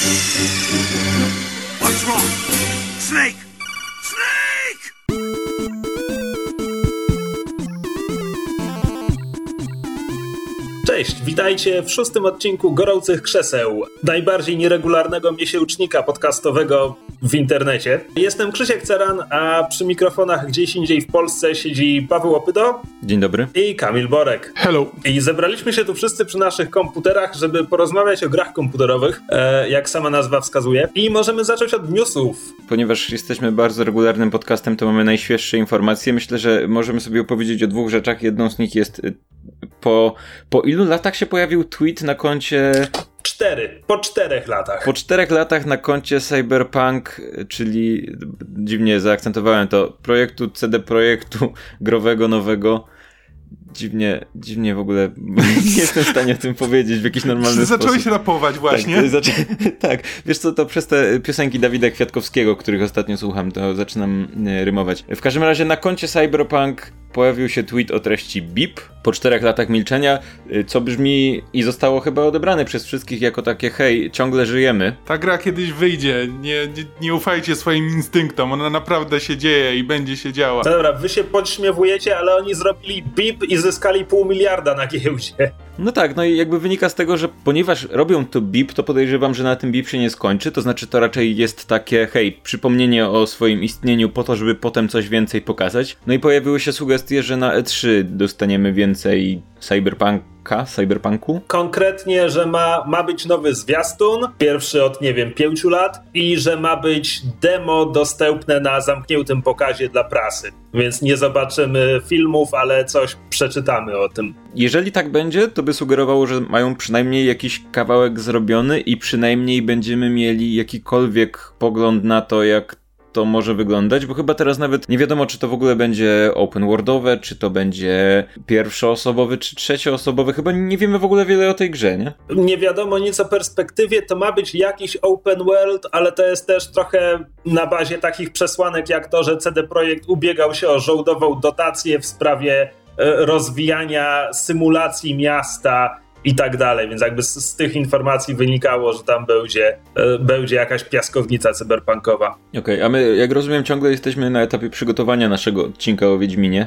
What's wrong? Snake! Snake! Cześć, witajcie w 6. odcinku Gorących Krzeseł, najbardziej nieregularnego miesięcznika podcastowego w internecie. Jestem Krzysiek Ceran, a przy mikrofonach gdzieś indziej w Polsce siedzi Paweł Opydo. Dzień dobry. I Kamil Borek. Hello. I zebraliśmy się tu wszyscy przy naszych komputerach, żeby porozmawiać o grach komputerowych, jak sama nazwa wskazuje. I możemy zacząć od newsów. Ponieważ jesteśmy bardzo regularnym podcastem, to mamy najświeższe informacje. Myślę, że możemy sobie opowiedzieć o dwóch rzeczach. Jedną z nich jest po ilu latach się pojawił tweet na koncie... 4. Po 4 latach. Po 4 latach na koncie Cyberpunk, czyli dziwnie zaakcentowałem to, CD Projektu growego nowego. Dziwnie w ogóle nie jestem w stanie o tym powiedzieć w jakiś normalny sposób. Zacząłeś rapować właśnie. Tak, wiesz co, to przez te piosenki Dawida Kwiatkowskiego, których ostatnio słucham, to zaczynam rymować. W każdym razie na koncie Cyberpunk pojawił się tweet o treści BIP po 4 latach milczenia, co brzmi i zostało chyba odebrane przez wszystkich jako takie hej, ciągle żyjemy. Ta gra kiedyś wyjdzie, nie ufajcie swoim instynktom, ona naprawdę się dzieje i będzie się działa. No dobra, wy się podśmiewujecie, ale oni zrobili BIP i zyskali $500 miliona na giełdzie. No tak, no i jakby wynika z tego, że ponieważ robią to BIP, to podejrzewam, że na tym BIP się nie skończy, to znaczy to raczej jest takie, hej, przypomnienie o swoim istnieniu po to, żeby potem coś więcej pokazać. No i pojawiły się sugestie, że na E3 dostaniemy więcej Cyberpunku? Konkretnie, że ma być nowy zwiastun, pierwszy od, 5 lat i że ma być demo dostępne na zamkniętym pokazie dla prasy. Więc nie zobaczymy filmów, ale coś przeczytamy o tym. Jeżeli tak będzie, to by sugerowało, że mają przynajmniej jakiś kawałek zrobiony i przynajmniej będziemy mieli jakikolwiek pogląd na to, jak to może wyglądać, bo chyba teraz nawet nie wiadomo, czy to w ogóle będzie open worldowe, czy to będzie pierwszoosobowy, czy trzecioosobowy. Chyba nie wiemy w ogóle wiele o tej grze, nie? Nie wiadomo nic o perspektywie, to ma być jakiś open world, ale to jest też trochę na bazie takich przesłanek jak to, że CD Projekt ubiegał się o rządową dotację w sprawie rozwijania symulacji miasta i tak dalej, więc jakby z tych informacji wynikało, że tam będzie jakaś piaskownica cyberpunkowa. Okej, a my, jak rozumiem, ciągle jesteśmy na etapie przygotowania naszego odcinka o Wiedźminie,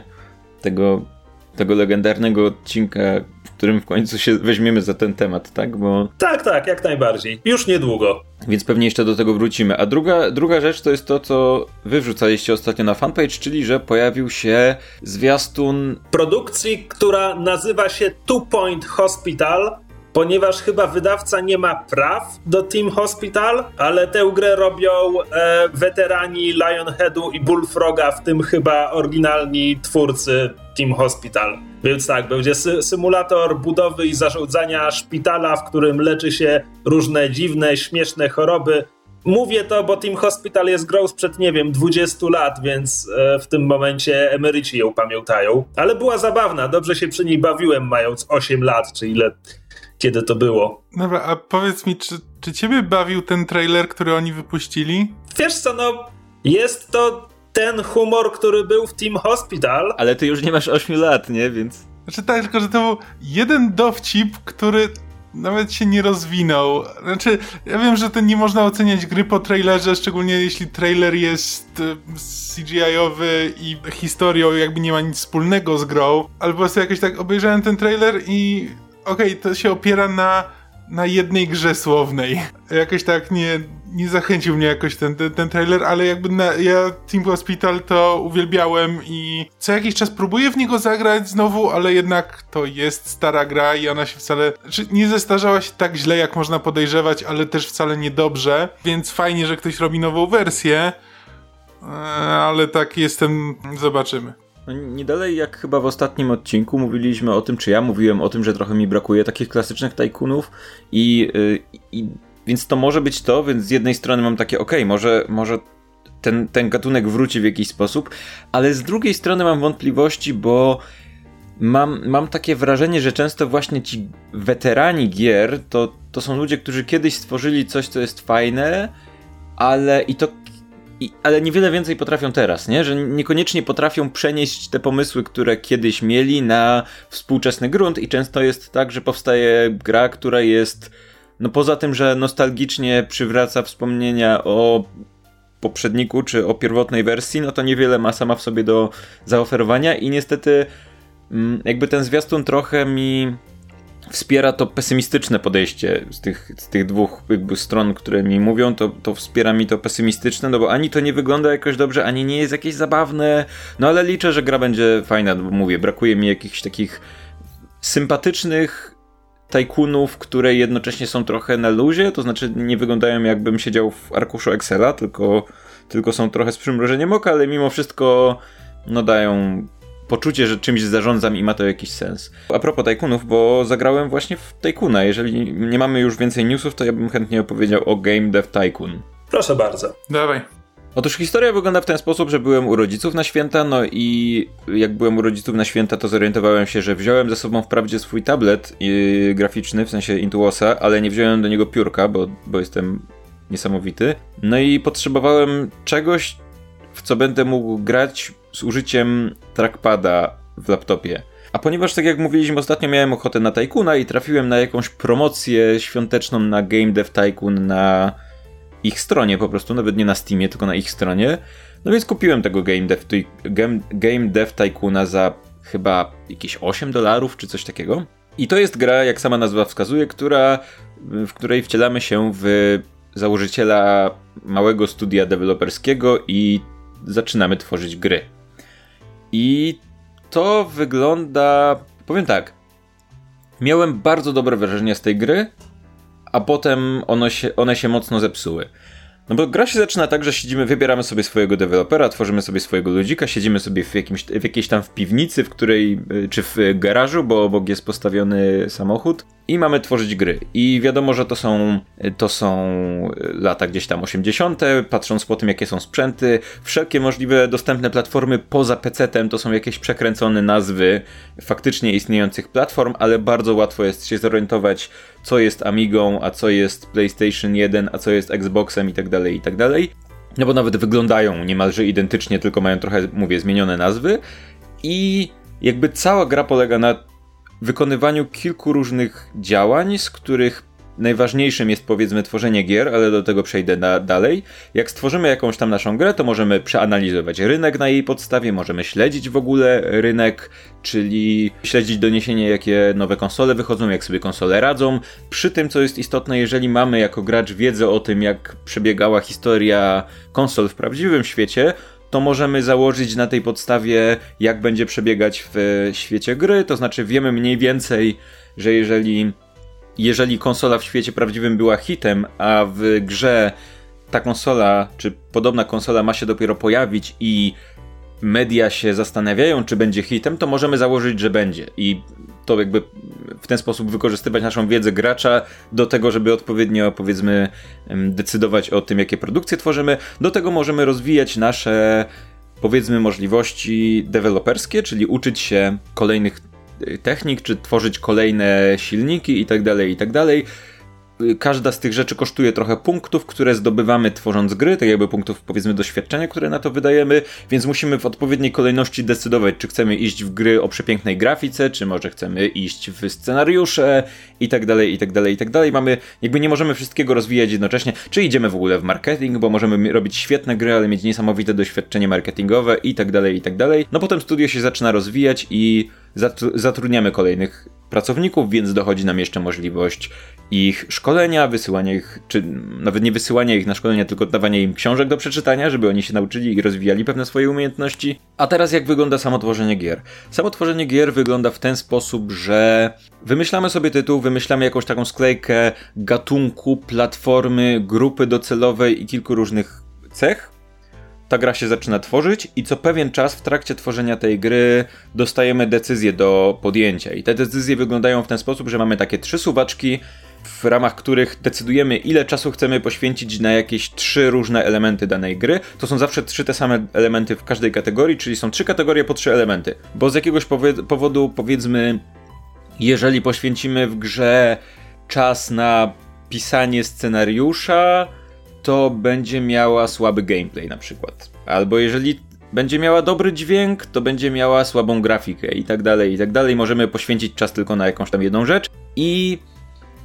tego legendarnego odcinka, w którym w końcu się weźmiemy za ten temat, tak? Bo... Tak, jak najbardziej. Już niedługo. Więc pewnie jeszcze do tego wrócimy. A druga rzecz to jest to, co wy wrzucaliście ostatnio na fanpage, czyli że pojawił się zwiastun produkcji, która nazywa się Two Point Hospital, ponieważ chyba wydawca nie ma praw do Team Hospital, ale tę grę robią weterani Lionheadu i Bullfroga, w tym chyba oryginalni twórcy Team Hospital. Więc tak, będzie symulator budowy i zarządzania szpitala, w którym leczy się różne dziwne, śmieszne choroby. Mówię to, bo Team Hospital jest grą sprzed, 20 lat, więc w tym momencie emeryci ją pamiętają. Ale była zabawna, dobrze się przy niej bawiłem, mając 8 lat, czy ile... Kiedy to było. Dobra, a powiedz mi, czy ciebie bawił ten trailer, który oni wypuścili? Wiesz co, jest to ten humor, który był w Team Hospital. Ale ty już nie masz 8 lat, nie? Więc... Znaczy tak, tylko że to był jeden dowcip, który nawet się nie rozwinął. Znaczy, ja wiem, że to nie można oceniać gry po trailerze, szczególnie jeśli trailer jest CGI-owy i historią jakby nie ma nic wspólnego z grą, ale po prostu jakoś tak obejrzałem ten trailer i okej, to się opiera na jednej grze słownej. Jakoś tak nie zachęcił mnie jakoś ten trailer, ale jakby ja Team Hospital to uwielbiałem i co jakiś czas próbuję w niego zagrać znowu, ale jednak to jest stara gra i ona się wcale nie zestarzała się tak źle, jak można podejrzewać, ale też wcale niedobrze, więc fajnie, że ktoś robi nową wersję, ale tak zobaczymy. No nie dalej jak chyba w ostatnim odcinku mówiliśmy o tym, czy ja mówiłem o tym, że trochę mi brakuje takich klasycznych tajkunów i więc to może być to, więc z jednej strony mam takie może ten gatunek wróci w jakiś sposób, ale z drugiej strony mam wątpliwości, bo mam takie wrażenie, że często właśnie ci weterani gier to są ludzie, którzy kiedyś stworzyli coś, co jest fajne, ale niewiele więcej potrafią teraz, nie? Że niekoniecznie potrafią przenieść te pomysły, które kiedyś mieli na współczesny grunt i często jest tak, że powstaje gra, która jest no poza tym, że nostalgicznie przywraca wspomnienia o poprzedniku czy o pierwotnej wersji, no to niewiele ma sama w sobie do zaoferowania i niestety jakby ten zwiastun trochę mi wspiera to pesymistyczne podejście z tych dwóch jakby stron, które mi mówią, to wspiera mi to pesymistyczne, no bo ani to nie wygląda jakoś dobrze, ani nie jest jakieś zabawne, no ale liczę, że gra będzie fajna, bo mówię, brakuje mi jakichś takich sympatycznych tajkunów, które jednocześnie są trochę na luzie, to znaczy nie wyglądają jakbym siedział w arkuszu Excela, tylko są trochę z przymrużeniem oka, ale mimo wszystko no dają poczucie, że czymś zarządzam i ma to jakiś sens. A propos tajkunów, bo zagrałem właśnie w Tajkuna. Jeżeli nie mamy już więcej newsów, to ja bym chętnie opowiedział o Game Dev Tycoon. Proszę bardzo. Dawaj. Otóż historia wygląda w ten sposób, że byłem u rodziców na święta, no i jak byłem u rodziców na święta, to zorientowałem się, że wziąłem ze sobą wprawdzie swój tablet graficzny, w sensie Intuosa, ale nie wziąłem do niego piórka, bo jestem niesamowity. No i potrzebowałem czegoś, w co będę mógł grać z użyciem trackpada w laptopie. A ponieważ, tak jak mówiliśmy ostatnio, miałem ochotę na Tycoona i trafiłem na jakąś promocję świąteczną na Game Dev Tycoon na ich stronie po prostu, nawet nie na Steamie, tylko na ich stronie. No więc kupiłem tego Game Dev Tycoona za chyba jakieś $8 czy coś takiego. I to jest gra, jak sama nazwa wskazuje, w której wcielamy się w założyciela małego studia deweloperskiego i zaczynamy tworzyć gry. I to wygląda... Powiem tak. Miałem bardzo dobre wrażenie z tej gry, a potem one się mocno zepsuły. No bo gra się zaczyna tak, że wybieramy sobie swojego dewelopera, tworzymy sobie swojego ludzika, siedzimy sobie w jakiejś tam w piwnicy, w której, czy w garażu, bo obok jest postawiony samochód i mamy tworzyć gry. I wiadomo, że to są lata gdzieś tam 80., patrząc po tym, jakie są sprzęty, wszelkie możliwe dostępne platformy poza PC-tem to są jakieś przekręcone nazwy faktycznie istniejących platform, ale bardzo łatwo jest się zorientować, co jest Amigą, a co jest PlayStation 1, a co jest Xboxem i tak dalej. No bo nawet wyglądają niemalże identycznie, tylko mają trochę, mówię, zmienione nazwy. I jakby cała gra polega na wykonywaniu kilku różnych działań, z których najważniejszym jest, powiedzmy, tworzenie gier, ale do tego przejdę dalej. Jak stworzymy jakąś tam naszą grę, to możemy przeanalizować rynek na jej podstawie, możemy śledzić w ogóle rynek, czyli śledzić doniesienia, jakie nowe konsole wychodzą, jak sobie konsole radzą. Przy tym, co jest istotne, jeżeli mamy jako gracz wiedzę o tym, jak przebiegała historia konsol w prawdziwym świecie, to możemy założyć na tej podstawie, jak będzie przebiegać w świecie gry, to znaczy wiemy mniej więcej, że jeżeli konsola w świecie prawdziwym była hitem, a w grze ta konsola, czy podobna konsola ma się dopiero pojawić i media się zastanawiają, czy będzie hitem, to możemy założyć, że będzie. I to jakby w ten sposób wykorzystywać naszą wiedzę gracza do tego, żeby odpowiednio, powiedzmy, decydować o tym, jakie produkcje tworzymy. Do tego możemy rozwijać nasze, powiedzmy, możliwości deweloperskie, czyli uczyć się kolejnych technik, czy tworzyć kolejne silniki i tak dalej. Każda z tych rzeczy kosztuje trochę punktów, które zdobywamy tworząc gry, tak jakby punktów, powiedzmy, doświadczenia, które na to wydajemy, więc musimy w odpowiedniej kolejności decydować, czy chcemy iść w gry o przepięknej grafice, czy może chcemy iść w scenariusze i tak dalej. Mamy, jakby nie możemy wszystkiego rozwijać jednocześnie, czy idziemy w ogóle w marketing, bo możemy robić świetne gry, ale mieć niesamowite doświadczenie marketingowe i tak dalej. No potem studio się zaczyna rozwijać i zatrudniamy kolejnych pracowników, więc dochodzi nam jeszcze możliwość ich szkolenia, wysyłania ich, czy nawet nie wysyłania ich na szkolenia, tylko dawania im książek do przeczytania, żeby oni się nauczyli i rozwijali pewne swoje umiejętności. A teraz jak wygląda samo tworzenie gier? Samo tworzenie gier wygląda w ten sposób, że wymyślamy sobie tytuł, wymyślamy jakąś taką sklejkę gatunku, platformy, grupy docelowej i kilku różnych cech. Ta gra się zaczyna tworzyć i co pewien czas w trakcie tworzenia tej gry dostajemy decyzje do podjęcia. I te decyzje wyglądają w ten sposób, że mamy takie 3 suwaczki, w ramach których decydujemy, ile czasu chcemy poświęcić na jakieś 3 różne elementy danej gry. To są zawsze 3 te same elementy w każdej kategorii, czyli są 3 kategorie po 3 elementy. Bo z jakiegoś powodu, powiedzmy, jeżeli poświęcimy w grze czas na pisanie scenariusza, to będzie miała słaby gameplay na przykład. Albo jeżeli będzie miała dobry dźwięk, to będzie miała słabą grafikę i tak dalej. Możemy poświęcić czas tylko na jakąś tam jedną rzecz i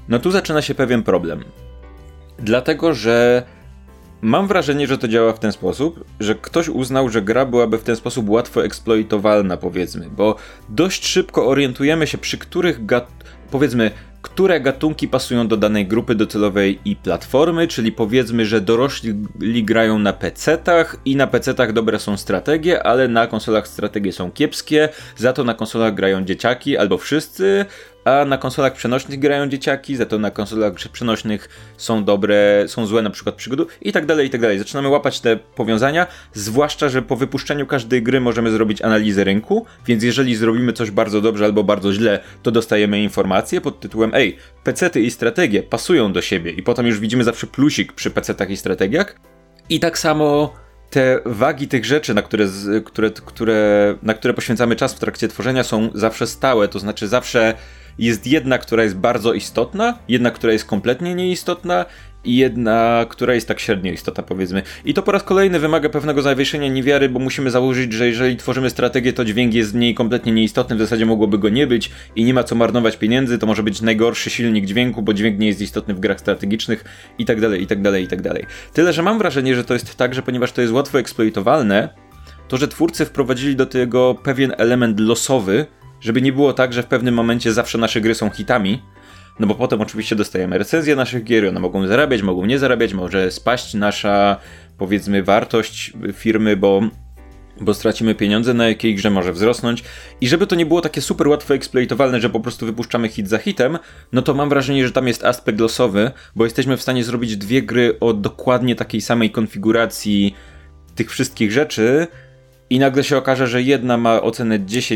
No tu zaczyna się pewien problem. Dlatego, że mam wrażenie, że to działa w ten sposób, że ktoś uznał, że gra byłaby w ten sposób łatwo eksploitowalna, powiedzmy, bo dość szybko orientujemy się, przy których powiedzmy, które gatunki pasują do danej grupy docelowej i platformy, czyli powiedzmy, że dorośli grają na PC-tach i na PC-tach dobre są strategie, ale na konsolach strategie są kiepskie, za to na konsolach grają dzieciaki albo wszyscy, a na konsolach przenośnych grają dzieciaki, za to na konsolach przenośnych są złe na przykład przygody i tak dalej, i tak dalej. Zaczynamy łapać te powiązania, zwłaszcza, że po wypuszczeniu każdej gry możemy zrobić analizę rynku, więc jeżeli zrobimy coś bardzo dobrze albo bardzo źle, to dostajemy informację pod tytułem PC-ty i strategie pasują do siebie i potem już widzimy zawsze plusik przy PC-tach i strategiach. I tak samo te wagi tych rzeczy, na które poświęcamy czas w trakcie tworzenia, są zawsze stałe, to znaczy zawsze jest jedna, która jest bardzo istotna, jedna, która jest kompletnie nieistotna i jedna, która jest tak średnio istotna, powiedzmy. I to po raz kolejny wymaga pewnego zawieszenia niewiary, bo musimy założyć, że jeżeli tworzymy strategię, to dźwięk jest w niej kompletnie nieistotny, w zasadzie mogłoby go nie być i nie ma co marnować pieniędzy, to może być najgorszy silnik dźwięku, bo dźwięk nie jest istotny w grach strategicznych i tak dalej, i tak dalej, i tak dalej. Tyle, że mam wrażenie, że to jest tak, że ponieważ to jest łatwo eksploitowalne, to że twórcy wprowadzili do tego pewien element losowy, żeby nie było tak, że w pewnym momencie zawsze nasze gry są hitami, no bo potem oczywiście dostajemy recenzje naszych gier, one mogą zarabiać, mogą nie zarabiać, może spaść nasza, powiedzmy, wartość firmy, bo stracimy pieniądze, na jakiej grze może wzrosnąć. I żeby to nie było takie super łatwo eksploitowalne, że po prostu wypuszczamy hit za hitem, no to mam wrażenie, że tam jest aspekt losowy, bo jesteśmy w stanie zrobić 2 gry o dokładnie takiej samej konfiguracji tych wszystkich rzeczy i nagle się okaże, że jedna ma ocenę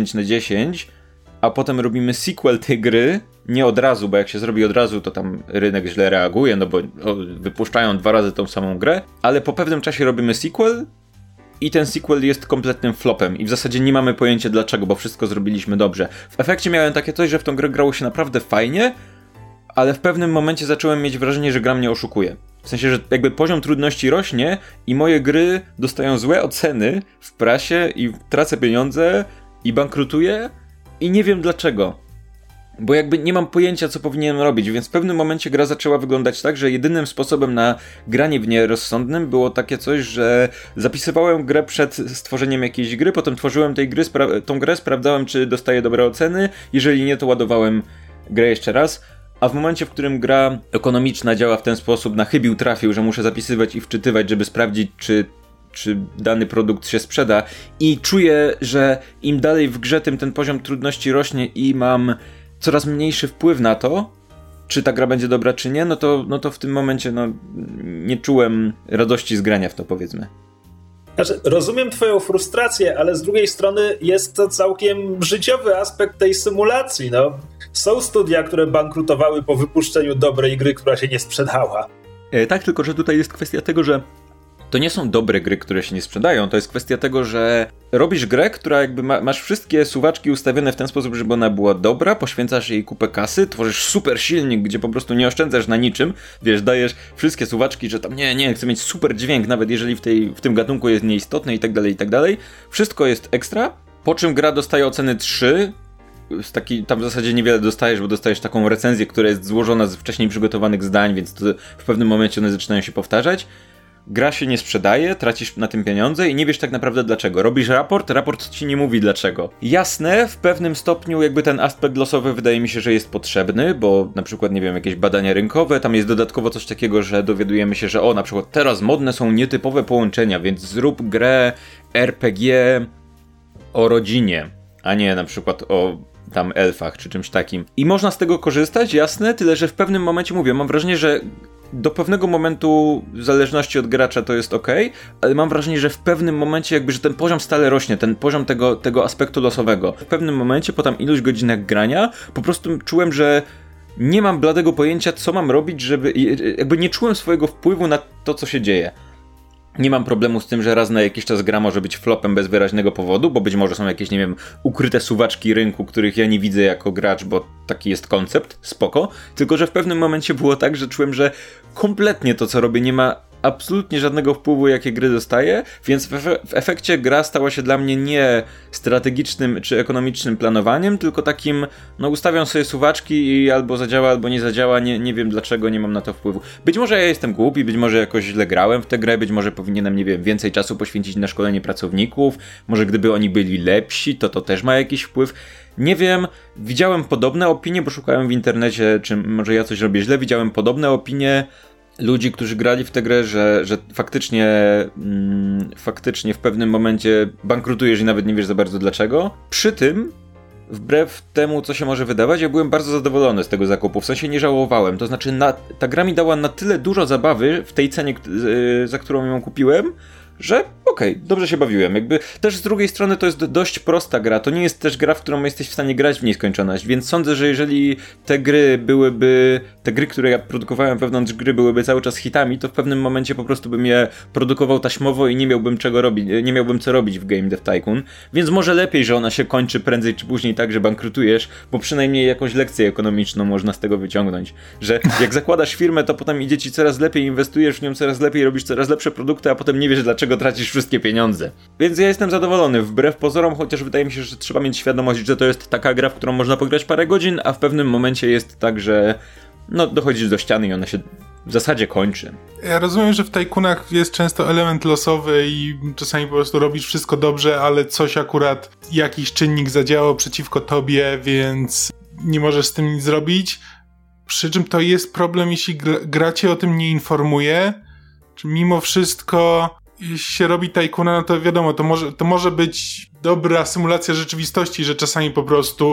10/10, a potem robimy sequel tej gry, nie od razu, bo jak się zrobi od razu, to tam rynek źle reaguje, no bo wypuszczają 2 razy tą samą grę, ale po pewnym czasie robimy sequel i ten sequel jest kompletnym flopem i w zasadzie nie mamy pojęcia dlaczego, bo wszystko zrobiliśmy dobrze. W efekcie miałem takie coś, że w tą grę grało się naprawdę fajnie, ale w pewnym momencie zacząłem mieć wrażenie, że gra mnie oszukuje. W sensie, że jakby poziom trudności rośnie i moje gry dostają złe oceny w prasie i tracę pieniądze i bankrutuję i nie wiem dlaczego. Bo jakby nie mam pojęcia, co powinienem robić, więc w pewnym momencie gra zaczęła wyglądać tak, że jedynym sposobem na granie w nie rozsądnym było takie coś, że zapisywałem grę przed stworzeniem jakiejś gry, potem tworzyłem tą grę, sprawdzałem, czy dostaję dobre oceny, jeżeli nie, to ładowałem grę jeszcze raz. A w momencie, w którym gra ekonomiczna działa w ten sposób, na chybił trafił, że muszę zapisywać i wczytywać, żeby sprawdzić, czy dany produkt się sprzeda i czuję, że im dalej w grze, tym ten poziom trudności rośnie i mam coraz mniejszy wpływ na to, czy ta gra będzie dobra, czy nie, no to w tym momencie nie czułem radości z grania w to, powiedzmy. Znaczy, rozumiem twoją frustrację, ale z drugiej strony jest to całkiem życiowy aspekt tej symulacji. Są studia, które bankrutowały po wypuszczeniu dobrej gry, która się nie sprzedała. Tak, tylko że tutaj jest kwestia tego, że to nie są dobre gry, które się nie sprzedają. To jest kwestia tego, że robisz grę, która jakby masz wszystkie suwaczki ustawione w ten sposób, żeby ona była dobra, poświęcasz jej kupę kasy, tworzysz super silnik, gdzie po prostu nie oszczędzasz na niczym, wiesz, dajesz wszystkie suwaczki, że tam nie, chcę mieć super dźwięk, nawet jeżeli w tym gatunku jest nieistotny i tak dalej, i tak dalej. Wszystko jest ekstra, po czym gra dostaje oceny 3, tam w zasadzie niewiele dostajesz, bo dostajesz taką recenzję, która jest złożona z wcześniej przygotowanych zdań, więc to w pewnym momencie one zaczynają się powtarzać. Gra się nie sprzedaje, tracisz na tym pieniądze i nie wiesz tak naprawdę dlaczego. Robisz raport ci nie mówi dlaczego. Jasne, w pewnym stopniu jakby ten aspekt losowy wydaje mi się, że jest potrzebny, bo na przykład, nie wiem, jakieś badania rynkowe, tam jest dodatkowo coś takiego, że dowiadujemy się, że na przykład teraz modne są nietypowe połączenia, więc zrób grę RPG o rodzinie, a nie na przykład o tam elfach czy czymś takim. I można z tego korzystać, jasne, tyle że w pewnym momencie, mówię, mam wrażenie, że do pewnego momentu, w zależności od gracza, to jest okej, ale mam wrażenie, że w pewnym momencie jakby, że ten poziom stale rośnie, ten poziom tego aspektu losowego. W pewnym momencie, po tam iluś godzinach grania, po prostu czułem, że nie mam bladego pojęcia, co mam robić, żeby... Jakby nie czułem swojego wpływu na to, co się dzieje. Nie mam problemu z tym, że raz na jakiś czas gra może być flopem bez wyraźnego powodu, bo być może są jakieś, nie wiem, ukryte suwaczki rynku, których ja nie widzę jako gracz, bo taki jest koncept, spoko. Tylko że w pewnym momencie było tak, że czułem, że kompletnie to, co robię, nie ma absolutnie żadnego wpływu, jakie gry dostaję, więc w efekcie gra stała się dla mnie nie strategicznym czy ekonomicznym planowaniem, tylko takim, no ustawiam sobie suwaczki i albo zadziała, albo nie zadziała, nie wiem dlaczego, nie mam na to wpływu. Być może ja jestem głupi, być może jakoś źle grałem w tę grę, być może powinienem, nie wiem, więcej czasu poświęcić na szkolenie pracowników, może gdyby oni byli lepsi, to też ma jakiś wpływ. Nie wiem, widziałem podobne opinie, bo szukałem w internecie, czy może ja coś robię źle, widziałem podobne opinie ludzi, którzy grali w tę grę, że faktycznie w pewnym momencie bankrutujesz i nawet nie wiesz za bardzo dlaczego. Przy tym, wbrew temu, co się może wydawać, ja byłem bardzo zadowolony z tego zakupu, w sensie nie żałowałem. To znaczy, ta gra mi dała na tyle dużo zabawy w tej cenie, za którą ją kupiłem, że okej, dobrze się bawiłem. Jakby też z drugiej strony to jest dość prosta gra. To nie jest też gra, w którą jesteś w stanie grać w nieskończoność, więc sądzę, że jeżeli te gry, które ja produkowałem wewnątrz gry byłyby cały czas hitami, to w pewnym momencie po prostu bym je produkował taśmowo i nie miałbym co robić w Game Dev Tycoon, więc może lepiej, że ona się kończy prędzej czy później tak, że bankrutujesz, bo przynajmniej jakąś lekcję ekonomiczną można z tego wyciągnąć, że jak zakładasz firmę, to potem idzie ci coraz lepiej, inwestujesz w nią coraz lepiej, robisz coraz lepsze produkty, a potem nie wiesz, dlaczego tracisz wszystkie pieniądze. Więc ja jestem zadowolony, wbrew pozorom, chociaż wydaje mi się, że trzeba mieć świadomość, że to jest taka gra, w którą można pograć parę godzin, a w pewnym momencie jest tak, że dochodzisz do ściany i ona się w zasadzie kończy. Ja rozumiem, że w Tycoonach jest często element losowy i czasami po prostu robisz wszystko dobrze, ale coś akurat, jakiś czynnik zadziałał przeciwko tobie, więc nie możesz z tym nic zrobić. Przy czym to jest problem, jeśli gra cię o tym nie informuje, czy mimo wszystko, jeśli się robi Tycoona, no to wiadomo, to może być dobra symulacja rzeczywistości, że czasami po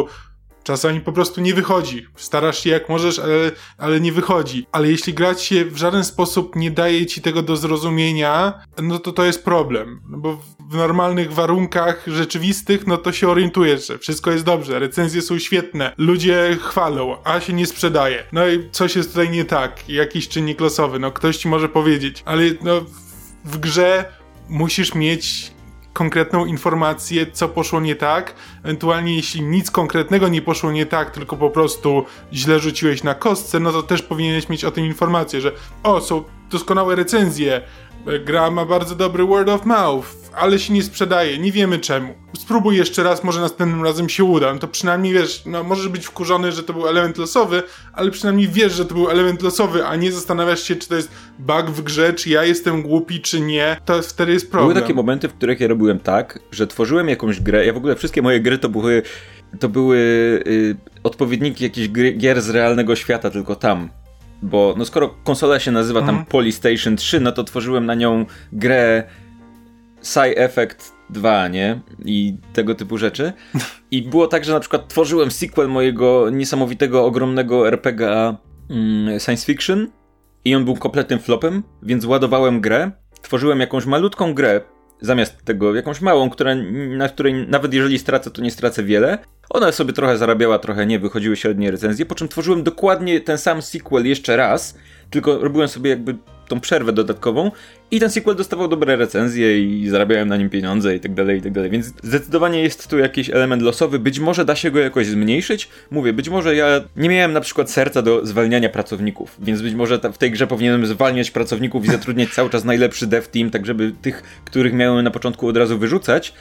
prostu nie wychodzi. Starasz się jak możesz, ale nie wychodzi. Ale jeśli gra ci w żaden sposób nie daje ci tego do zrozumienia, no to jest problem. No bo w normalnych warunkach rzeczywistych, no to się orientujesz, że wszystko jest dobrze, recenzje są świetne, ludzie chwalą, a się nie sprzedaje. No i coś jest tutaj nie tak, jakiś czynnik losowy, no ktoś ci może powiedzieć, ale no w grze musisz mieć konkretną informację, co poszło nie tak. Ewentualnie jeśli nic konkretnego nie poszło nie tak, tylko po prostu źle rzuciłeś na kostce, no to też powinieneś mieć o tym informację, że są doskonałe recenzje, gra ma bardzo dobry word of mouth, ale się nie sprzedaje, nie wiemy czemu. Spróbuj jeszcze raz, może następnym razem się uda. No to przynajmniej wiesz, możesz być wkurzony, że to był element losowy, ale przynajmniej wiesz, że to był element losowy, a nie zastanawiasz się, czy to jest bug w grze, czy ja jestem głupi, czy nie. To wtedy jest problem. Były takie momenty, w których ja robiłem tak, że tworzyłem jakąś grę, ja w ogóle wszystkie moje gry to były odpowiedniki jakichś gier z realnego świata, tylko tam. Bo skoro konsola się nazywa tam Polystation 3, no to tworzyłem na nią grę Side Effect 2, nie? I tego typu rzeczy. I było tak, że na przykład tworzyłem sequel mojego niesamowitego, ogromnego RPG science fiction i on był kompletnym flopem, więc ładowałem grę, tworzyłem jakąś malutką grę, zamiast tego jakąś małą, na której nawet jeżeli stracę, to nie stracę wiele. Ona sobie trochę zarabiała, trochę nie, wychodziły średnie recenzje, po czym tworzyłem dokładnie ten sam sequel jeszcze raz, tylko robiłem sobie jakby tą przerwę dodatkową i ten sequel dostawał dobre recenzje i zarabiałem na nim pieniądze i tak dalej, więc zdecydowanie jest tu jakiś element losowy, być może da się go jakoś zmniejszyć, mówię, być może ja nie miałem na przykład serca do zwalniania pracowników, więc być może w tej grze powinienem zwalniać pracowników i zatrudniać cały czas najlepszy dev team, tak żeby tych, których miałem na początku od razu wyrzucać,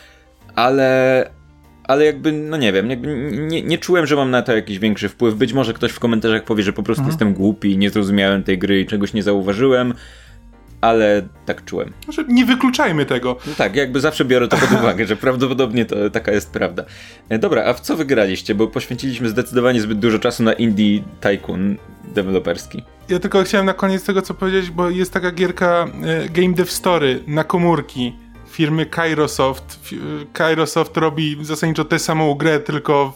ale jakby, nie wiem, jakby nie czułem, że mam na to jakiś większy wpływ. Być może ktoś w komentarzach powie, że po prostu jestem głupi, nie zrozumiałem tej gry i czegoś nie zauważyłem, ale tak czułem. Że nie wykluczajmy tego. No tak, jakby zawsze biorę to pod uwagę, że prawdopodobnie to taka jest prawda. Dobra, a w co wygraliście? Bo poświęciliśmy zdecydowanie zbyt dużo czasu na Indie Tycoon deweloperski. Ja tylko chciałem na koniec tego, co powiedzieć, bo jest taka gierka Game Dev Story na komórki firmy Kairosoft. Kairosoft robi zasadniczo tę samą grę, tylko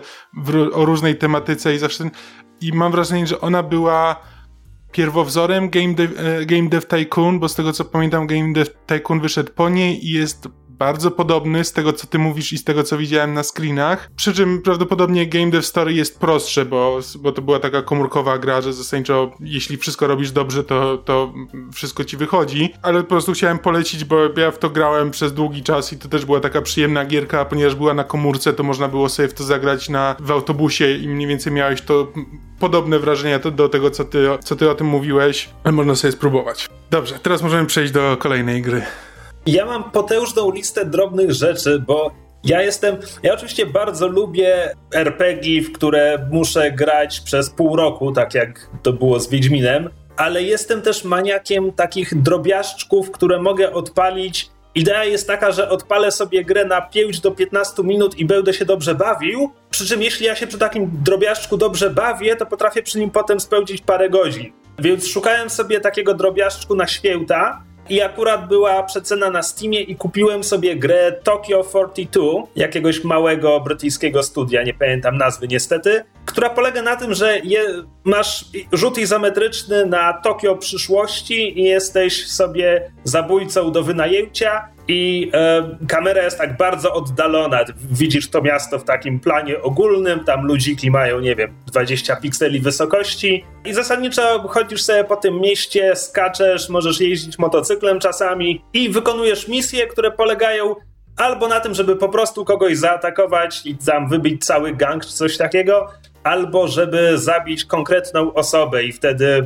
o różnej tematyce i mam wrażenie, że ona była pierwowzorem Game Dev Tycoon, bo z tego co pamiętam Game Dev Tycoon wyszedł po niej i jest bardzo podobny z tego, co ty mówisz i z tego, co widziałem na screenach. Przy czym prawdopodobnie Game Dev Story jest prostsze, bo to była taka komórkowa gra, że zasadniczo jeśli wszystko robisz dobrze, to wszystko ci wychodzi. Ale po prostu chciałem polecić, bo ja w to grałem przez długi czas i to też była taka przyjemna gierka, ponieważ była na komórce, to można było sobie w to zagrać w autobusie i mniej więcej miałeś to podobne wrażenia do tego, co ty o tym mówiłeś, ale można sobie spróbować. Dobrze, teraz możemy przejść do kolejnej gry. Ja mam potężną listę drobnych rzeczy, bo ja oczywiście bardzo lubię RPG, w które muszę grać przez pół roku, tak jak to było z Wiedźminem, ale jestem też maniakiem takich drobiażdżków, które mogę odpalić. Idea jest taka, że odpalę sobie grę na 5 do 15 minut i będę się dobrze bawił, przy czym jeśli ja się przy takim drobiażdżku dobrze bawię, to potrafię przy nim potem spędzić parę godzin. Więc szukałem sobie takiego drobiażdżku na święta i akurat była przecena na Steamie i kupiłem sobie grę Tokyo 42, jakiegoś małego brytyjskiego studia, nie pamiętam nazwy niestety, która polega na tym, że masz rzut izometryczny na Tokio przyszłości i jesteś sobie zabójcą do wynajęcia i kamera jest tak bardzo oddalona. Widzisz to miasto w takim planie ogólnym, tam ludziki mają, 20 pikseli wysokości i zasadniczo chodzisz sobie po tym mieście, skaczesz, możesz jeździć motocyklem czasami i wykonujesz misje, które polegają albo na tym, żeby po prostu kogoś zaatakować i tam wybić cały gang czy coś takiego, albo żeby zabić konkretną osobę i wtedy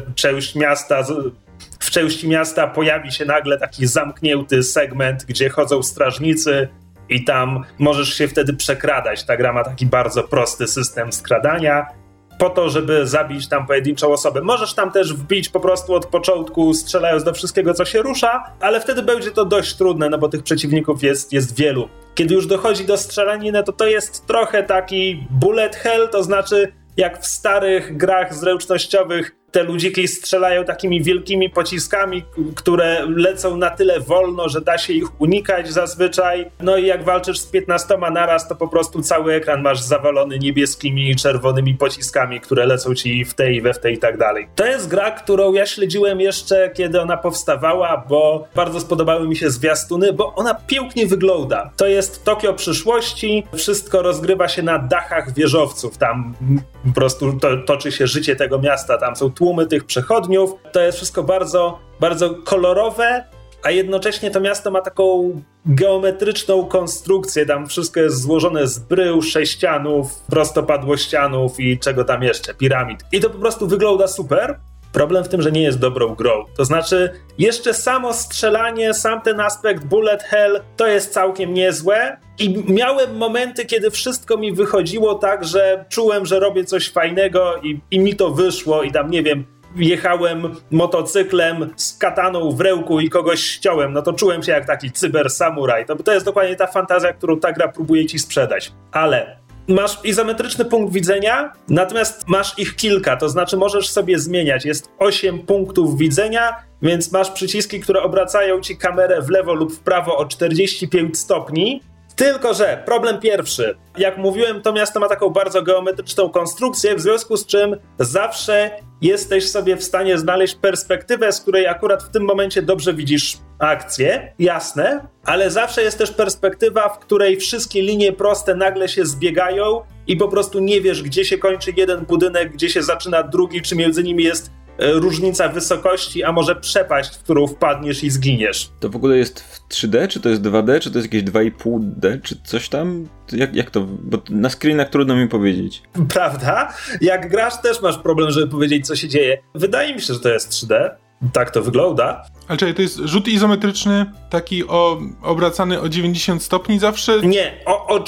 w części miasta pojawi się nagle taki zamknięty segment, gdzie chodzą strażnicy i tam możesz się wtedy przekradać. Ta gra ma taki bardzo prosty system skradania po to, żeby zabić tam pojedynczą osobę. Możesz tam też wbić po prostu od początku, strzelając do wszystkiego, co się rusza, ale wtedy będzie to dość trudne, no bo tych przeciwników jest wielu. Kiedy już dochodzi do strzelaniny, to jest trochę taki bullet hell, to znaczy jak w starych grach zręcznościowych te ludziki strzelają takimi wielkimi pociskami, które lecą na tyle wolno, że da się ich unikać zazwyczaj. No i jak walczysz z 15 naraz, to po prostu cały ekran masz zawalony niebieskimi i czerwonymi pociskami, które lecą ci w tej, we w tej i tak dalej. To jest gra, którą ja śledziłem jeszcze, kiedy ona powstawała, bo bardzo spodobały mi się zwiastuny, bo ona pięknie wygląda. To jest Tokio przyszłości, wszystko rozgrywa się na dachach wieżowców, tam po prostu toczy się życie tego miasta, tam są tłumy tych przechodniów, to jest wszystko bardzo, bardzo kolorowe, a jednocześnie to miasto ma taką geometryczną konstrukcję, tam wszystko jest złożone z brył, sześcianów, prostopadłościanów i czego tam jeszcze, piramid. I to po prostu wygląda super. Problem w tym, że nie jest dobrą grą. To znaczy, jeszcze samo strzelanie, sam ten aspekt bullet hell, to jest całkiem niezłe. I miałem momenty, kiedy wszystko mi wychodziło tak, że czułem, że robię coś fajnego i mi to wyszło i tam, jechałem motocyklem z kataną w ręku i kogoś ściąłem, no to czułem się jak taki cybersamuraj. To jest dokładnie ta fantazja, którą ta gra próbuje ci sprzedać. Ale masz izometryczny punkt widzenia, natomiast masz ich kilka, to znaczy możesz sobie zmieniać. Jest 8 punktów widzenia, więc masz przyciski, które obracają ci kamerę w lewo lub w prawo o 45 stopni. Tylko że problem pierwszy. Jak mówiłem, to miasto ma taką bardzo geometryczną konstrukcję, w związku z czym zawsze jesteś sobie w stanie znaleźć perspektywę, z której akurat w tym momencie dobrze widzisz akcję, jasne, ale zawsze jest też perspektywa, w której wszystkie linie proste nagle się zbiegają i po prostu nie wiesz, gdzie się kończy jeden budynek, gdzie się zaczyna drugi, czy między nimi jest różnica wysokości, a może przepaść, w którą wpadniesz i zginiesz. To w ogóle jest w 3D, czy to jest 2D, czy to jest jakieś 2,5D, czy coś tam? Jak to? Bo na screenach trudno mi powiedzieć. Prawda? Jak grasz, też masz problem, żeby powiedzieć, co się dzieje. Wydaje mi się, że to jest 3D. Tak to wygląda. Ale czekaj, to jest rzut izometryczny, taki obracany o 90 stopni zawsze? Nie, o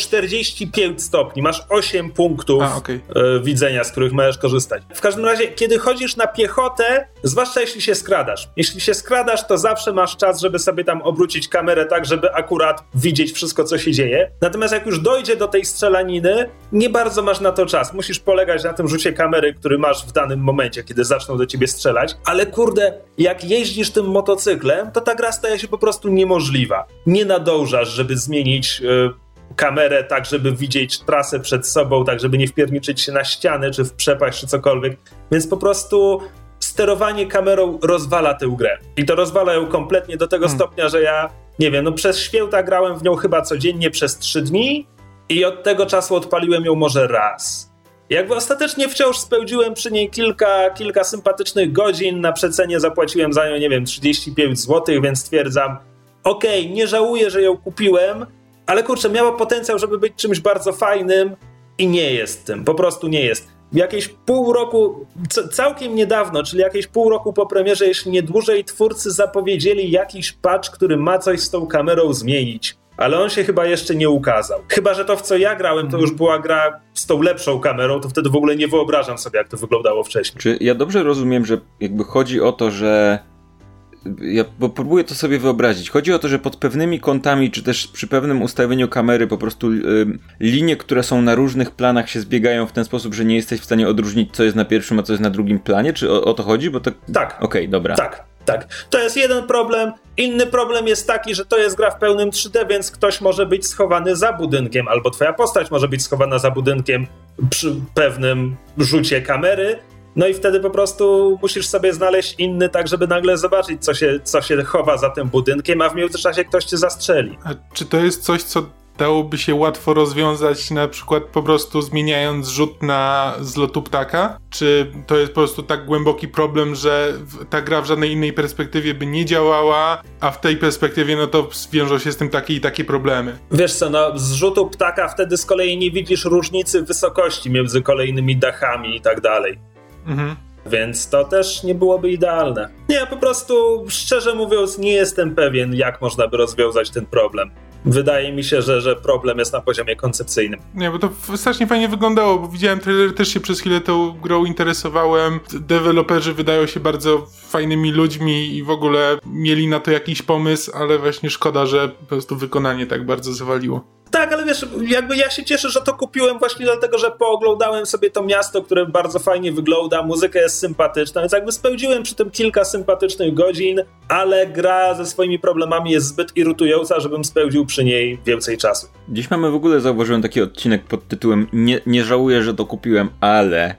45 stopni. Masz 8 punktów widzenia, z których możesz korzystać. W każdym razie, kiedy chodzisz na piechotę, zwłaszcza jeśli się skradasz. Jeśli się skradasz, to zawsze masz czas, żeby sobie tam obrócić kamerę tak, żeby akurat widzieć wszystko, co się dzieje. Natomiast jak już dojdzie do tej strzelaniny, nie bardzo masz na to czas. Musisz polegać na tym rzucie kamery, który masz w danym momencie, kiedy zaczną do ciebie strzelać. Ale kurde, jak jeździsz tym motocyklem, to ta gra staje się po prostu niemożliwa. Nie nadążasz, żeby zmienić kamerę tak, żeby widzieć trasę przed sobą, tak, żeby nie wpierniczyć się na ścianę, czy w przepaść, czy cokolwiek. Więc po prostu sterowanie kamerą rozwala tę grę. I to rozwala ją kompletnie do tego stopnia, że ja nie wiem, no przez święta grałem w nią chyba codziennie przez 3 dni i od tego czasu odpaliłem ją może raz. Jakby ostatecznie wciąż spełdziłem przy niej kilka sympatycznych godzin, na przecenie zapłaciłem za nią, nie wiem, 35 zł, więc stwierdzam, okej, nie żałuję, że ją kupiłem, ale kurczę, miała potencjał, żeby być czymś bardzo fajnym i nie jest tym, po prostu nie jest. Jakieś pół roku, całkiem niedawno, czyli jakieś pół roku po premierze, jeśli nie dłużej, twórcy zapowiedzieli jakiś patch, który ma coś z tą kamerą zmienić. Ale on się chyba jeszcze nie ukazał. Chyba że to, w co ja grałem, to już była gra z tą lepszą kamerą, to wtedy w ogóle nie wyobrażam sobie, jak to wyglądało wcześniej. Czy ja dobrze rozumiem, że jakby chodzi o to, że bo próbuję to sobie wyobrazić. Chodzi o to, że pod pewnymi kątami, czy też przy pewnym ustawieniu kamery po prostu linie, które są na różnych planach się zbiegają w ten sposób, że nie jesteś w stanie odróżnić, co jest na pierwszym, a co jest na drugim planie? Czy o to chodzi? Bo to... Tak. Okej, dobra. Tak. To jest jeden problem. Inny problem jest taki, że to jest gra w pełnym 3D, więc ktoś może być schowany za budynkiem, albo twoja postać może być schowana za budynkiem przy pewnym rzucie kamery. No i wtedy po prostu musisz sobie znaleźć inny, tak żeby nagle zobaczyć, co się chowa za tym budynkiem, a w międzyczasie ktoś cię zastrzeli. A czy to jest coś, co dałoby się łatwo rozwiązać, na przykład po prostu zmieniając rzut z lotu ptaka? Czy to jest po prostu tak głęboki problem, że ta gra w żadnej innej perspektywie by nie działała, a w tej perspektywie no to wiążą się z tym takie i takie problemy? Wiesz co, no z rzutu ptaka wtedy z kolei nie widzisz różnicy wysokości między kolejnymi dachami i tak dalej. Mhm. Więc to też nie byłoby idealne. Nie, po prostu szczerze mówiąc nie jestem pewien, jak można by rozwiązać ten problem. Wydaje mi się, że problem jest na poziomie koncepcyjnym. Nie, bo to strasznie fajnie wyglądało, bo widziałem trailer, też się przez chwilę tą grą interesowałem. Deweloperzy wydają się bardzo fajnymi ludźmi i w ogóle mieli na to jakiś pomysł, ale właśnie szkoda, że po prostu wykonanie tak bardzo zawaliło. Tak, ale wiesz, jakby ja się cieszę, że to kupiłem właśnie dlatego, że pooglądałem sobie to miasto, które bardzo fajnie wygląda, muzyka jest sympatyczna, więc jakby spełdziłem przy tym kilka sympatycznych godzin, ale gra ze swoimi problemami jest zbyt irytująca, żebym spełdził przy niej więcej czasu. Dziś mamy w ogóle, zauważyłem taki odcinek pod tytułem nie żałuję, że to kupiłem, ale...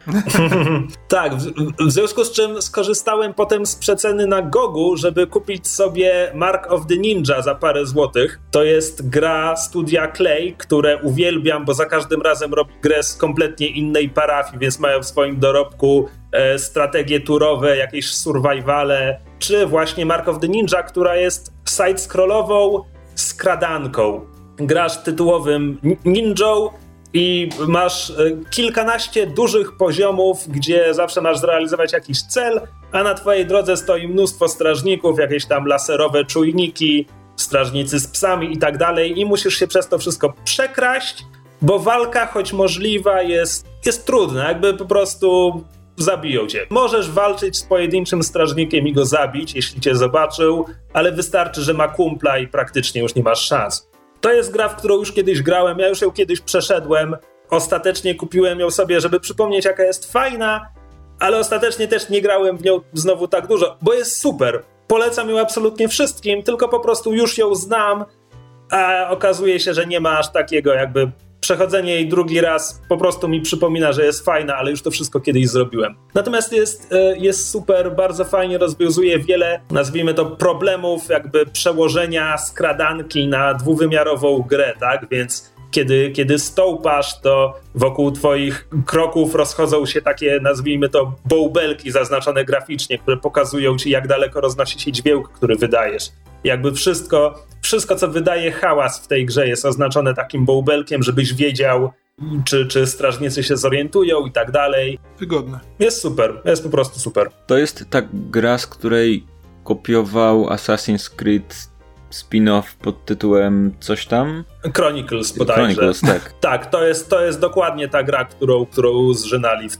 Tak, w związku z czym skorzystałem potem z przeceny na Gogu, żeby kupić sobie Mark of the Ninja za parę złotych. To jest gra studia Klei, które uwielbiam, bo za każdym razem robi grę z kompletnie innej parafii, więc mają w swoim dorobku strategie turowe, jakieś survivale, czy właśnie Mark of the Ninja, która jest side-scrollową skradanką. Grasz tytułowym ninją i masz kilkanaście dużych poziomów, gdzie zawsze masz zrealizować jakiś cel, a na twojej drodze stoi mnóstwo strażników, jakieś tam laserowe czujniki, strażnicy z psami i tak dalej i musisz się przez to wszystko przekraść, bo walka, choć możliwa, jest trudna, jakby po prostu zabiją cię. Możesz walczyć z pojedynczym strażnikiem i go zabić, jeśli cię zobaczył, ale wystarczy, że ma kumpla i praktycznie już nie masz szans. To jest gra, w którą już kiedyś grałem, ja już ją kiedyś przeszedłem, ostatecznie kupiłem ją sobie, żeby przypomnieć, jaka jest fajna, ale ostatecznie też nie grałem w nią znowu tak dużo, bo jest super. Polecam ją absolutnie wszystkim, tylko po prostu już ją znam, a okazuje się, że nie ma aż takiego jakby przechodzenie jej drugi raz po prostu mi przypomina, że jest fajna, ale już to wszystko kiedyś zrobiłem. Natomiast jest super, bardzo fajnie rozwiązuje wiele, nazwijmy to, problemów jakby przełożenia skradanki na dwuwymiarową grę, tak? Więc kiedy stołpasz, to wokół twoich kroków rozchodzą się takie, nazwijmy to, bąbelki zaznaczone graficznie, które pokazują ci, jak daleko roznosi się dźwięk, który wydajesz. Jakby wszystko, co wydaje hałas w tej grze, jest oznaczone takim bąbelkiem, żebyś wiedział, czy strażnicy się zorientują i tak dalej. Wygodne. Jest super, jest po prostu super. To jest ta gra, z której kopiował Assassin's Creed spin-off pod tytułem coś tam? Chronicles bodajże. Chronicles, tak. Tak, to jest dokładnie ta gra, którą zżynali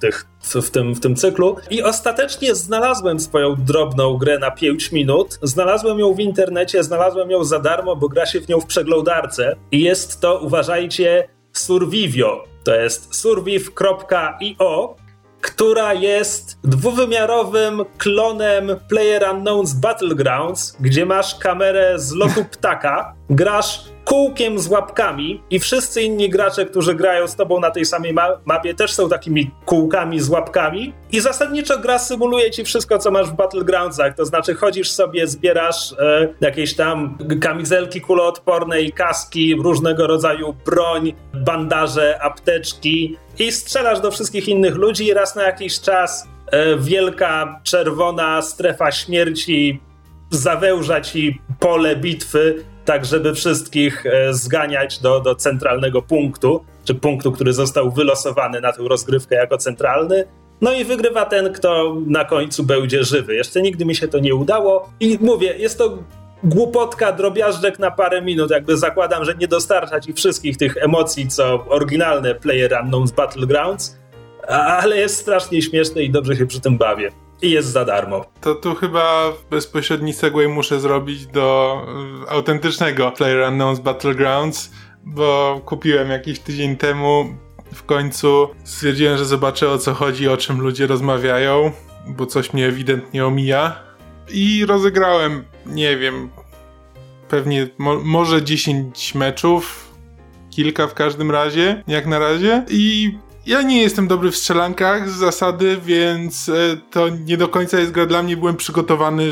w tym cyklu. I ostatecznie znalazłem swoją drobną grę na 5 minut. Znalazłem ją w internecie, znalazłem ją za darmo, bo gra się w nią w przeglądarce. I jest to, uważajcie, Survivio. To jest surviv.io, która jest dwuwymiarowym klonem PlayerUnknown's Battlegrounds, gdzie masz kamerę z lotu ptaka, grasz kółkiem z łapkami i wszyscy inni gracze, którzy grają z tobą na tej samej mapie, też są takimi kółkami z łapkami i zasadniczo gra symuluje ci wszystko, co masz w Battlegroundsach, to znaczy chodzisz sobie, zbierasz jakieś tam kamizelki kuloodporne i kaski, różnego rodzaju broń, bandaże, apteczki i strzelasz do wszystkich innych ludzi i raz na jakiś czas wielka, czerwona strefa śmierci zawęża ci pole bitwy, tak żeby wszystkich zganiać do centralnego punktu, czy punktu, który został wylosowany na tę rozgrywkę jako centralny. No i wygrywa ten, kto na końcu będzie żywy. Jeszcze nigdy mi się to nie udało i mówię, jest to głupotka, drobiażdżek na parę minut, jakby zakładam, że nie dostarcza ci wszystkich tych emocji, co oryginalne PlayerUnknown's Battlegrounds, ale jest strasznie śmieszny i dobrze się przy tym bawię. I jest za darmo. To tu chyba bezpośredni segway muszę zrobić do autentycznego PlayerUnknown's Battlegrounds, bo kupiłem jakiś tydzień temu. W końcu stwierdziłem, że zobaczę, o co chodzi, o czym ludzie rozmawiają, bo coś mnie ewidentnie omija. I rozegrałem, nie wiem, pewnie może 10 meczów, kilka w każdym razie, jak na razie. I ja nie jestem dobry w strzelankach z zasady, więc to nie do końca jest gra dla mnie. Byłem przygotowany,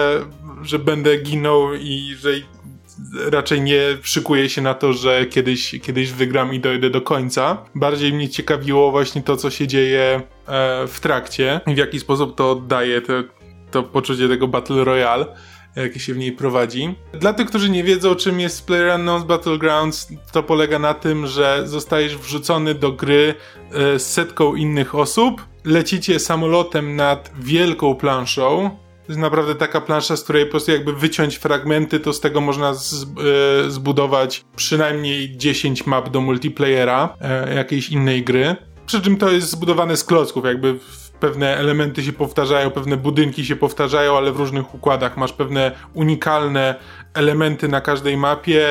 że będę ginął i że raczej nie szykuję się na to, że kiedyś wygram i dojdę do końca. Bardziej mnie ciekawiło właśnie to, co się dzieje w trakcie i w jaki sposób to oddaje to poczucie tego Battle Royale, jakie się w niej prowadzi. Dla tych, którzy nie wiedzą, czym jest PlayerUnknown's Battlegrounds, to polega na tym, że zostajesz wrzucony do gry z setką innych osób, lecicie samolotem nad wielką planszą. To jest naprawdę taka plansza, z której po prostu jakby wyciąć fragmenty, to z tego można zbudować przynajmniej 10 map do multiplayera jakiejś innej gry. Przy czym to jest zbudowane z klocków, jakby pewne elementy się powtarzają, pewne budynki się powtarzają, ale w różnych układach. Masz pewne unikalne elementy na każdej mapie,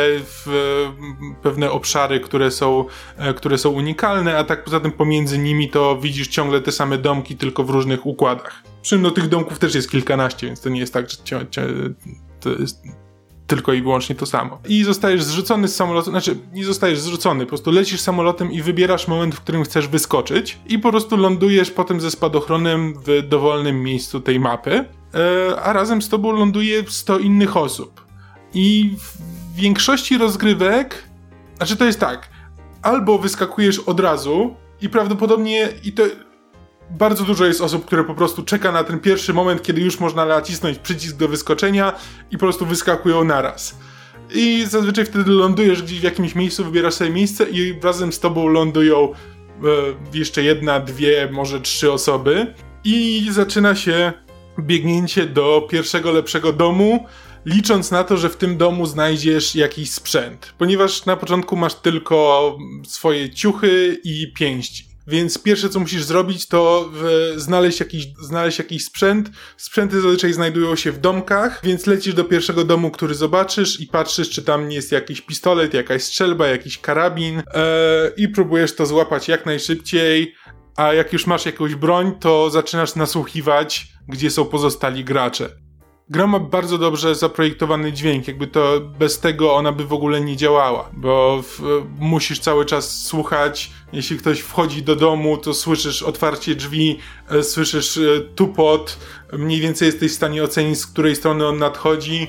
pewne obszary, które są unikalne, a tak poza tym pomiędzy nimi to widzisz ciągle te same domki, tylko w różnych układach. Przy czym tych domków też jest kilkanaście, więc to nie jest tak, że to jest tylko i wyłącznie to samo. I zostajesz zrzucony z samolotu, znaczy nie zostajesz zrzucony, po prostu lecisz samolotem i wybierasz moment, w którym chcesz wyskoczyć i po prostu lądujesz potem ze spadochronem w dowolnym miejscu tej mapy, a razem z tobą ląduje 100 innych osób. I w większości rozgrywek, znaczy to jest tak, albo wyskakujesz od razu i prawdopodobnie bardzo dużo jest osób, które po prostu czeka na ten pierwszy moment, kiedy już można nacisnąć przycisk do wyskoczenia i po prostu wyskakują naraz. I zazwyczaj wtedy lądujesz gdzieś w jakimś miejscu, wybierasz sobie miejsce i razem z tobą lądują jeszcze 1, 2, może 3 osoby. I zaczyna się biegnięcie do pierwszego lepszego domu, licząc na to, że w tym domu znajdziesz jakiś sprzęt. Ponieważ na początku masz tylko swoje ciuchy i pięści. Więc pierwsze, co musisz zrobić, to znaleźć jakiś sprzęt. Sprzęty zazwyczaj znajdują się w domkach, więc lecisz do pierwszego domu, który zobaczysz i patrzysz, czy tam jest jakiś pistolet, jakaś strzelba, jakiś karabin i próbujesz to złapać jak najszybciej, a jak już masz jakąś broń, to zaczynasz nasłuchiwać, gdzie są pozostali gracze. Gra ma bardzo dobrze zaprojektowany dźwięk, jakby to bez tego ona by w ogóle nie działała, bo musisz cały czas słuchać. Jeśli ktoś wchodzi do domu, to słyszysz otwarcie drzwi, słyszysz tupot, mniej więcej jesteś w stanie ocenić, z której strony on nadchodzi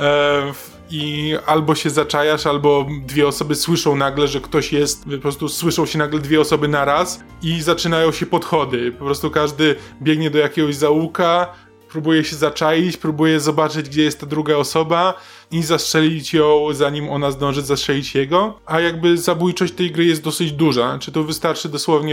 i albo się zaczajasz, albo 2 osoby słyszą nagle, że ktoś jest, po prostu słyszą się nagle 2 osoby naraz i zaczynają się podchody. Po prostu każdy biegnie do jakiegoś zaułka, próbuje się zaczaić, próbuje zobaczyć, gdzie jest ta druga osoba i zastrzelić ją, zanim ona zdąży zastrzelić jego. A jakby zabójczość tej gry jest dosyć duża. Znaczy to wystarczy dosłownie...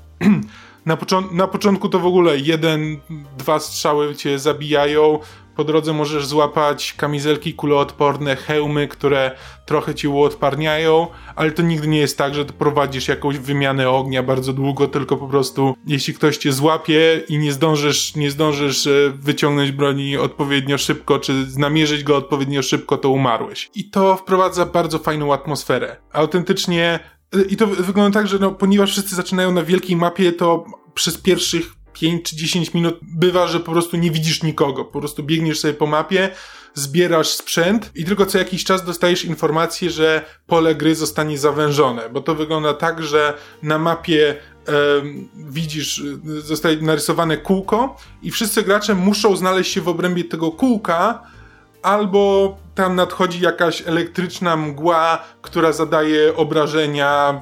Na początku to w ogóle 1, 2 strzały cię zabijają. Po drodze możesz złapać kamizelki kuloodporne, hełmy, które trochę ci uodparniają, ale to nigdy nie jest tak, że prowadzisz jakąś wymianę ognia bardzo długo, tylko po prostu jeśli ktoś cię złapie i nie zdążysz wyciągnąć broni odpowiednio szybko, czy namierzyć go odpowiednio szybko, to umarłeś. I to wprowadza bardzo fajną atmosferę. Autentycznie i to wygląda tak, że ponieważ wszyscy zaczynają na wielkiej mapie, to przez pierwszych 5 czy 10 minut bywa, że po prostu nie widzisz nikogo. Po prostu biegniesz sobie po mapie, zbierasz sprzęt i tylko co jakiś czas dostajesz informację, że pole gry zostanie zawężone, bo to wygląda tak, że na mapie widzisz, zostaje narysowane kółko i wszyscy gracze muszą znaleźć się w obrębie tego kółka, albo tam nadchodzi jakaś elektryczna mgła, która zadaje obrażenia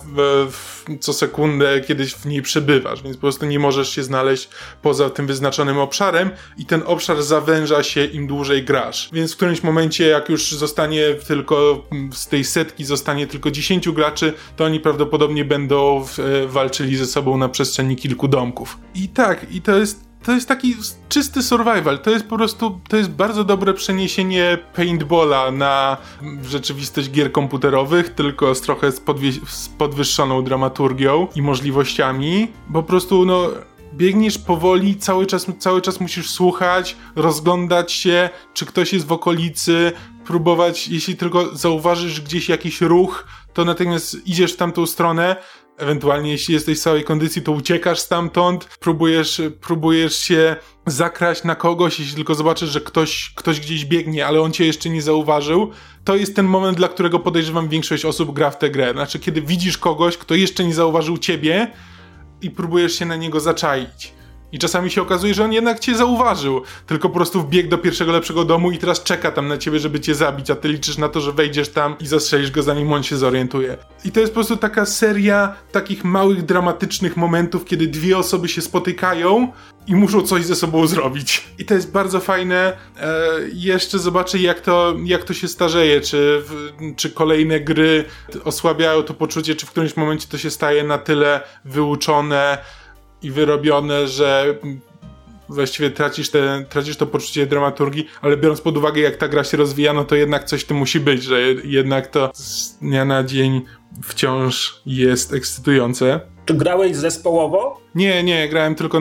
co sekundę, kiedyś w niej przebywasz, więc po prostu nie możesz się znaleźć poza tym wyznaczonym obszarem i ten obszar zawęża się im dłużej grasz. Więc w którymś momencie, jak już zostanie tylko z tej setki zostanie tylko 10 graczy, to oni prawdopodobnie będą walczyli ze sobą na przestrzeni kilku domków. I tak, i to jest taki czysty survival. To jest po prostu, to jest bardzo dobre przeniesienie paintballa na rzeczywistość gier komputerowych, tylko trochę z podwyższoną dramaturgią i możliwościami. Po prostu, biegniesz powoli, cały czas musisz słuchać, rozglądać się, czy ktoś jest w okolicy, próbować, jeśli tylko zauważysz gdzieś jakiś ruch, to natychmiast idziesz w tamtą stronę. Ewentualnie, jeśli jesteś w całej kondycji, to uciekasz stamtąd, próbujesz się zakraść na kogoś, jeśli tylko zobaczysz, że ktoś gdzieś biegnie, ale on cię jeszcze nie zauważył. To jest ten moment, dla którego podejrzewam większość osób gra w tę grę. Znaczy, kiedy widzisz kogoś, kto jeszcze nie zauważył ciebie i próbujesz się na niego zaczaić. I czasami się okazuje, że on jednak cię zauważył, tylko po prostu wbiegł do pierwszego lepszego domu i teraz czeka tam na ciebie, żeby cię zabić, a ty liczysz na to, że wejdziesz tam i zastrzelisz go, zanim on się zorientuje. I to jest po prostu taka seria takich małych, dramatycznych momentów, kiedy dwie osoby się spotykają i muszą coś ze sobą zrobić. I to jest bardzo fajne. Jeszcze zobaczę, jak to się starzeje, czy kolejne gry osłabiają to poczucie, czy w którymś momencie to się staje na tyle wyuczone i wyrobione, że właściwie tracisz to poczucie dramaturgii, ale biorąc pod uwagę, jak ta gra się rozwija, no to jednak coś w tym musi być, że jednak to z dnia na dzień wciąż jest ekscytujące. Czy grałeś zespołowo? Nie, grałem tylko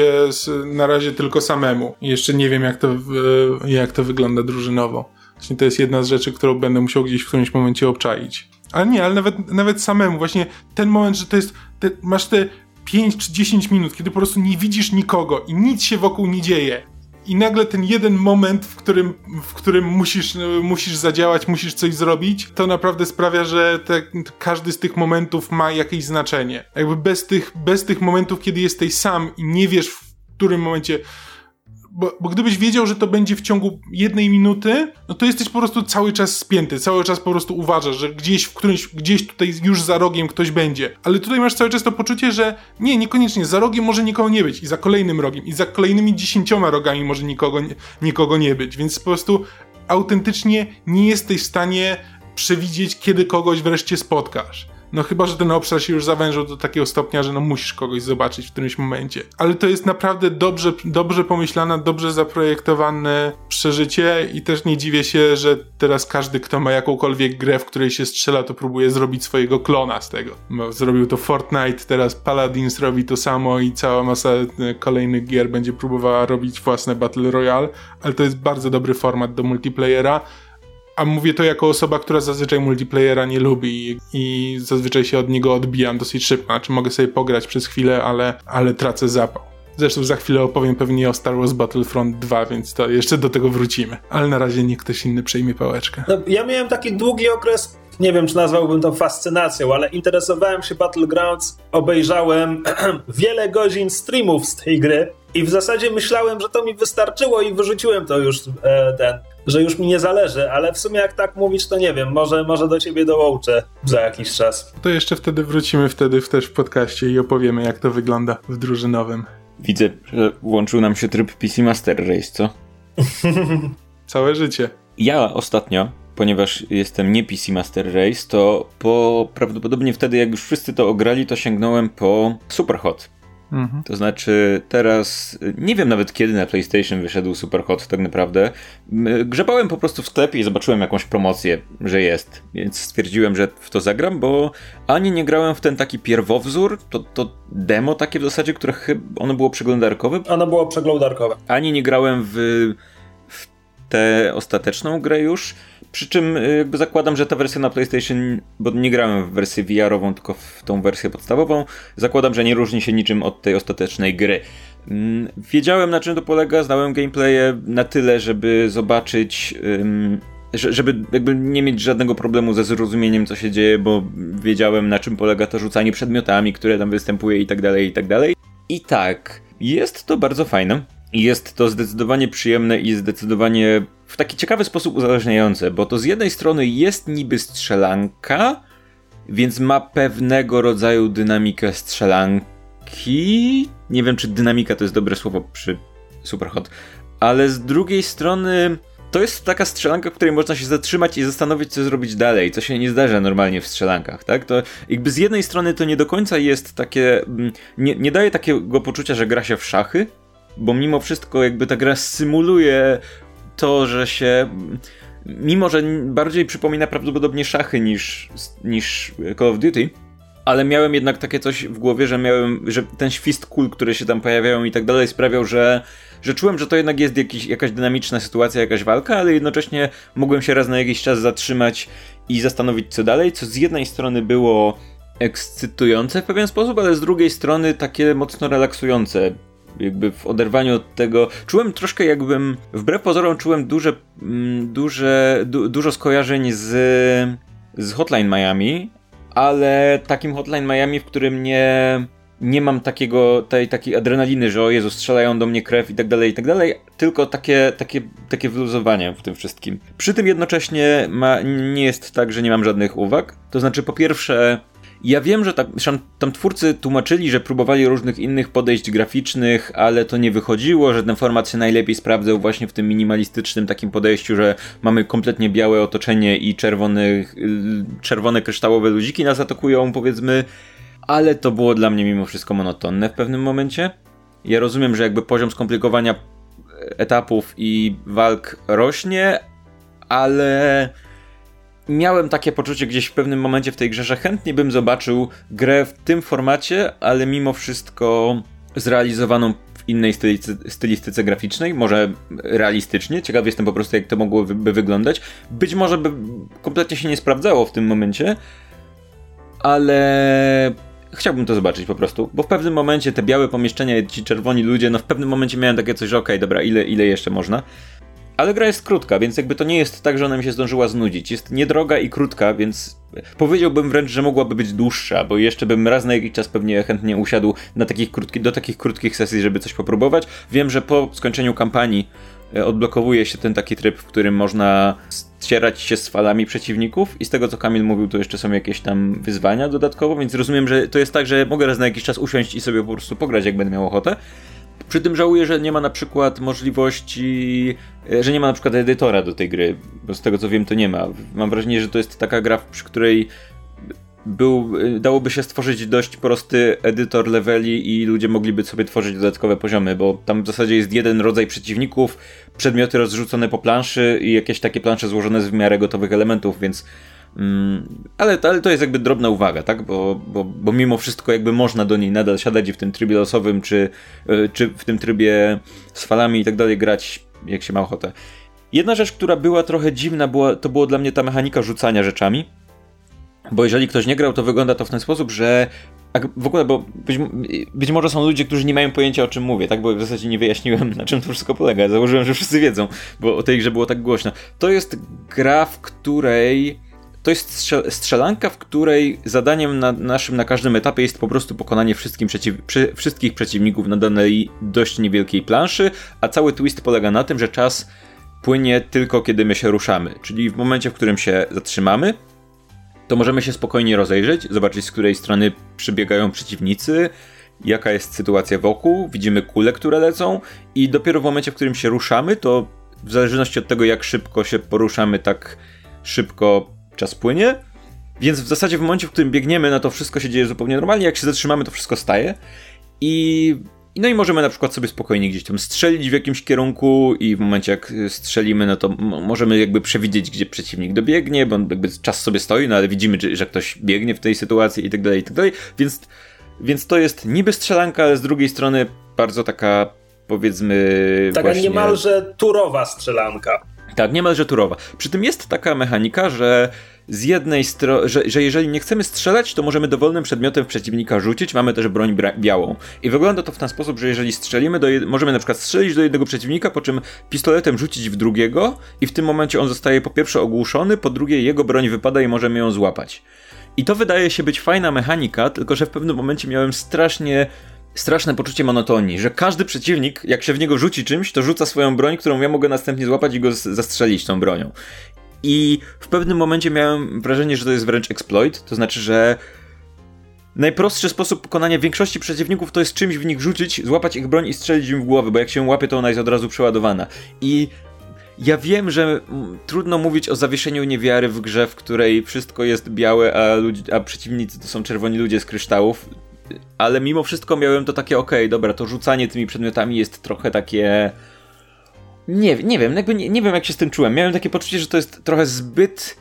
na razie tylko samemu. I jeszcze nie wiem, jak to wygląda drużynowo. Właśnie to jest jedna z rzeczy, którą będę musiał gdzieś w którymś momencie obczaić. Ale nawet samemu, właśnie ten moment, że to jest, masz te 5 czy 10 minut, kiedy po prostu nie widzisz nikogo i nic się wokół nie dzieje. I nagle ten jeden moment, w którym musisz zadziałać, musisz coś zrobić, to naprawdę sprawia, że każdy z tych momentów ma jakieś znaczenie. Jakby bez tych momentów, kiedy jesteś sam i nie wiesz, w którym momencie... Bo gdybyś wiedział, że to będzie w ciągu 1 minuty, no to jesteś po prostu cały czas spięty, cały czas po prostu uważasz, że gdzieś tutaj już za rogiem ktoś będzie. Ale tutaj masz cały czas to poczucie, że niekoniecznie, za rogiem może nikogo nie być i za kolejnym rogiem i za kolejnymi 10 rogami może nikogo nie być, więc po prostu autentycznie nie jesteś w stanie przewidzieć, kiedy kogoś wreszcie spotkasz. No chyba, że ten obszar się już zawężył do takiego stopnia, że musisz kogoś zobaczyć w którymś momencie. Ale to jest naprawdę dobrze pomyślane, dobrze zaprojektowane przeżycie i też nie dziwię się, że teraz każdy, kto ma jakąkolwiek grę, w której się strzela, to próbuje zrobić swojego klona z tego. Zrobił to Fortnite, teraz Paladins robi to samo i cała masa kolejnych gier będzie próbowała robić własne Battle Royale, ale to jest bardzo dobry format do multiplayera. A mówię to jako osoba, która zazwyczaj multiplayera nie lubi i zazwyczaj się od niego odbijam dosyć szybko. Znaczy mogę sobie pograć przez chwilę, ale tracę zapał. Zresztą za chwilę opowiem pewnie o Star Wars Battlefront 2, więc to jeszcze do tego wrócimy. Ale na razie niech ktoś inny przejmie pałeczkę. No, ja miałem taki długi okres, nie wiem czy nazwałbym to fascynacją, ale interesowałem się Battlegrounds, obejrzałem wiele godzin streamów z tej gry i w zasadzie myślałem, że to mi wystarczyło i wyrzuciłem to już że już mi nie zależy, ale w sumie jak tak mówisz, to nie wiem, może do ciebie dołączę za jakiś czas. To jeszcze wtedy wrócimy też w podcaście i opowiemy, jak to wygląda w drużynowym. Widzę, że włączył nam się tryb PC Master Race, co? Całe życie. Ja ostatnio, ponieważ jestem nie PC Master Race, to prawdopodobnie wtedy, jak już wszyscy to ograli, to sięgnąłem po Superhot. To znaczy teraz, nie wiem nawet kiedy na PlayStation wyszedł Superhot tak naprawdę. Grzebałem po prostu w sklepie i zobaczyłem jakąś promocję, że jest. Więc stwierdziłem, że w to zagram, bo ani nie grałem w ten taki pierwowzór, to demo takie w zasadzie, które chyba ono było przeglądarkowe. Ono było przeglądarkowe. Ani nie grałem w tę ostateczną grę już. Przy czym jakby zakładam, że ta wersja na PlayStation, bo nie grałem w wersję VR-ową, tylko w tą wersję podstawową, zakładam, że nie różni się niczym od tej ostatecznej gry. Wiedziałem, na czym to polega, znałem gameplaye na tyle, żeby zobaczyć, żeby jakby nie mieć żadnego problemu ze zrozumieniem, co się dzieje, bo wiedziałem, na czym polega to rzucanie przedmiotami, które tam występuje i tak dalej, i tak dalej. I tak, jest to bardzo fajne. Jest to zdecydowanie przyjemne i zdecydowanie w taki ciekawy sposób uzależniające, bo to z jednej strony jest niby strzelanka, więc ma pewnego rodzaju dynamikę strzelanki. Nie wiem, czy dynamika to jest dobre słowo przy Superhot, ale z drugiej strony to jest taka strzelanka, w której można się zatrzymać i zastanowić, co zrobić dalej, co się nie zdarza normalnie w strzelankach, tak? To jakby z jednej strony to nie do końca jest takie, nie daje takiego poczucia, że gra się w szachy, bo mimo wszystko jakby ta gra symuluje to, że się, mimo że bardziej przypomina prawdopodobnie szachy niż Call of Duty, ale miałem jednak takie coś w głowie, że ten świst kul, które się tam pojawiają i tak dalej sprawiał, że czułem, że to jednak jest jakaś dynamiczna sytuacja, jakaś walka, ale jednocześnie mogłem się raz na jakiś czas zatrzymać i zastanowić, co dalej, co z jednej strony było ekscytujące w pewien sposób, ale z drugiej strony takie mocno relaksujące. Jakby w oderwaniu od tego czułem troszkę jakbym, wbrew pozorom czułem dużo skojarzeń z Hotline Miami, ale takim Hotline Miami, w którym nie mam takiej adrenaliny, że o Jezu, strzelają do mnie krew i tak dalej, tylko takie wyluzowanie w tym wszystkim. Przy tym jednocześnie nie jest tak, że nie mam żadnych uwag. To znaczy, po pierwsze, ja wiem, że tam twórcy tłumaczyli, że próbowali różnych innych podejść graficznych, ale to nie wychodziło, że ten format się najlepiej sprawdzał właśnie w tym minimalistycznym takim podejściu, że mamy kompletnie białe otoczenie i czerwone kryształowe ludziki nas atakują, powiedzmy, ale to było dla mnie mimo wszystko monotonne w pewnym momencie. Ja rozumiem, że jakby poziom skomplikowania etapów i walk rośnie, ale miałem takie poczucie gdzieś w pewnym momencie w tej grze, że chętnie bym zobaczył grę w tym formacie, ale mimo wszystko zrealizowaną w innej stylistyce graficznej, może realistycznie. Ciekaw jestem po prostu, jak to mogłoby wyglądać. Być może by kompletnie się nie sprawdzało w tym momencie, ale chciałbym to zobaczyć po prostu, bo w pewnym momencie te białe pomieszczenia i ci czerwoni ludzie, no w pewnym momencie miałem takie coś, że okej, dobra, ile jeszcze można? Ale gra jest krótka, więc jakby to nie jest tak, że ona mi się zdążyła znudzić. Jest niedroga i krótka, więc powiedziałbym wręcz, że mogłaby być dłuższa, bo jeszcze bym raz na jakiś czas pewnie chętnie usiadł do takich krótkich sesji, żeby coś popróbować. Wiem, że po skończeniu kampanii odblokowuje się ten taki tryb, w którym można ścierać się z falami przeciwników i z tego, co Kamil mówił, to jeszcze są jakieś tam wyzwania dodatkowo, więc rozumiem, że to jest tak, że mogę raz na jakiś czas usiąść i sobie po prostu pograć, jak będę miał ochotę. Przy tym żałuję, że nie ma na przykład możliwości, że nie ma na przykład edytora do tej gry, bo z tego co wiem to nie ma. Mam wrażenie, że to jest taka gra, przy której dałoby się stworzyć dość prosty edytor leveli i ludzie mogliby sobie tworzyć dodatkowe poziomy, bo tam w zasadzie jest jeden rodzaj przeciwników, przedmioty rozrzucone po planszy i jakieś takie plansze złożone z w miarę gotowych elementów, więc ale to jest jakby drobna uwaga, tak? Bo mimo wszystko jakby można do niej nadal siadać i w tym trybie losowym, czy w tym trybie z falami i tak dalej grać, jak się ma ochotę. Jedna rzecz, która była trochę dziwna, to było dla mnie ta mechanika rzucania rzeczami, bo jeżeli ktoś nie grał, to wygląda to w ten sposób, że w ogóle, bo być może są ludzie, którzy nie mają pojęcia, o czym mówię, tak? Bo w zasadzie nie wyjaśniłem, na czym to wszystko polega. Założyłem, że wszyscy wiedzą, bo o tej grze było tak głośno. To jest gra, w której to jest strzelanka, w której zadaniem naszym na każdym etapie jest po prostu pokonanie wszystkich przeciwników na danej dość niewielkiej planszy, a cały twist polega na tym, że czas płynie tylko kiedy my się ruszamy. Czyli w momencie, w którym się zatrzymamy, to możemy się spokojnie rozejrzeć, zobaczyć, z której strony przybiegają przeciwnicy, jaka jest sytuacja wokół, widzimy kule, które lecą i dopiero w momencie, w którym się ruszamy, to w zależności od tego, jak szybko się poruszamy, tak szybko czas płynie, więc w zasadzie w momencie, w którym biegniemy, no to wszystko się dzieje zupełnie normalnie, jak się zatrzymamy, to wszystko staje i możemy na przykład sobie spokojnie gdzieś tam strzelić w jakimś kierunku i w momencie, jak strzelimy, no to możemy jakby przewidzieć, gdzie przeciwnik dobiegnie, bo jakby czas sobie stoi, no ale widzimy, że ktoś biegnie w tej sytuacji i tak dalej, więc to jest niby strzelanka, ale z drugiej strony bardzo taka, powiedzmy, taka właśnie niemalże turowa strzelanka. Tak, niemalże turowa. Przy tym jest taka mechanika, że z jednej strony, że jeżeli nie chcemy strzelać, to możemy dowolnym przedmiotem w przeciwnika rzucić, mamy też broń białą. I wygląda to w ten sposób, że jeżeli strzelimy, możemy na przykład strzelić do jednego przeciwnika, po czym pistoletem rzucić w drugiego i w tym momencie on zostaje po pierwsze ogłuszony, po drugie jego broń wypada i możemy ją złapać. I to wydaje się być fajna mechanika, tylko że w pewnym momencie miałem straszne poczucie monotonii, że każdy przeciwnik, jak się w niego rzuci czymś, to rzuca swoją broń, którą ja mogę następnie złapać i go zastrzelić tą bronią. I w pewnym momencie miałem wrażenie, że to jest wręcz exploit, to znaczy, że najprostszy sposób pokonania większości przeciwników to jest czymś w nich rzucić, złapać ich broń i strzelić im w głowę, bo jak się łapie, to ona jest od razu przeładowana. I ja wiem, że trudno mówić o zawieszeniu niewiary w grze, w której wszystko jest białe, a przeciwnicy to są czerwoni ludzie z kryształów, ale mimo wszystko miałem to takie, okej, dobra, to rzucanie tymi przedmiotami jest trochę takie... Nie wiem, jakby nie wiem jak się z tym czułem. Miałem takie poczucie, że to jest trochę zbyt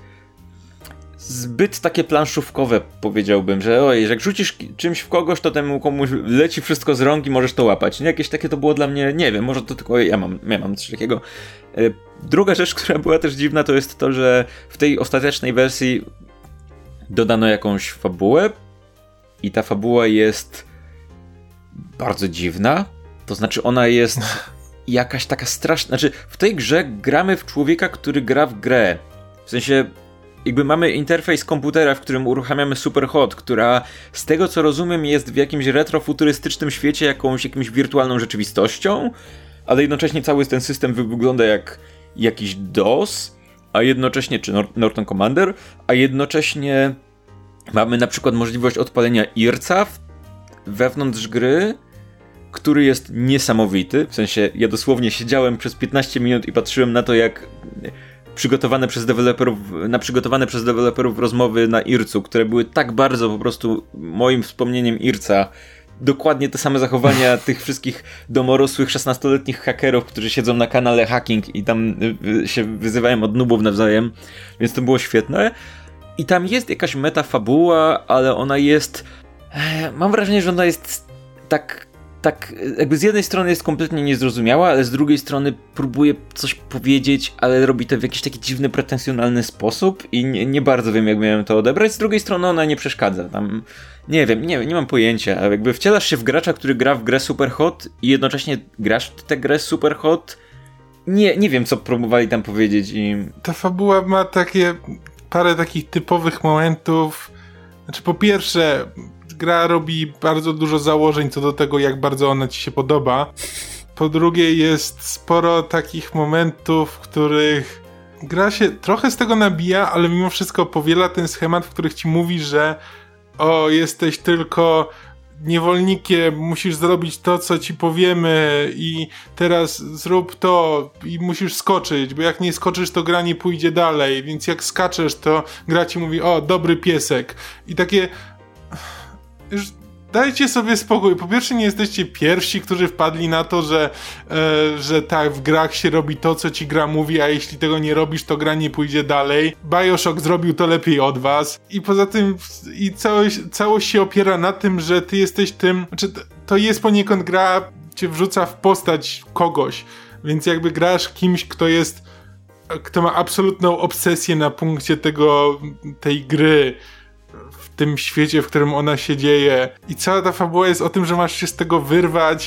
takie planszówkowe, powiedziałbym, że ojej, że jak rzucisz czymś w kogoś, to temu komuś leci wszystko z rąk i możesz to łapać. Nie, jakieś takie to było dla mnie, nie wiem, może to tylko ja mam coś takiego. Druga rzecz, która była też dziwna, to jest to, że w tej ostatecznej wersji dodano jakąś fabułę i ta fabuła jest bardzo dziwna. To znaczy ona jest jakaś taka straszna... Znaczy w tej grze gramy w człowieka, który gra w grę. W sensie jakby mamy interfejs komputera, w którym uruchamiamy Superhot, która z tego co rozumiem jest w jakimś retrofuturystycznym świecie jakimś wirtualną rzeczywistością, ale jednocześnie cały ten system wygląda jak jakiś DOS, a jednocześnie, czy Norton Commander, a jednocześnie mamy na przykład możliwość odpalenia IRCA wewnątrz gry, który jest niesamowity. W sensie ja dosłownie siedziałem przez 15 minut i patrzyłem na to, jak przygotowane przez deweloperów rozmowy na IRCU, które były tak bardzo po prostu moim wspomnieniem IRCA, dokładnie te same zachowania tych wszystkich domorosłych 16-letnich hakerów, którzy siedzą na kanale Hacking i tam się wyzywają od nubów nawzajem, więc to było świetne. I tam jest jakaś metafabuła, ale ona jest... Mam wrażenie, że ona jest tak jakby z jednej strony jest kompletnie niezrozumiała, ale z drugiej strony próbuje coś powiedzieć, ale robi to w jakiś taki dziwny, pretensjonalny sposób i nie bardzo wiem, jak miałem to odebrać. Z drugiej strony ona nie przeszkadza. Tam nie wiem, nie mam pojęcia. Jakby wcielasz się w gracza, który gra w grę Superhot i jednocześnie grasz w tę grę Superhot. Nie wiem, co próbowali tam powiedzieć i... Ta fabuła ma parę takich typowych momentów. Znaczy po pierwsze... Gra robi bardzo dużo założeń co do tego, jak bardzo ona ci się podoba. Po drugie, jest sporo takich momentów, w których gra się trochę z tego nabija, ale mimo wszystko powiela ten schemat, w których ci mówi, że jesteś tylko niewolnikiem, musisz zrobić to, co ci powiemy i teraz zrób to i musisz skoczyć, bo jak nie skoczysz, to gra nie pójdzie dalej, więc jak skaczesz, to gra ci mówi, dobry piesek. I takie... Już dajcie sobie spokój. Po pierwsze, nie jesteście pierwsi, którzy wpadli na to, że tak, w grach się robi to, co ci gra mówi, a jeśli tego nie robisz, to gra nie pójdzie dalej. BioShock zrobił to lepiej od was. I poza tym całość się opiera na tym, że ty jesteś tym... Znaczy, to jest poniekąd gra, cię wrzuca w postać kogoś. Więc jakby grasz kimś, kto ma absolutną obsesję na punkcie tej gry, w tym świecie, w którym ona się dzieje. I cała ta fabuła jest o tym, że masz się z tego wyrwać.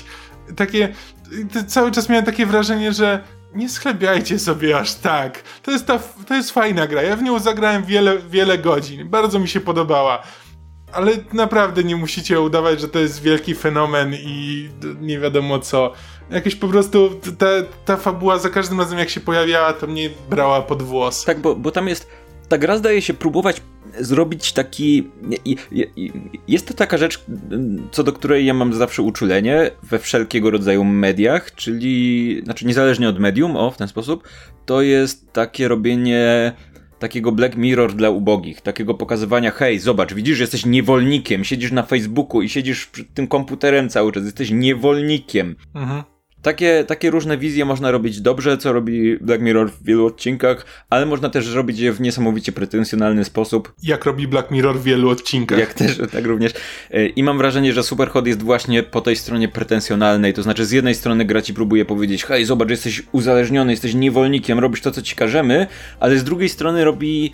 Cały czas miałem takie wrażenie, że nie schlebiajcie sobie aż tak. To jest fajna gra. Ja w nią zagrałem wiele godzin. Bardzo mi się podobała. Ale naprawdę nie musicie udawać, że to jest wielki fenomen i nie wiadomo co. Jakieś po prostu ta fabuła za każdym razem jak się pojawiała, to mnie brała pod włos. Tak, bo tam jest... Ta gra zdaje się próbować zrobić taki... Jest to taka rzecz, co do której ja mam zawsze uczulenie we wszelkiego rodzaju mediach, czyli... Znaczy niezależnie od medium, w ten sposób, to jest takie robienie takiego Black Mirror dla ubogich, takiego pokazywania, hej, zobacz, widzisz, że jesteś niewolnikiem, siedzisz na Facebooku i siedzisz przed tym komputerem cały czas, jesteś niewolnikiem. Mhm. takie różne wizje można robić dobrze, co robi Black Mirror w wielu odcinkach, ale można też robić je w niesamowicie pretensjonalny sposób. Jak robi Black Mirror w wielu odcinkach. Jak też, tak również. I mam wrażenie, że Superhot jest właśnie po tej stronie pretensjonalnej, to znaczy z jednej strony gra ci próbuje powiedzieć, hej, zobacz, jesteś uzależniony, jesteś niewolnikiem, robisz to, co ci każemy, ale z drugiej strony robi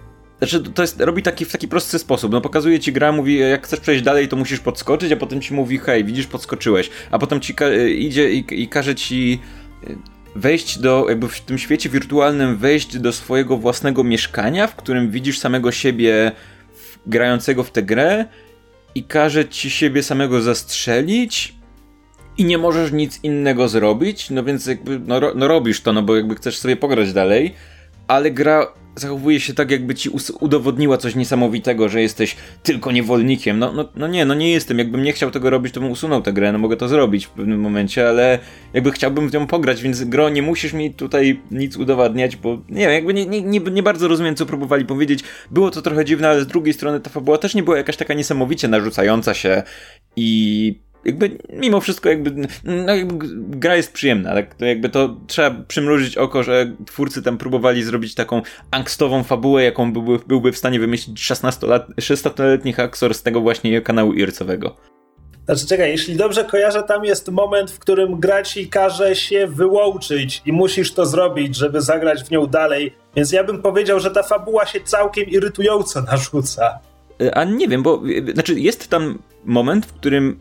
w taki prosty sposób. No pokazuje ci gra, mówi, jak chcesz przejść dalej, to musisz podskoczyć, a potem ci mówi, hej, widzisz, podskoczyłeś. A potem ci idzie i każe ci wejść jakby w tym świecie wirtualnym, wejść do swojego własnego mieszkania, w którym widzisz samego siebie grającego w tę grę i każe ci siebie samego zastrzelić i nie możesz nic innego zrobić, no więc jakby, no robisz to, no bo jakby chcesz sobie pograć dalej, ale gra zachowuje się tak, jakby ci udowodniła coś niesamowitego, że jesteś tylko niewolnikiem. No nie jestem. Jakbym nie chciał tego robić, to bym usunął tę grę. No mogę to zrobić w pewnym momencie, ale jakby chciałbym w nią pograć, więc gro, nie musisz mi tutaj nic udowadniać, bo nie wiem, jakby nie bardzo rozumiem, co próbowali powiedzieć. Było to trochę dziwne, ale z drugiej strony ta fabuła też nie była jakaś taka niesamowicie narzucająca się i jakby mimo wszystko jakby gra jest przyjemna, tak? To jakby to trzeba przymrużyć oko, że twórcy tam próbowali zrobić taką angstową fabułę, jaką byłby w stanie wymyślić 16-letni haksor z tego właśnie kanału ircowego. Znaczy czekaj, jeśli dobrze kojarzę, tam jest moment, w którym gra ci każe się wyłączyć i musisz to zrobić, żeby zagrać w nią dalej, więc ja bym powiedział, że ta fabuła się całkiem irytująco narzuca. A nie wiem, bo znaczy jest tam moment, w którym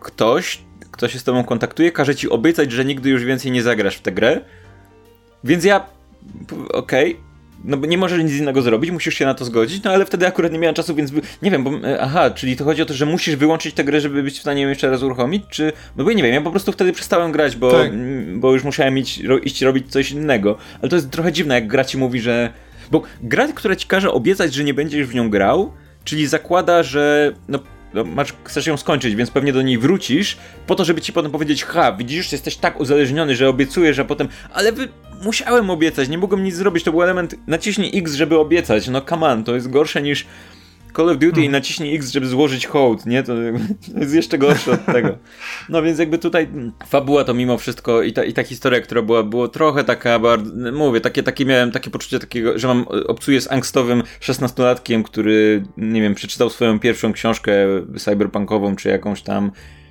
kto się z tobą kontaktuje, każe ci obiecać, że nigdy już więcej nie zagrasz w tę grę. Więc ja... Okej. No bo nie możesz nic innego zrobić, musisz się na to zgodzić, no ale wtedy akurat nie miałem czasu, więc nie wiem, bo... Aha, czyli to chodzi o to, że musisz wyłączyć tę grę, żeby być w stanie ją jeszcze raz uruchomić, czy... No bo ja nie wiem, ja po prostu wtedy przestałem grać, bo już musiałem iść robić coś innego. Ale to jest trochę dziwne, jak gra ci mówi, że... Bo gra, która ci każe obiecać, że nie będziesz w nią grał, czyli zakłada, że... chcesz ją skończyć, więc pewnie do niej wrócisz po to, żeby ci potem powiedzieć, widzisz, jesteś tak uzależniony, że obiecujesz, a potem, ale musiałem obiecać, nie mogłem nic zrobić, to był element, naciśnij X, żeby obiecać, no come on, to jest gorsze niż Call of Duty i naciśnij X, żeby złożyć hołd, nie? To jest jeszcze gorsze od tego. No więc jakby tutaj fabuła to mimo wszystko i ta historia, która było trochę taka, mówię, miałem takie poczucie takiego, że obcuję z angstowym 16-latkiem, który, nie wiem, przeczytał swoją pierwszą książkę cyberpunkową, czy jakąś tam,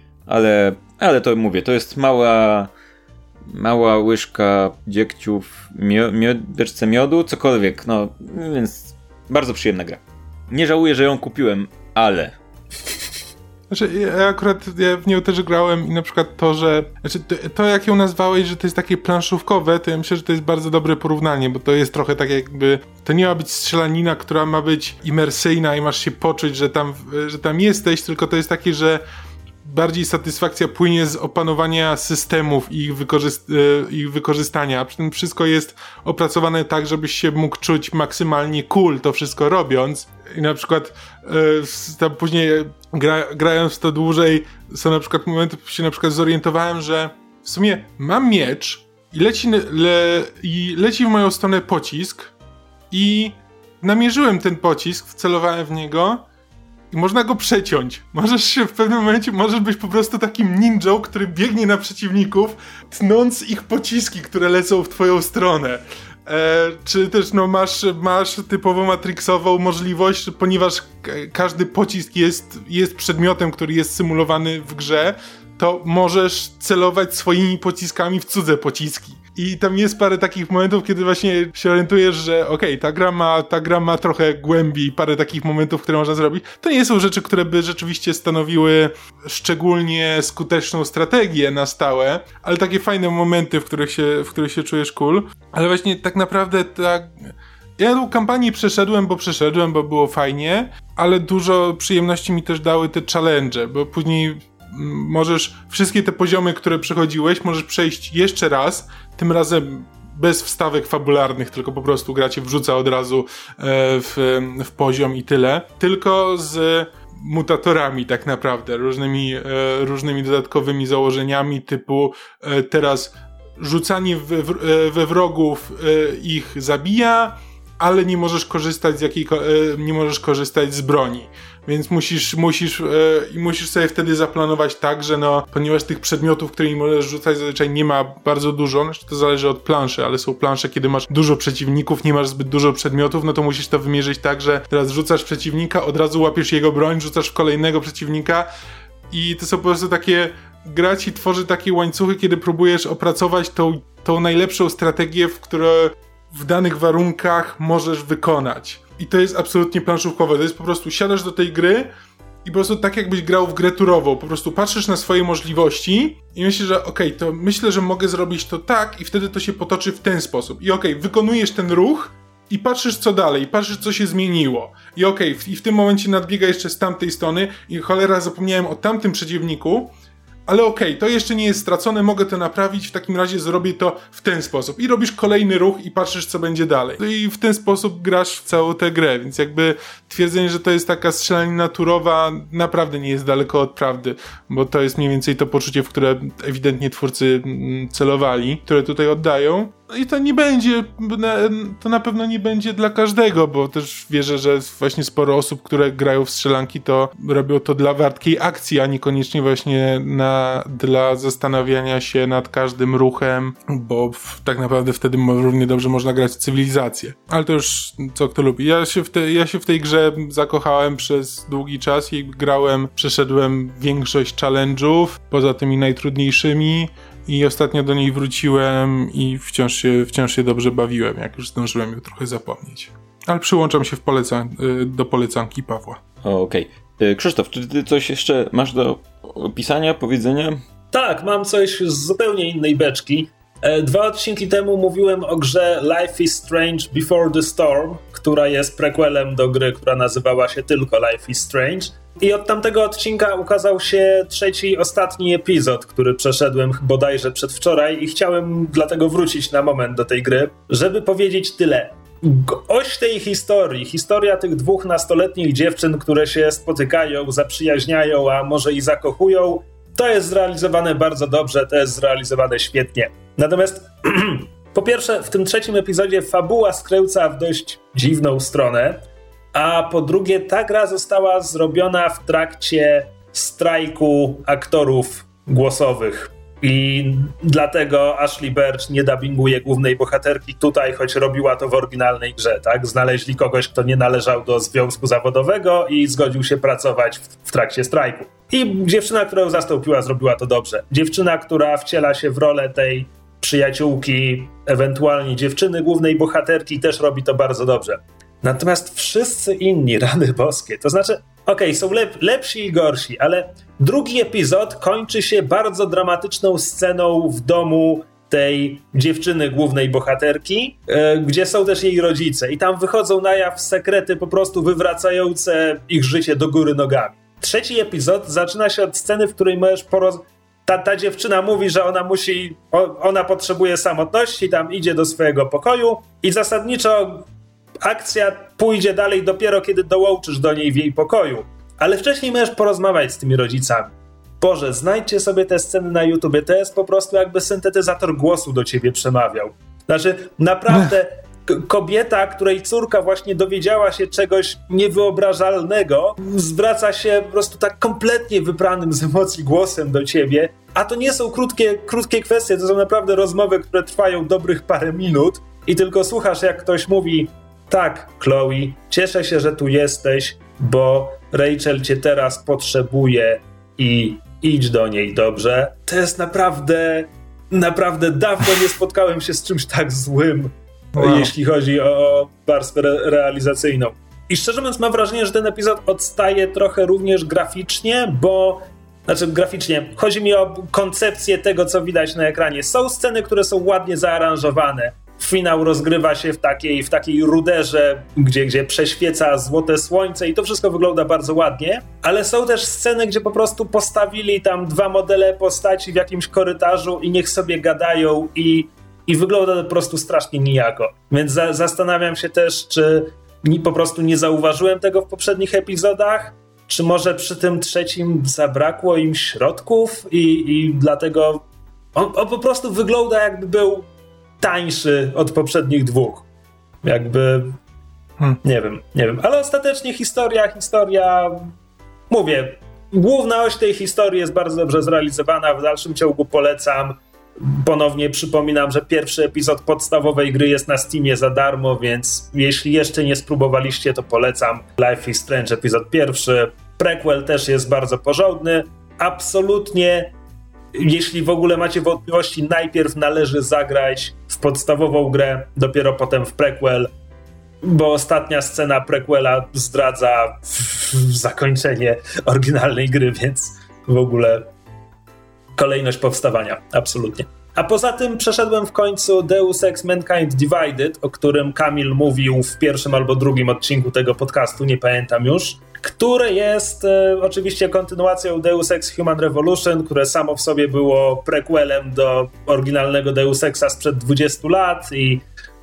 ale to mówię, to jest mała łyżka dziegciu w beczce miodu, cokolwiek, no, więc bardzo przyjemna gra. Nie żałuję, że ją kupiłem, ale... Znaczy, ja w nią też grałem i na przykład to, że... Znaczy, to jak ją nazwałeś, że to jest takie planszówkowe, to ja myślę, że to jest bardzo dobre porównanie, bo to jest trochę tak jakby... To nie ma być strzelanina, która ma być imersyjna i masz się poczuć, że tam jesteś, tylko to jest takie, że bardziej satysfakcja płynie z opanowania systemów i ich wykorzystania, a przy tym wszystko jest opracowane tak, żebyś się mógł czuć maksymalnie cool to wszystko robiąc i na przykład tam później grając to dłużej są na przykład momenty, się na przykład zorientowałem, że w sumie mam miecz i leci w moją stronę pocisk i namierzyłem ten pocisk, wcelowałem w niego i można go przeciąć. W pewnym momencie możesz być po prostu takim ninją, który biegnie na przeciwników, tnąc ich pociski, które lecą w twoją stronę. Czy też masz typowo matrixową możliwość, ponieważ każdy pocisk jest przedmiotem, który jest symulowany w grze, to możesz celować swoimi pociskami w cudze pociski. I tam jest parę takich momentów, kiedy właśnie się orientujesz, że ta gra ma trochę głębi, parę takich momentów, które można zrobić. To nie są rzeczy, które by rzeczywiście stanowiły szczególnie skuteczną strategię na stałe, ale takie fajne momenty, w których się czujesz cool. Ale właśnie tak naprawdę ja tą kampanię przeszedłem, bo było fajnie, ale dużo przyjemności mi też dały te challenge, bo później możesz wszystkie te poziomy, które przechodziłeś, możesz przejść jeszcze raz, tym razem bez wstawek fabularnych, tylko po prostu gra cię wrzuca od razu w poziom i tyle. Tylko z mutatorami tak naprawdę, różnymi dodatkowymi założeniami typu teraz rzucanie we wrogów ich zabija, ale nie możesz korzystać z broni. Więc musisz sobie wtedy zaplanować tak, że ponieważ tych przedmiotów, którymi możesz rzucać zazwyczaj nie ma bardzo dużo, znaczy to zależy od planszy, ale są plansze, kiedy masz dużo przeciwników, nie masz zbyt dużo przedmiotów, no to musisz to wymierzyć tak, że teraz rzucasz przeciwnika, od razu łapiesz jego broń, rzucasz w kolejnego przeciwnika i to są po prostu takie, gra ci tworzy takie łańcuchy, kiedy próbujesz opracować tą najlepszą strategię, którą w danych warunkach możesz wykonać. I to jest absolutnie planszówkowe. To jest po prostu siadasz do tej gry i po prostu tak jakbyś grał w grę turową. Po prostu patrzysz na swoje możliwości i myślisz, że to myślę, że mogę zrobić to tak i wtedy to się potoczy w ten sposób. I wykonujesz ten ruch i patrzysz co dalej, patrzysz co się zmieniło. I w tym momencie nadbiega jeszcze z tamtej strony i cholera zapomniałem o tamtym przeciwniku, ale to jeszcze nie jest stracone, mogę to naprawić, w takim razie zrobię to w ten sposób. I robisz kolejny ruch i patrzysz, co będzie dalej. No i w ten sposób grasz w całą tę grę, więc jakby twierdzenie, że to jest taka strzelanina turowa, naprawdę nie jest daleko od prawdy, bo to jest mniej więcej to poczucie, w które ewidentnie twórcy celowali, które tutaj oddają. No i to nie będzie, to na pewno nie będzie dla każdego, bo też wierzę, że właśnie sporo osób, które grają w strzelanki, to robią to dla wartkiej akcji, a niekoniecznie właśnie dla zastanawiania się nad każdym ruchem, bo tak naprawdę wtedy równie dobrze można grać w cywilizację. Ale to już co kto lubi. Ja się w tej grze zakochałem przez długi czas i przeszedłem większość challenge'ów, poza tymi najtrudniejszymi. I ostatnio do niej wróciłem i wciąż się dobrze bawiłem, jak już zdążyłem ją trochę zapomnieć. Ale przyłączam się do polecanki Pawła. Okej. Krzysztof, czy ty coś jeszcze masz do opisania, powiedzenia? Tak, mam coś z zupełnie innej beczki. 2 odcinki temu mówiłem o grze Life is Strange Before the Storm, która jest prequelem do gry, która nazywała się tylko Life is Strange. I od tamtego odcinka ukazał się 3. ostatni epizod, który przeszedłem bodajże przedwczoraj i chciałem dlatego wrócić na moment do tej gry, żeby powiedzieć tyle. Oś tej historia tych 2 nastoletnich dziewczyn, które się spotykają, zaprzyjaźniają, a może i zakochują, to jest zrealizowane bardzo dobrze, to jest zrealizowane świetnie. Natomiast po pierwsze, w tym 3. epizodzie fabuła skręca w dość dziwną stronę, a po drugie, ta gra została zrobiona w trakcie strajku aktorów głosowych. I dlatego Ashley Birch nie dubbinguje głównej bohaterki tutaj, choć robiła to w oryginalnej grze, tak? Znaleźli kogoś, kto nie należał do związku zawodowego i zgodził się pracować w trakcie strajku. I dziewczyna, która ją zastąpiła, zrobiła to dobrze. Dziewczyna, która wciela się w rolę tej przyjaciółki, ewentualnie dziewczyny głównej bohaterki, też robi to bardzo dobrze. Natomiast wszyscy inni, rany boskie, to znaczy, są lepsi i gorsi, ale 2. epizod kończy się bardzo dramatyczną sceną w domu tej dziewczyny głównej bohaterki, gdzie są też jej rodzice i tam wychodzą na jaw sekrety po prostu wywracające ich życie do góry nogami. 3. epizod zaczyna się od sceny, w której możesz ta dziewczyna mówi, że ona potrzebuje samotności, tam idzie do swojego pokoju i zasadniczo akcja pójdzie dalej dopiero kiedy dołączysz do niej w jej pokoju. Ale wcześniej możesz porozmawiać z tymi rodzicami. Boże, znajdźcie sobie te sceny na YouTubie, to jest po prostu jakby syntetyzator głosu do ciebie przemawiał. Znaczy, naprawdę kobieta, której córka właśnie dowiedziała się czegoś niewyobrażalnego, zwraca się po prostu tak kompletnie wypranym z emocji głosem do ciebie, a to nie są krótkie kwestie, to są naprawdę rozmowy, które trwają dobrych parę minut i tylko słuchasz, jak ktoś mówi: tak, Chloe, cieszę się, że tu jesteś, bo Rachel cię teraz potrzebuje i idź do niej, dobrze? To jest naprawdę dawno nie spotkałem się z czymś tak złym, jeśli chodzi o warstwę realizacyjną. I szczerze mówiąc mam wrażenie, że ten epizod odstaje trochę również graficznie, graficznie, chodzi mi o koncepcję tego, co widać na ekranie. Są sceny, które są ładnie zaaranżowane. Finał rozgrywa się w takiej ruderze, gdzie prześwieca złote słońce i to wszystko wygląda bardzo ładnie, ale są też sceny, gdzie po prostu postawili tam 2 modele postaci w jakimś korytarzu i niech sobie gadają i wygląda to po prostu strasznie nijako. Więc zastanawiam się też, czy po prostu nie zauważyłem tego w poprzednich epizodach, czy może przy tym 3 zabrakło im środków i dlatego on po prostu wygląda jakby był tańszy od poprzednich 2. Jakby Nie wiem. Ale ostatecznie historia, mówię, główna oś tej historii jest bardzo dobrze zrealizowana, w dalszym ciągu polecam. Ponownie przypominam, że pierwszy epizod podstawowej gry jest na Steamie za darmo, więc jeśli jeszcze nie spróbowaliście, to polecam. Life is Strange epizod pierwszy. Prequel też jest bardzo porządny. Absolutnie, jeśli w ogóle macie wątpliwości, najpierw należy zagrać w podstawową grę, dopiero potem w prequel, bo ostatnia scena prequela zdradza zakończenie oryginalnej gry, więc w ogóle kolejność powstawania, absolutnie. A poza tym przeszedłem w końcu Deus Ex Mankind Divided, o którym Kamil mówił w pierwszym albo drugim odcinku tego podcastu, nie pamiętam już, które jest oczywiście kontynuacją Deus Ex Human Revolution, które samo w sobie było prequelem do oryginalnego Deus Exa sprzed 20 lat i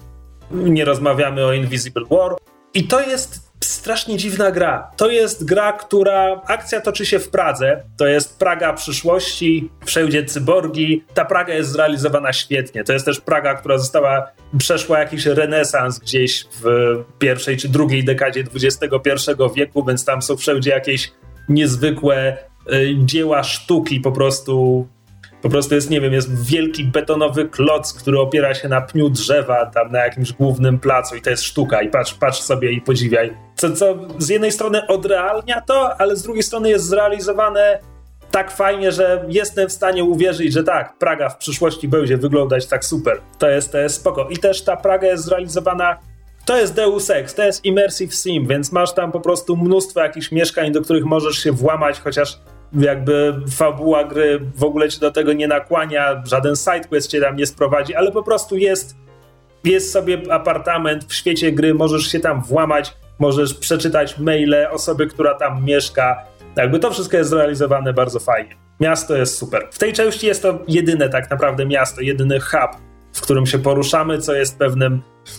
nie rozmawiamy o Invisible War. I to jest strasznie dziwna gra. To jest gra, akcja toczy się w Pradze. To jest Praga przyszłości, wszędzie cyborgi. Ta Praga jest zrealizowana świetnie. To jest też Praga, która przeszła jakiś renesans gdzieś w pierwszej czy drugiej dekadzie XXI wieku, więc tam są wszędzie jakieś niezwykłe dzieła sztuki, po prostu jest, nie wiem, jest wielki betonowy kloc, który opiera się na pniu drzewa tam na jakimś głównym placu i to jest sztuka i patrz sobie i podziwiaj. Co z jednej strony odrealnia to, ale z drugiej strony jest zrealizowane tak fajnie, że jestem w stanie uwierzyć, że tak, Praga w przyszłości będzie wyglądać tak super. To jest spoko. I też ta Praga jest zrealizowana, to jest Deus Ex, to jest Immersive Sim, więc masz tam po prostu mnóstwo jakichś mieszkań, do których możesz się włamać, chociaż jakby fabuła gry w ogóle cię do tego nie nakłania, żaden sidequest cię tam nie sprowadzi, ale po prostu jest sobie apartament w świecie gry, możesz się tam włamać, możesz przeczytać maile osoby, która tam mieszka. Jakby to wszystko jest zrealizowane bardzo fajnie. Miasto jest super. W tej części jest to jedyne tak naprawdę miasto, jedyny hub, w którym się poruszamy, co jest pewnym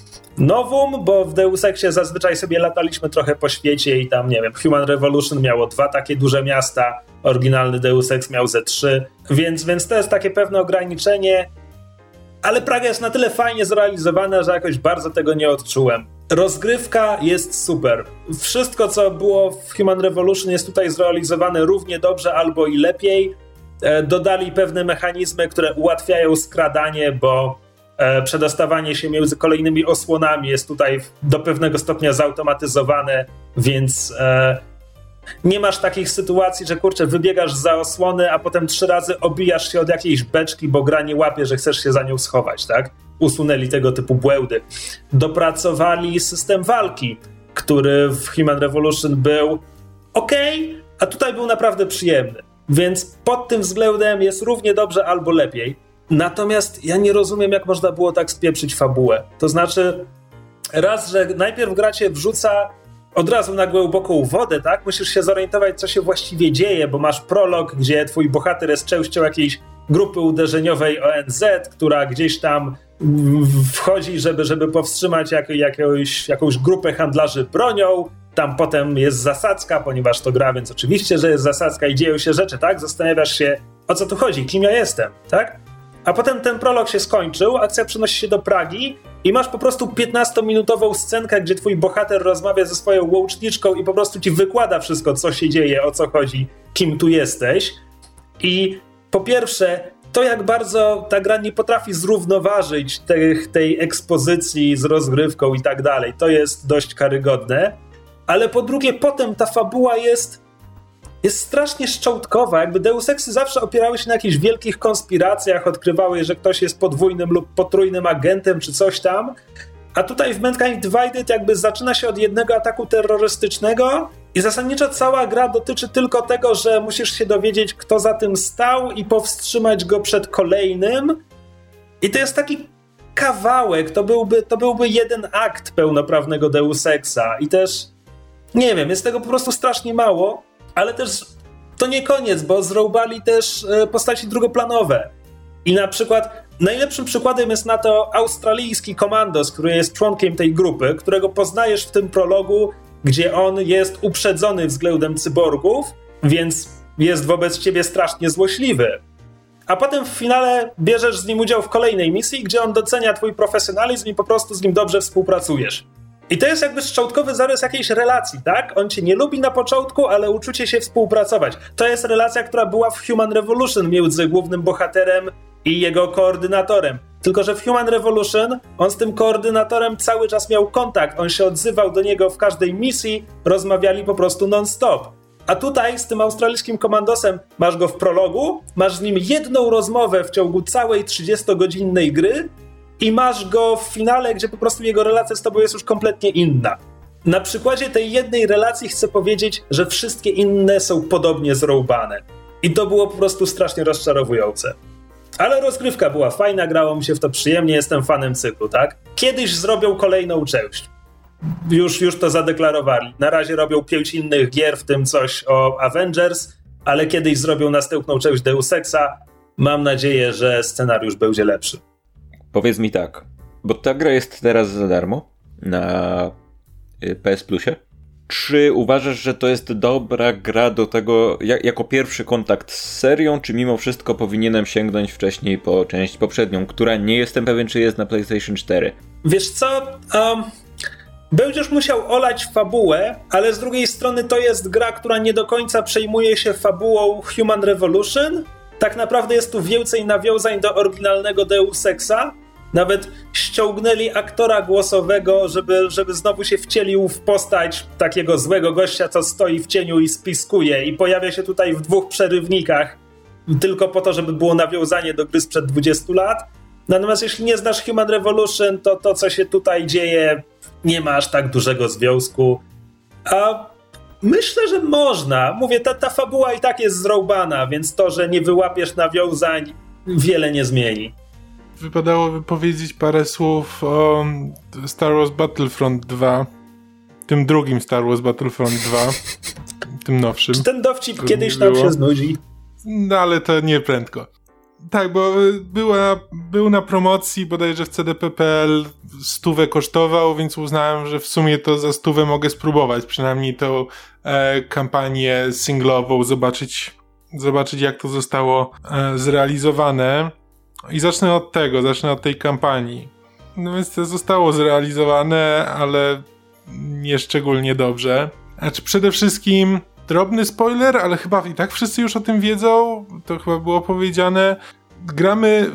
nowum, bo w Deus Exie zazwyczaj sobie lataliśmy trochę po świecie i tam, nie wiem, Human Revolution miało 2 takie duże miasta, oryginalny Deus Ex miał ze 3, więc to jest takie pewne ograniczenie, ale Praga jest na tyle fajnie zrealizowana, że jakoś bardzo tego nie odczułem. Rozgrywka jest super. Wszystko, co było w Human Revolution, jest tutaj zrealizowane równie dobrze albo i lepiej. Dodali pewne mechanizmy, które ułatwiają skradanie, bo przedostawanie się między kolejnymi osłonami jest tutaj do pewnego stopnia zautomatyzowane, więc nie masz takich sytuacji, że kurczę, wybiegasz za osłony, a potem 3 razy obijasz się od jakiejś beczki, bo gra nie łapie, że chcesz się za nią schować, tak? Usunęli tego typu błędy. Dopracowali system walki, który w Human Revolution był okej, a tutaj był naprawdę przyjemny. Więc pod tym względem jest równie dobrze albo lepiej. Natomiast ja nie rozumiem, jak można było tak spieprzyć fabułę. To znaczy, raz, że najpierw gra cię wrzuca od razu na głęboką wodę, tak? Musisz się zorientować, co się właściwie dzieje, bo masz prolog, gdzie twój bohater jest częścią jakiejś grupy uderzeniowej ONZ, która gdzieś tam wchodzi, żeby powstrzymać jakąś grupę handlarzy bronią. Tam potem jest zasadzka, ponieważ to gra, więc oczywiście, że jest zasadzka i dzieją się rzeczy, tak? Zastanawiasz się, o co tu chodzi, kim ja jestem, tak? A potem ten prolog się skończył, akcja przenosi się do Pragi i masz po prostu 15-minutową scenkę, gdzie twój bohater rozmawia ze swoją łączniczką i po prostu ci wykłada wszystko, co się dzieje, o co chodzi, kim tu jesteś. I po pierwsze, to jak bardzo ta gra nie potrafi zrównoważyć tej ekspozycji z rozgrywką i tak dalej, to jest dość karygodne. Ale po drugie, potem ta fabuła jest strasznie szczątkowa. Jakby Deus Exy zawsze opierały się na jakichś wielkich konspiracjach, odkrywały, że ktoś jest podwójnym lub potrójnym agentem czy coś tam. A tutaj w Mankind Divided jakby zaczyna się od jednego ataku terrorystycznego i zasadniczo cała gra dotyczy tylko tego, że musisz się dowiedzieć, kto za tym stał i powstrzymać go przed kolejnym. I to jest taki kawałek, to byłby jeden akt pełnoprawnego Deus Exa i też, nie wiem, jest tego po prostu strasznie mało, ale też to nie koniec, bo zrobali też postaci drugoplanowe. I na przykład najlepszym przykładem jest na to australijski komandos, który jest członkiem tej grupy, którego poznajesz w tym prologu, gdzie on jest uprzedzony względem cyborgów, więc jest wobec ciebie strasznie złośliwy. A potem w finale bierzesz z nim udział w kolejnej misji, gdzie on docenia twój profesjonalizm i po prostu z nim dobrze współpracujesz. I to jest jakby szczątkowy zarys jakiejś relacji, tak? On cię nie lubi na początku, ale uczucie się współpracować. To jest relacja, która była w Human Revolution między głównym bohaterem i jego koordynatorem. Tylko że w Human Revolution on z tym koordynatorem cały czas miał kontakt. On się odzywał do niego w każdej misji, rozmawiali po prostu non-stop. A tutaj z tym australijskim komandosem masz go w prologu, masz z nim jedną rozmowę w ciągu całej 30-godzinnej gry i masz go w finale, gdzie po prostu jego relacja z tobą jest już kompletnie inna. Na przykładzie tej jednej relacji chcę powiedzieć, że wszystkie inne są podobnie zrąbane. I to było po prostu strasznie rozczarowujące. Ale rozgrywka była fajna, grało mi się w to przyjemnie, jestem fanem cyklu, tak? Kiedyś zrobią kolejną część. Już to zadeklarowali. Na razie robią 5 innych gier, w tym coś o Avengers, ale kiedyś zrobią następną część Deus Exa. Mam nadzieję, że scenariusz będzie lepszy. Powiedz mi tak, bo ta gra jest teraz za darmo na PS Plusie. Czy uważasz, że to jest dobra gra do tego, jako pierwszy kontakt z serią, czy mimo wszystko powinienem sięgnąć wcześniej po część poprzednią, która nie jestem pewien, czy jest na PlayStation 4? Wiesz co, będziesz musiał olać fabułę, ale z drugiej strony to jest gra, która nie do końca przejmuje się fabułą Human Revolution. Tak naprawdę jest tu więcej nawiązań do oryginalnego Deus Exa. Nawet ściągnęli aktora głosowego, żeby znowu się wcielił w postać takiego złego gościa, co stoi w cieniu i spiskuje i pojawia się tutaj w 2 przerywnikach tylko po to, żeby było nawiązanie do gry sprzed 20 lat. Natomiast jeśli nie znasz Human Revolution, to co się tutaj dzieje nie ma aż tak dużego związku. A myślę, że można. Mówię, ta fabuła i tak jest zrąbana, więc to, że nie wyłapiesz nawiązań, wiele nie zmieni. Wypadałoby powiedzieć parę słów o Star Wars Battlefront 2. Tym drugim Star Wars Battlefront 2. Tym nowszym. Czy ten dowcip kiedyś nam się znudzi? No ale to nie prędko. Tak, bo był na promocji bodajże w CDP.pl 100 kosztował, więc uznałem, że w sumie to za 100 mogę spróbować. Przynajmniej tą kampanię singlową zobaczyć jak to zostało zrealizowane. I zacznę od tej kampanii. No więc to zostało zrealizowane, ale nie szczególnie dobrze. Znaczy przede wszystkim drobny spoiler, ale chyba i tak wszyscy już o tym wiedzą, to chyba było powiedziane. Gramy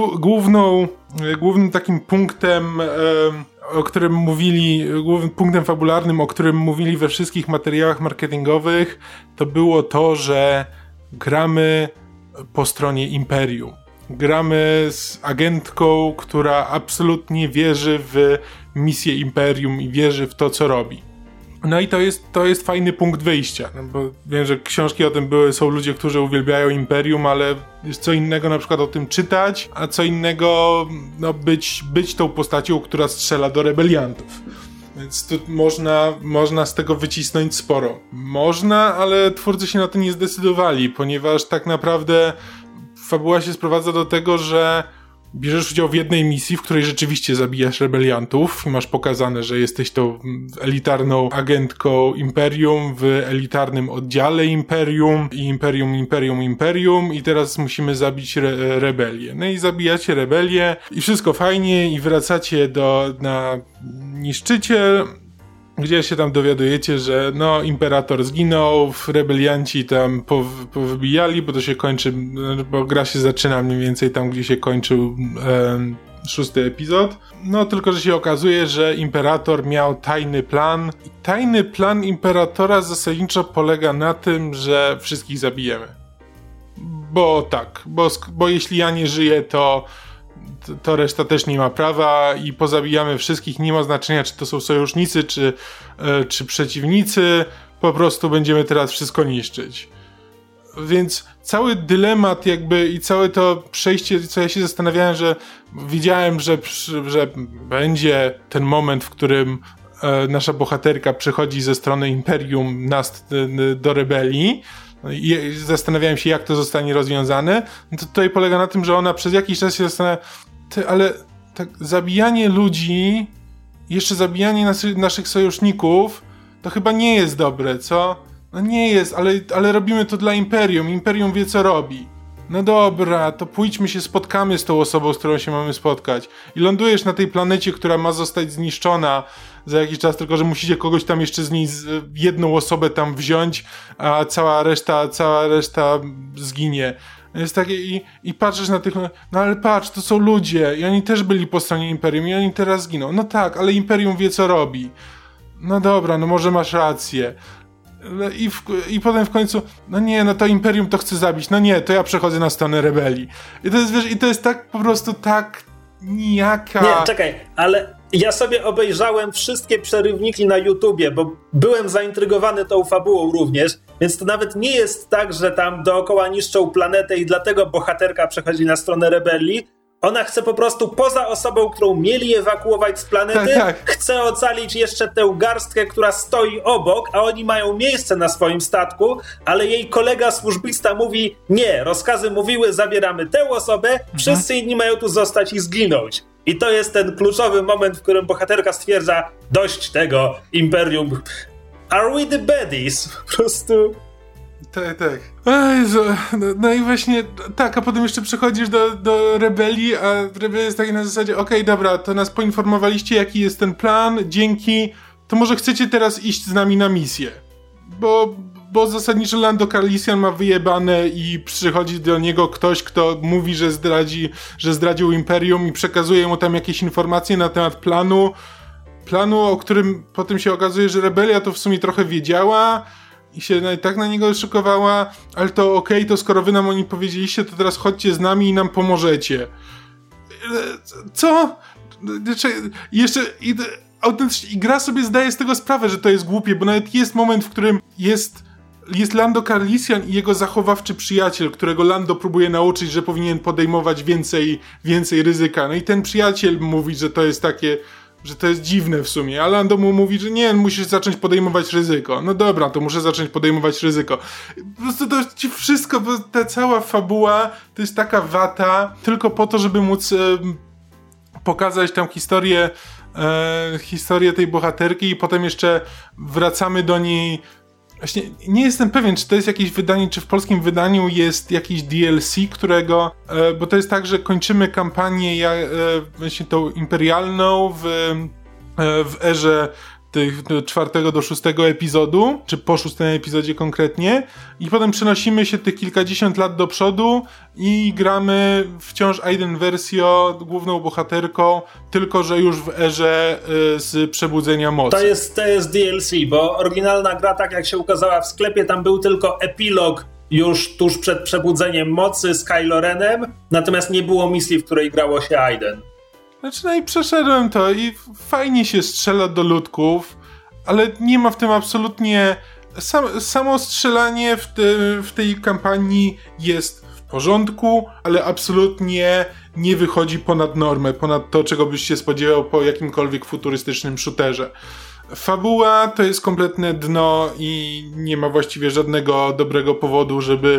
głównym takim punktem, o którym mówili, głównym punktem fabularnym, o którym mówili we wszystkich materiałach marketingowych, to było to, że gramy po stronie Imperium. Gramy z agentką, która absolutnie wierzy w misję Imperium i wierzy w to, co robi. No i to jest fajny punkt wyjścia, no bo wiem, że książki o tym są ludzie, którzy uwielbiają Imperium, ale jest co innego na przykład o tym czytać, a co innego no, być tą postacią, która strzela do rebeliantów. Więc tu można z tego wycisnąć sporo. Można, ale twórcy się na to nie zdecydowali, ponieważ tak naprawdę fabuła się sprowadza do tego, że bierzesz udział w jednej misji, w której rzeczywiście zabijasz rebeliantów i masz pokazane, że jesteś tą elitarną agentką Imperium w elitarnym oddziale Imperium i Imperium i teraz musimy zabić rebelię. No i zabijacie rebelię i wszystko fajnie i wracacie na niszczyciel, gdzie się tam dowiadujecie, że no imperator zginął, rebelianci tam powybijali, bo to się kończy, bo gra się zaczyna mniej więcej tam, gdzie się kończył 6. epizod. No tylko, że się okazuje, że imperator miał tajny plan i tajny plan imperatora zasadniczo polega na tym, że wszystkich zabijemy. Bo tak, bo jeśli ja nie żyję, to reszta też nie ma prawa i pozabijamy wszystkich, nie ma znaczenia, czy to są sojusznicy, czy przeciwnicy, po prostu będziemy teraz wszystko niszczyć. Więc cały dylemat jakby i całe to przejście, co ja się zastanawiałem, że widziałem, że będzie ten moment, w którym nasza bohaterka przechodzi ze strony Imperium do rebelii, i zastanawiałem się, jak to zostanie rozwiązane. No to tutaj polega na tym, że ona przez jakiś czas się zastanawia, ale tak zabijanie ludzi, jeszcze zabijanie naszych sojuszników, to chyba nie jest dobre, co? No nie jest, ale robimy to dla Imperium. Imperium wie, co robi. no dobra, to pójdźmy się spotkamy z tą osobą, z którą się mamy spotkać. I lądujesz na tej planecie, która ma zostać zniszczona za jakiś czas, tylko że musicie kogoś tam jeszcze z niej, jedną osobę tam wziąć, a cała reszta zginie. Jest takie i patrzysz na tych, no ale patrz, to są ludzie i oni też byli po stronie Imperium i oni teraz zginą. No tak, ale Imperium wie co robi. No dobra, no może masz rację. I potem w końcu, no nie, no to Imperium to chce zabić, no nie, to ja przechodzę na stronę rebelii. I to jest, wiesz, i to jest tak po prostu tak nijaka... Nie, czekaj, ale ja sobie obejrzałem wszystkie przerywniki na YouTubie, bo byłem zaintrygowany tą fabułą również, więc to nawet nie jest tak, że tam dookoła niszczą planetę i dlatego bohaterka przechodzi na stronę rebelii. Ona chce po prostu poza osobą, którą mieli ewakuować z planety, chce ocalić jeszcze tę garstkę, która stoi obok, a oni mają miejsce na swoim statku, ale jej kolega służbista mówi, nie, rozkazy mówiły, zabieramy tę osobę, wszyscy inni mają tu zostać i zginąć. I to jest ten kluczowy moment, w którym bohaterka stwierdza, dość tego, Imperium, are we the baddies? Po prostu... Tak. O Jezu, no i właśnie tak, a potem jeszcze przechodzisz do rebelii, a rebelia jest taki na zasadzie, okej, dobra, to nas poinformowaliście, jaki jest ten plan, dzięki, to może chcecie teraz iść z nami na misję, bo zasadniczo Lando Calrissian ma wyjebane i przychodzi do niego ktoś, kto mówi, że zdradził Imperium i przekazuje mu tam jakieś informacje na temat planu, o którym potem się okazuje, że rebelia to w sumie trochę wiedziała, i się tak na niego szykowała, ale to okej, to skoro wy nam o nim powiedzieliście, to teraz chodźcie z nami i nam pomożecie. Co? Jeszcze autentycznie i gra sobie zdaje z tego sprawę, że to jest głupie, bo nawet jest moment, w którym jest Lando Calrissian i jego zachowawczy przyjaciel, którego Lando próbuje nauczyć, że powinien podejmować więcej ryzyka. No i ten przyjaciel mówi, że to jest takie... że to jest dziwne w sumie, a Lando mu mówi, że nie, musisz zacząć podejmować ryzyko. No dobra, to muszę zacząć podejmować ryzyko. Po prostu to ci wszystko, bo ta cała fabuła to jest taka wata, tylko po to, żeby móc pokazać tam historię tej bohaterki i potem jeszcze wracamy do niej. Właśnie nie jestem pewien, czy to jest jakieś wydanie, czy w polskim wydaniu jest jakiś DLC, którego, bo to jest tak, że kończymy kampanię właśnie tą imperialną w erze tych 4 do 6 epizodu, czy po 6 epizodzie konkretnie, i potem przenosimy się tych kilkadziesiąt lat do przodu i gramy wciąż Aiden Versio główną bohaterką, tylko że już w erze z Przebudzenia Mocy. To jest DLC, bo oryginalna gra, tak jak się ukazała w sklepie, tam był tylko epilog już tuż przed Przebudzeniem Mocy z Kylo Renem, natomiast nie było misji, w której grało się Aiden. Znaczy, no i przeszedłem to i fajnie się strzela do ludków, ale nie ma w tym absolutnie... Samo strzelanie w tej kampanii jest w porządku, ale absolutnie nie wychodzi ponad normę, ponad to, czego byś się spodziewał po jakimkolwiek futurystycznym shooterze. Fabuła to jest kompletne dno i nie ma właściwie żadnego dobrego powodu, żeby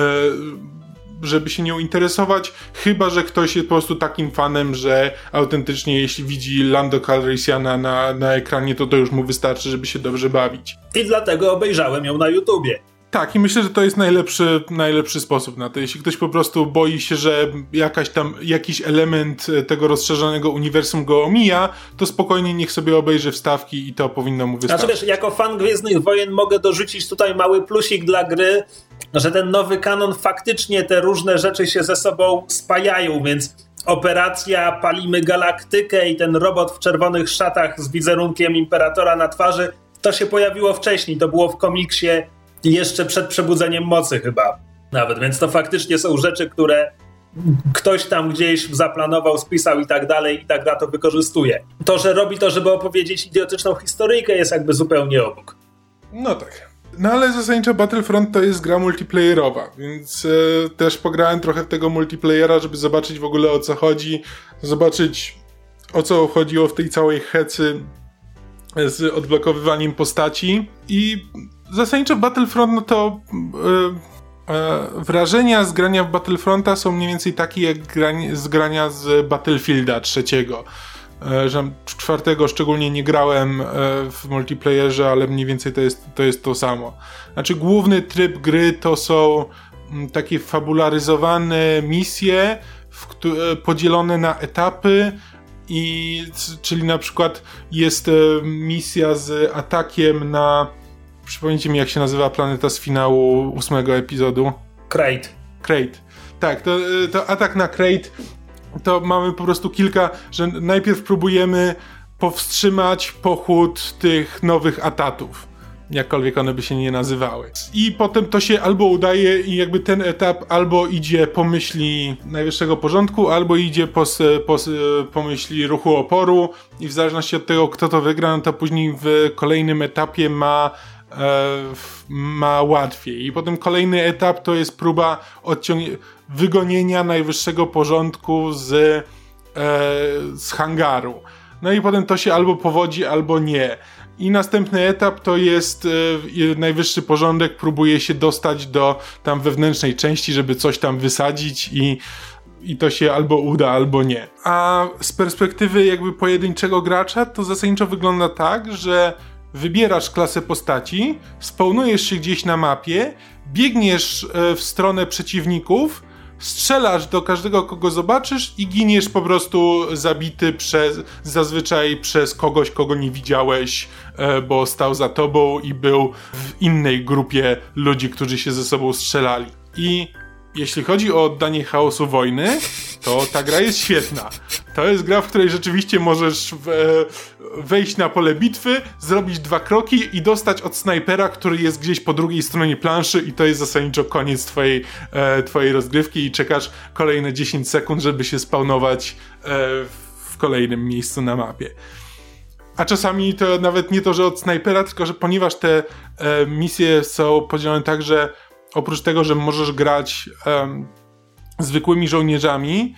się nią interesować, chyba że ktoś jest po prostu takim fanem, że autentycznie jeśli widzi Lando Calrissiana na ekranie, to już mu wystarczy, żeby się dobrze bawić. I dlatego obejrzałem ją na YouTubie. Tak, i myślę, że to jest najlepszy sposób na to. Jeśli ktoś po prostu boi się, że jakiś element tego rozszerzonego uniwersum go omija, to spokojnie niech sobie obejrzy wstawki i to powinno mu wystarczyć. Znaczy wiesz, jako fan Gwiezdnych Wojen mogę dorzucić tutaj mały plusik dla gry, że ten nowy kanon faktycznie te różne rzeczy się ze sobą spajają, więc operacja Palimy Galaktykę i ten robot w czerwonych szatach z wizerunkiem Imperatora na twarzy, to się pojawiło wcześniej, to było w komiksie jeszcze przed Przebudzeniem Mocy chyba nawet, więc to faktycznie są rzeczy, które ktoś tam gdzieś zaplanował, spisał i tak dalej i ta gra to wykorzystuje. To, że robi to, żeby opowiedzieć idiotyczną historyjkę, jest jakby zupełnie obok. No tak. No ale zasadniczo Battlefront to jest gra multiplayerowa, więc też pograłem trochę w tego multiplayera, żeby zobaczyć w ogóle o co chodzi, zobaczyć o co chodziło w tej całej hecy z odblokowywaniem postaci i zasadniczo Battlefront, no to wrażenia z grania w Battlefronta są mniej więcej takie jak z grania z Battlefielda 3. Że 4 szczególnie nie grałem w multiplayerze, ale mniej więcej to jest to samo. Znaczy główny tryb gry to są takie fabularyzowane misje, podzielone na etapy, czyli na przykład jest misja z atakiem na... Przypomnijcie mi, jak się nazywa planeta z finału 8 epizodu? Crate. Tak, to atak na Crate, to mamy po prostu że najpierw próbujemy powstrzymać pochód tych nowych atatów, jakkolwiek one by się nie nazywały. I potem to się albo udaje i jakby ten etap albo idzie po myśli najwyższego porządku, albo idzie po myśli ruchu oporu i w zależności od tego, kto to wygra, no to później w kolejnym etapie ma łatwiej. I potem kolejny etap to jest próba wygonienia najwyższego porządku z hangaru. No i potem to się albo powodzi, albo nie. I następny etap to jest najwyższy porządek próbuje się dostać do tam wewnętrznej części, żeby coś tam wysadzić i to się albo uda, albo nie. A z perspektywy jakby pojedynczego gracza to zasadniczo wygląda tak, że wybierasz klasę postaci, spawnujesz się gdzieś na mapie, biegniesz w stronę przeciwników, strzelasz do każdego, kogo zobaczysz i giniesz po prostu zabity zazwyczaj przez kogoś, kogo nie widziałeś, bo stał za tobą i był w innej grupie ludzi, którzy się ze sobą strzelali. I jeśli chodzi o oddanie chaosu wojny, to ta gra jest świetna. To jest gra, w której rzeczywiście możesz wejść na pole bitwy, zrobić 2 kroki i dostać od snajpera, który jest gdzieś po drugiej stronie planszy i to jest zasadniczo koniec twojej rozgrywki i czekasz kolejne 10 sekund, żeby się spawnować w kolejnym miejscu na mapie. A czasami to nawet nie to, że od snajpera, tylko że ponieważ te misje są podzielone tak, że oprócz tego, że możesz grać zwykłymi żołnierzami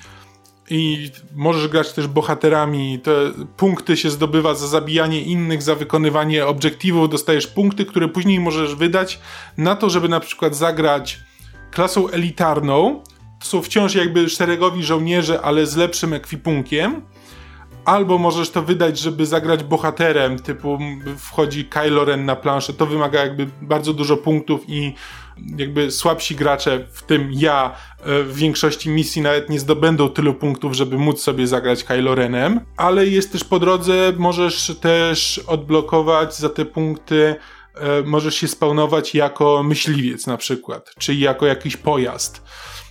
i możesz grać też bohaterami, te punkty się zdobywa za zabijanie innych, za wykonywanie obiektywów, dostajesz punkty, które później możesz wydać na to, żeby na przykład zagrać klasą elitarną, to są wciąż jakby szeregowi żołnierze, ale z lepszym ekwipunkiem, albo możesz to wydać, żeby zagrać bohaterem, typu wchodzi Kylo Ren na planszę, to wymaga jakby bardzo dużo punktów i jakby słabsi gracze, w tym ja, w większości misji nawet nie zdobędą tylu punktów, żeby móc sobie zagrać Kylo Renem, ale jest też po drodze, możesz też odblokować za te punkty, możesz się spawnować jako myśliwiec na przykład, czyli jako jakiś pojazd,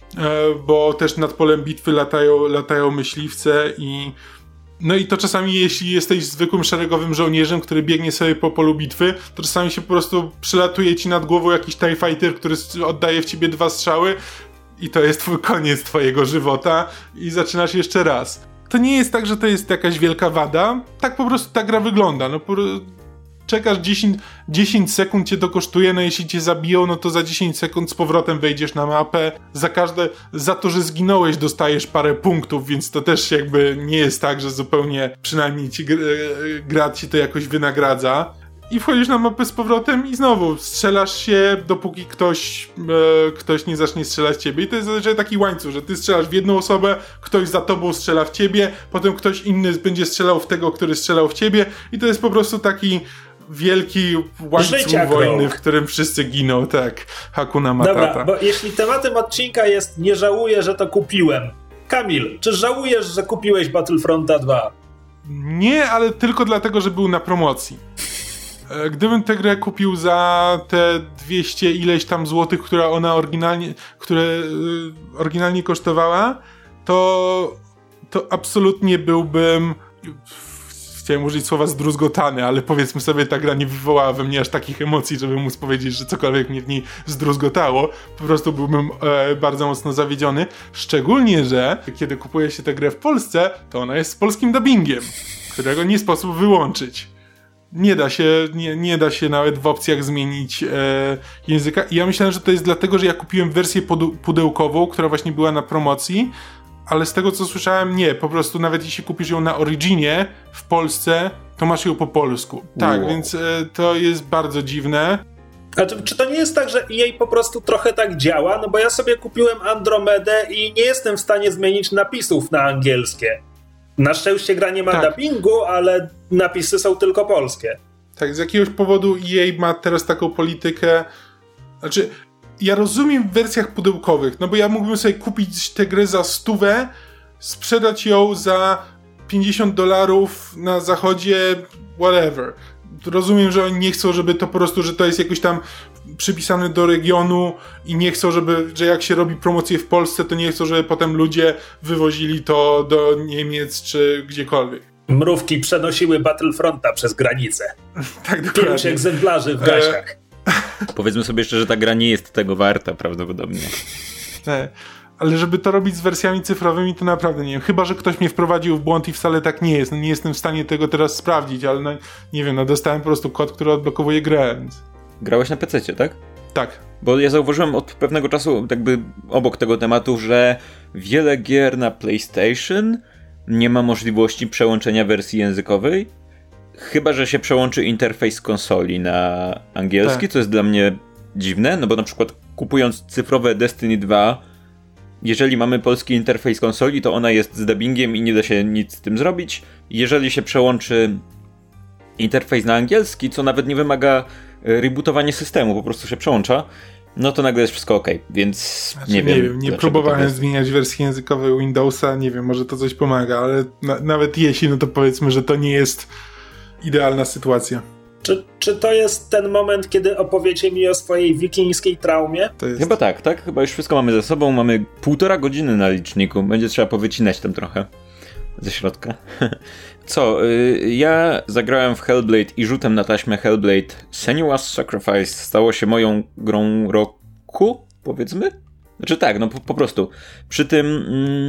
bo też nad polem bitwy latają myśliwce no i to czasami, jeśli jesteś zwykłym szeregowym żołnierzem, który biegnie sobie po polu bitwy, to czasami się po prostu przylatuje ci nad głową jakiś TIE Fighter, który oddaje w ciebie 2 strzały i to jest koniec twojego żywota i zaczynasz jeszcze raz. To nie jest tak, że to jest jakaś wielka wada, tak po prostu ta gra wygląda. No, czekasz 10 sekund cię to kosztuje, no jeśli cię zabiją, no to za 10 sekund z powrotem wejdziesz na mapę. Za to, że zginąłeś, dostajesz parę punktów, więc to też jakby nie jest tak, że zupełnie przynajmniej gra ci to jakoś wynagradza. I wchodzisz na mapę z powrotem i znowu strzelasz się, dopóki ktoś nie zacznie strzelać w ciebie. I to jest zazwyczaj taki łańcuch, że ty strzelasz w jedną osobę, ktoś za tobą strzela w ciebie, potem ktoś inny będzie strzelał w tego, który strzelał w ciebie i to jest po prostu taki wielki łańcuch wojny, w którym wszyscy giną, tak. Hakuna Matata. Dobra, bo jeśli tematem odcinka jest nie żałuję, że to kupiłem. Kamil, czy żałujesz, że kupiłeś Battlefronta 2? Nie, ale tylko dlatego, że był na promocji. Gdybym tę grę kupił za te 200 ileś tam złotych, które oryginalnie kosztowała, to absolutnie byłbym, chciałem użyć słowa zdruzgotany, ale powiedzmy sobie, ta gra nie wywołała we mnie aż takich emocji, żeby móc powiedzieć, że cokolwiek mnie w niej zdruzgotało. Po prostu byłbym bardzo mocno zawiedziony. Szczególnie, że kiedy kupuje się tę grę w Polsce, to ona jest z polskim dubbingiem, którego nie sposób wyłączyć. Nie da się nawet w opcjach zmienić języka. I ja myślałem, że to jest dlatego, że ja kupiłem wersję pudełkową, która właśnie była na promocji, ale z tego co słyszałem, nie. Po prostu nawet jeśli kupisz ją na Originie w Polsce, to masz ją po polsku. Tak, więc to jest bardzo dziwne. A czy to nie jest tak, że EA po prostu trochę tak działa? No bo ja sobie kupiłem Andromedę i nie jestem w stanie zmienić napisów na angielskie. Na szczęście gra nie ma dubbingu, ale napisy są tylko polskie. Tak, z jakiegoś powodu EA ma teraz taką politykę, znaczy ja rozumiem w wersjach pudełkowych, no bo ja mógłbym sobie kupić tę grę za 100, sprzedać ją za $50 na zachodzie, whatever. Rozumiem, że oni nie chcą, żeby to po prostu, że to jest jakoś tam przypisane do regionu i nie chcą, że jak się robi promocję w Polsce, to nie chcą, żeby potem ludzie wywozili to do Niemiec czy gdziekolwiek. Mrówki przenosiły Battlefronta przez granicę. Tak, dokładnie. 5 egzemplarzy w gaciach. Powiedzmy sobie jeszcze, że ta gra nie jest tego warta prawdopodobnie. Nie. Ale żeby to robić z wersjami cyfrowymi, to naprawdę nie wiem. Chyba że ktoś mnie wprowadził w błąd i wcale tak nie jest. No, nie jestem w stanie tego teraz sprawdzić, ale no, nie wiem, no dostałem po prostu kod, który odblokowuje grę, więc... Grałeś na PC-cie, tak? Tak. Bo ja zauważyłem od pewnego czasu, jakby obok tego tematu, że wiele gier na PlayStation nie ma możliwości przełączenia wersji językowej, chyba że się przełączy interfejs konsoli na angielski, co jest dla mnie dziwne, no bo na przykład kupując cyfrowe Destiny 2, jeżeli mamy polski interfejs konsoli, to ona jest z dubbingiem i nie da się nic z tym zrobić. Jeżeli się przełączy interfejs na angielski, co nawet nie wymaga rebootowania systemu, po prostu się przełącza, no to nagle jest wszystko okej, więc znaczy, nie wiem. Nie próbowałem zmieniać wersji językowej Windowsa, nie wiem, może to coś pomaga, ale nawet jeśli, no to powiedzmy, że to nie jest idealna sytuacja. Czy to jest ten moment, kiedy opowiecie mi o swojej wikińskiej traumie? To jest... Chyba tak? Chyba już wszystko mamy ze sobą, mamy 1,5 godziny na liczniku, będzie trzeba powycinać tam trochę ze środka. Co, ja zagrałem w Hellblade i rzutem na taśmę Hellblade Senua's Sacrifice stało się moją grą roku, powiedzmy? Znaczy tak, no po prostu. Przy tym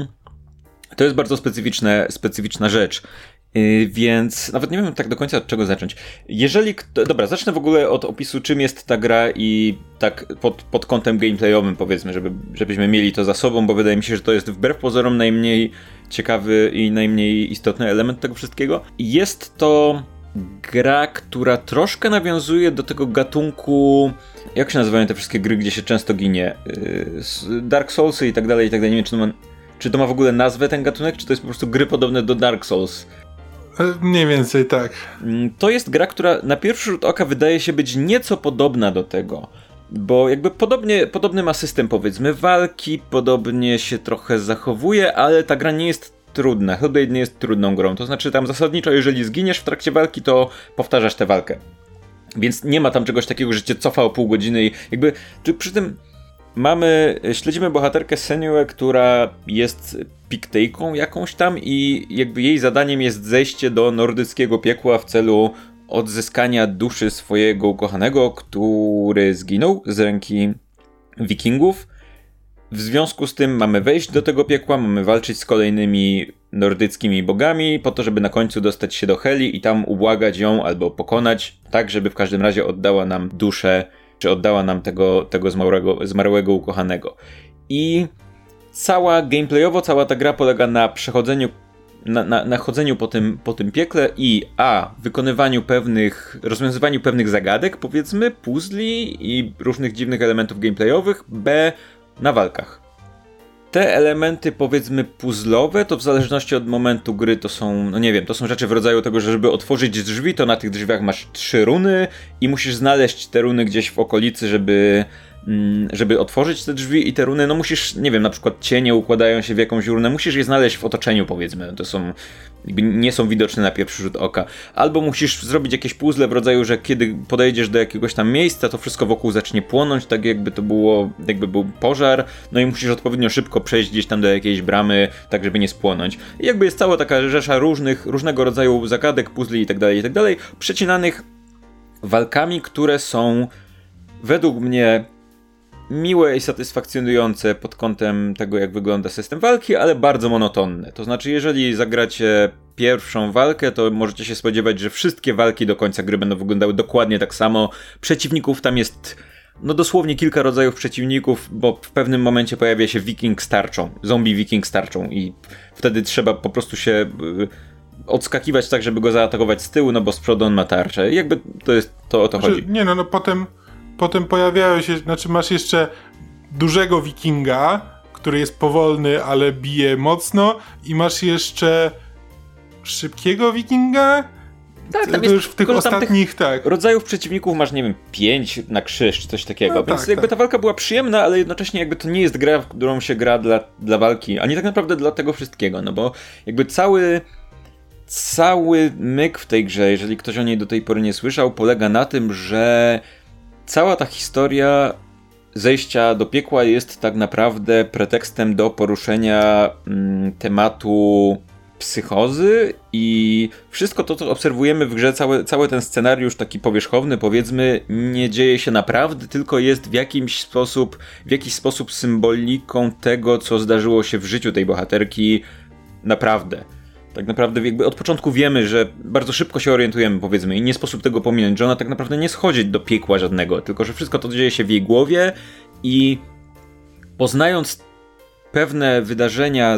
to jest bardzo specyficzna rzecz. Więc nawet nie wiem tak do końca od czego zacząć. Dobra, zacznę w ogóle od opisu, czym jest ta gra i tak pod kątem gameplayowym, powiedzmy, żebyśmy mieli to za sobą, bo wydaje mi się, że to jest wbrew pozorom najmniej ciekawy i najmniej istotny element tego wszystkiego. Jest to gra, która troszkę nawiązuje do tego gatunku, jak się nazywają te wszystkie gry, gdzie się często ginie? Dark Soulsy i tak dalej, nie wiem, czy to ma w ogóle nazwę ten gatunek, czy to jest po prostu gry podobne do Dark Souls? Mniej więcej tak. To jest gra, która na pierwszy rzut oka wydaje się być nieco podobna do tego, bo jakby podobny ma system, powiedzmy, walki, podobnie się trochę zachowuje, ale ta gra nie jest trudna. Hellblade nie jest trudną grą, to znaczy tam zasadniczo, jeżeli zginiesz w trakcie walki, to powtarzasz tę walkę. Więc nie ma tam czegoś takiego, że cię cofa o pół godziny i jakby przy tym śledzimy bohaterkę Senue, która jest Piktejką jakąś tam i jakby jej zadaniem jest zejście do nordyckiego piekła w celu odzyskania duszy swojego ukochanego, który zginął z ręki wikingów. W związku z tym mamy wejść do tego piekła, mamy walczyć z kolejnymi nordyckimi bogami po to, żeby na końcu dostać się do Heli i tam ubłagać ją albo pokonać, tak żeby w każdym razie oddała nam duszę, czy oddała nam tego zmarłego ukochanego. I gameplayowo cała ta gra polega na przechodzeniu, na chodzeniu po tym piekle i rozwiązywaniu pewnych zagadek, powiedzmy, puzli i różnych dziwnych elementów gameplayowych, na walkach. Te elementy, powiedzmy, puzzlowe, to w zależności od momentu gry to są, no nie wiem, to są rzeczy w rodzaju tego, że żeby otworzyć drzwi, to na tych drzwiach masz 3 runy i musisz znaleźć te runy gdzieś w okolicy, żeby otworzyć te drzwi i te runy, no musisz, nie wiem, na przykład cienie układają się w jakąś runę, musisz je znaleźć w otoczeniu, powiedzmy, to są, jakby nie są widoczne na pierwszy rzut oka. Albo musisz zrobić jakieś puzzle w rodzaju, że kiedy podejdziesz do jakiegoś tam miejsca, to wszystko wokół zacznie płonąć, tak jakby był pożar, no i musisz odpowiednio szybko przejść gdzieś tam do jakiejś bramy, tak żeby nie spłonąć. I jakby jest cała taka rzesza różnego rodzaju zagadek, puzli i tak dalej, przecinanych walkami, które są według mnie miłe i satysfakcjonujące pod kątem tego, jak wygląda system walki, ale bardzo monotonne. To znaczy, jeżeli zagracie pierwszą walkę, to możecie się spodziewać, że wszystkie walki do końca gry będą wyglądały dokładnie tak samo. Przeciwników tam jest dosłownie kilka rodzajów przeciwników, bo w pewnym momencie pojawia się wiking z tarczą, zombie wiking z tarczą i wtedy trzeba po prostu się odskakiwać tak, żeby go zaatakować z tyłu, no bo z przodu on ma tarczę. I jakby to o to chodzi. Nie potem pojawiają się, masz jeszcze dużego wikinga, który jest powolny, ale bije mocno i masz jeszcze szybkiego wikinga, Tak, tam to jest, już w tych ostatnich, tak. Rodzajów przeciwników masz, nie wiem, 5 na krzyż, czy coś takiego, no, więc jakby ta walka była przyjemna, ale jednocześnie jakby to nie jest gra, w którą się gra dla walki, ani tak naprawdę dla tego wszystkiego, no bo jakby cały myk w tej grze, jeżeli ktoś o niej do tej pory nie słyszał, polega na tym, że cała ta historia zejścia do piekła jest tak naprawdę pretekstem do poruszenia tematu psychozy i wszystko to, co obserwujemy w grze, cały ten scenariusz taki powierzchowny, powiedzmy, nie dzieje się naprawdę, tylko jest w jakiś sposób symboliką tego, co zdarzyło się w życiu tej bohaterki naprawdę. Tak naprawdę jakby od początku wiemy, że bardzo szybko się orientujemy, powiedzmy, i nie sposób tego pominąć, że ona tak naprawdę nie schodzi do piekła żadnego, tylko że wszystko to dzieje się w jej głowie i poznając pewne wydarzenia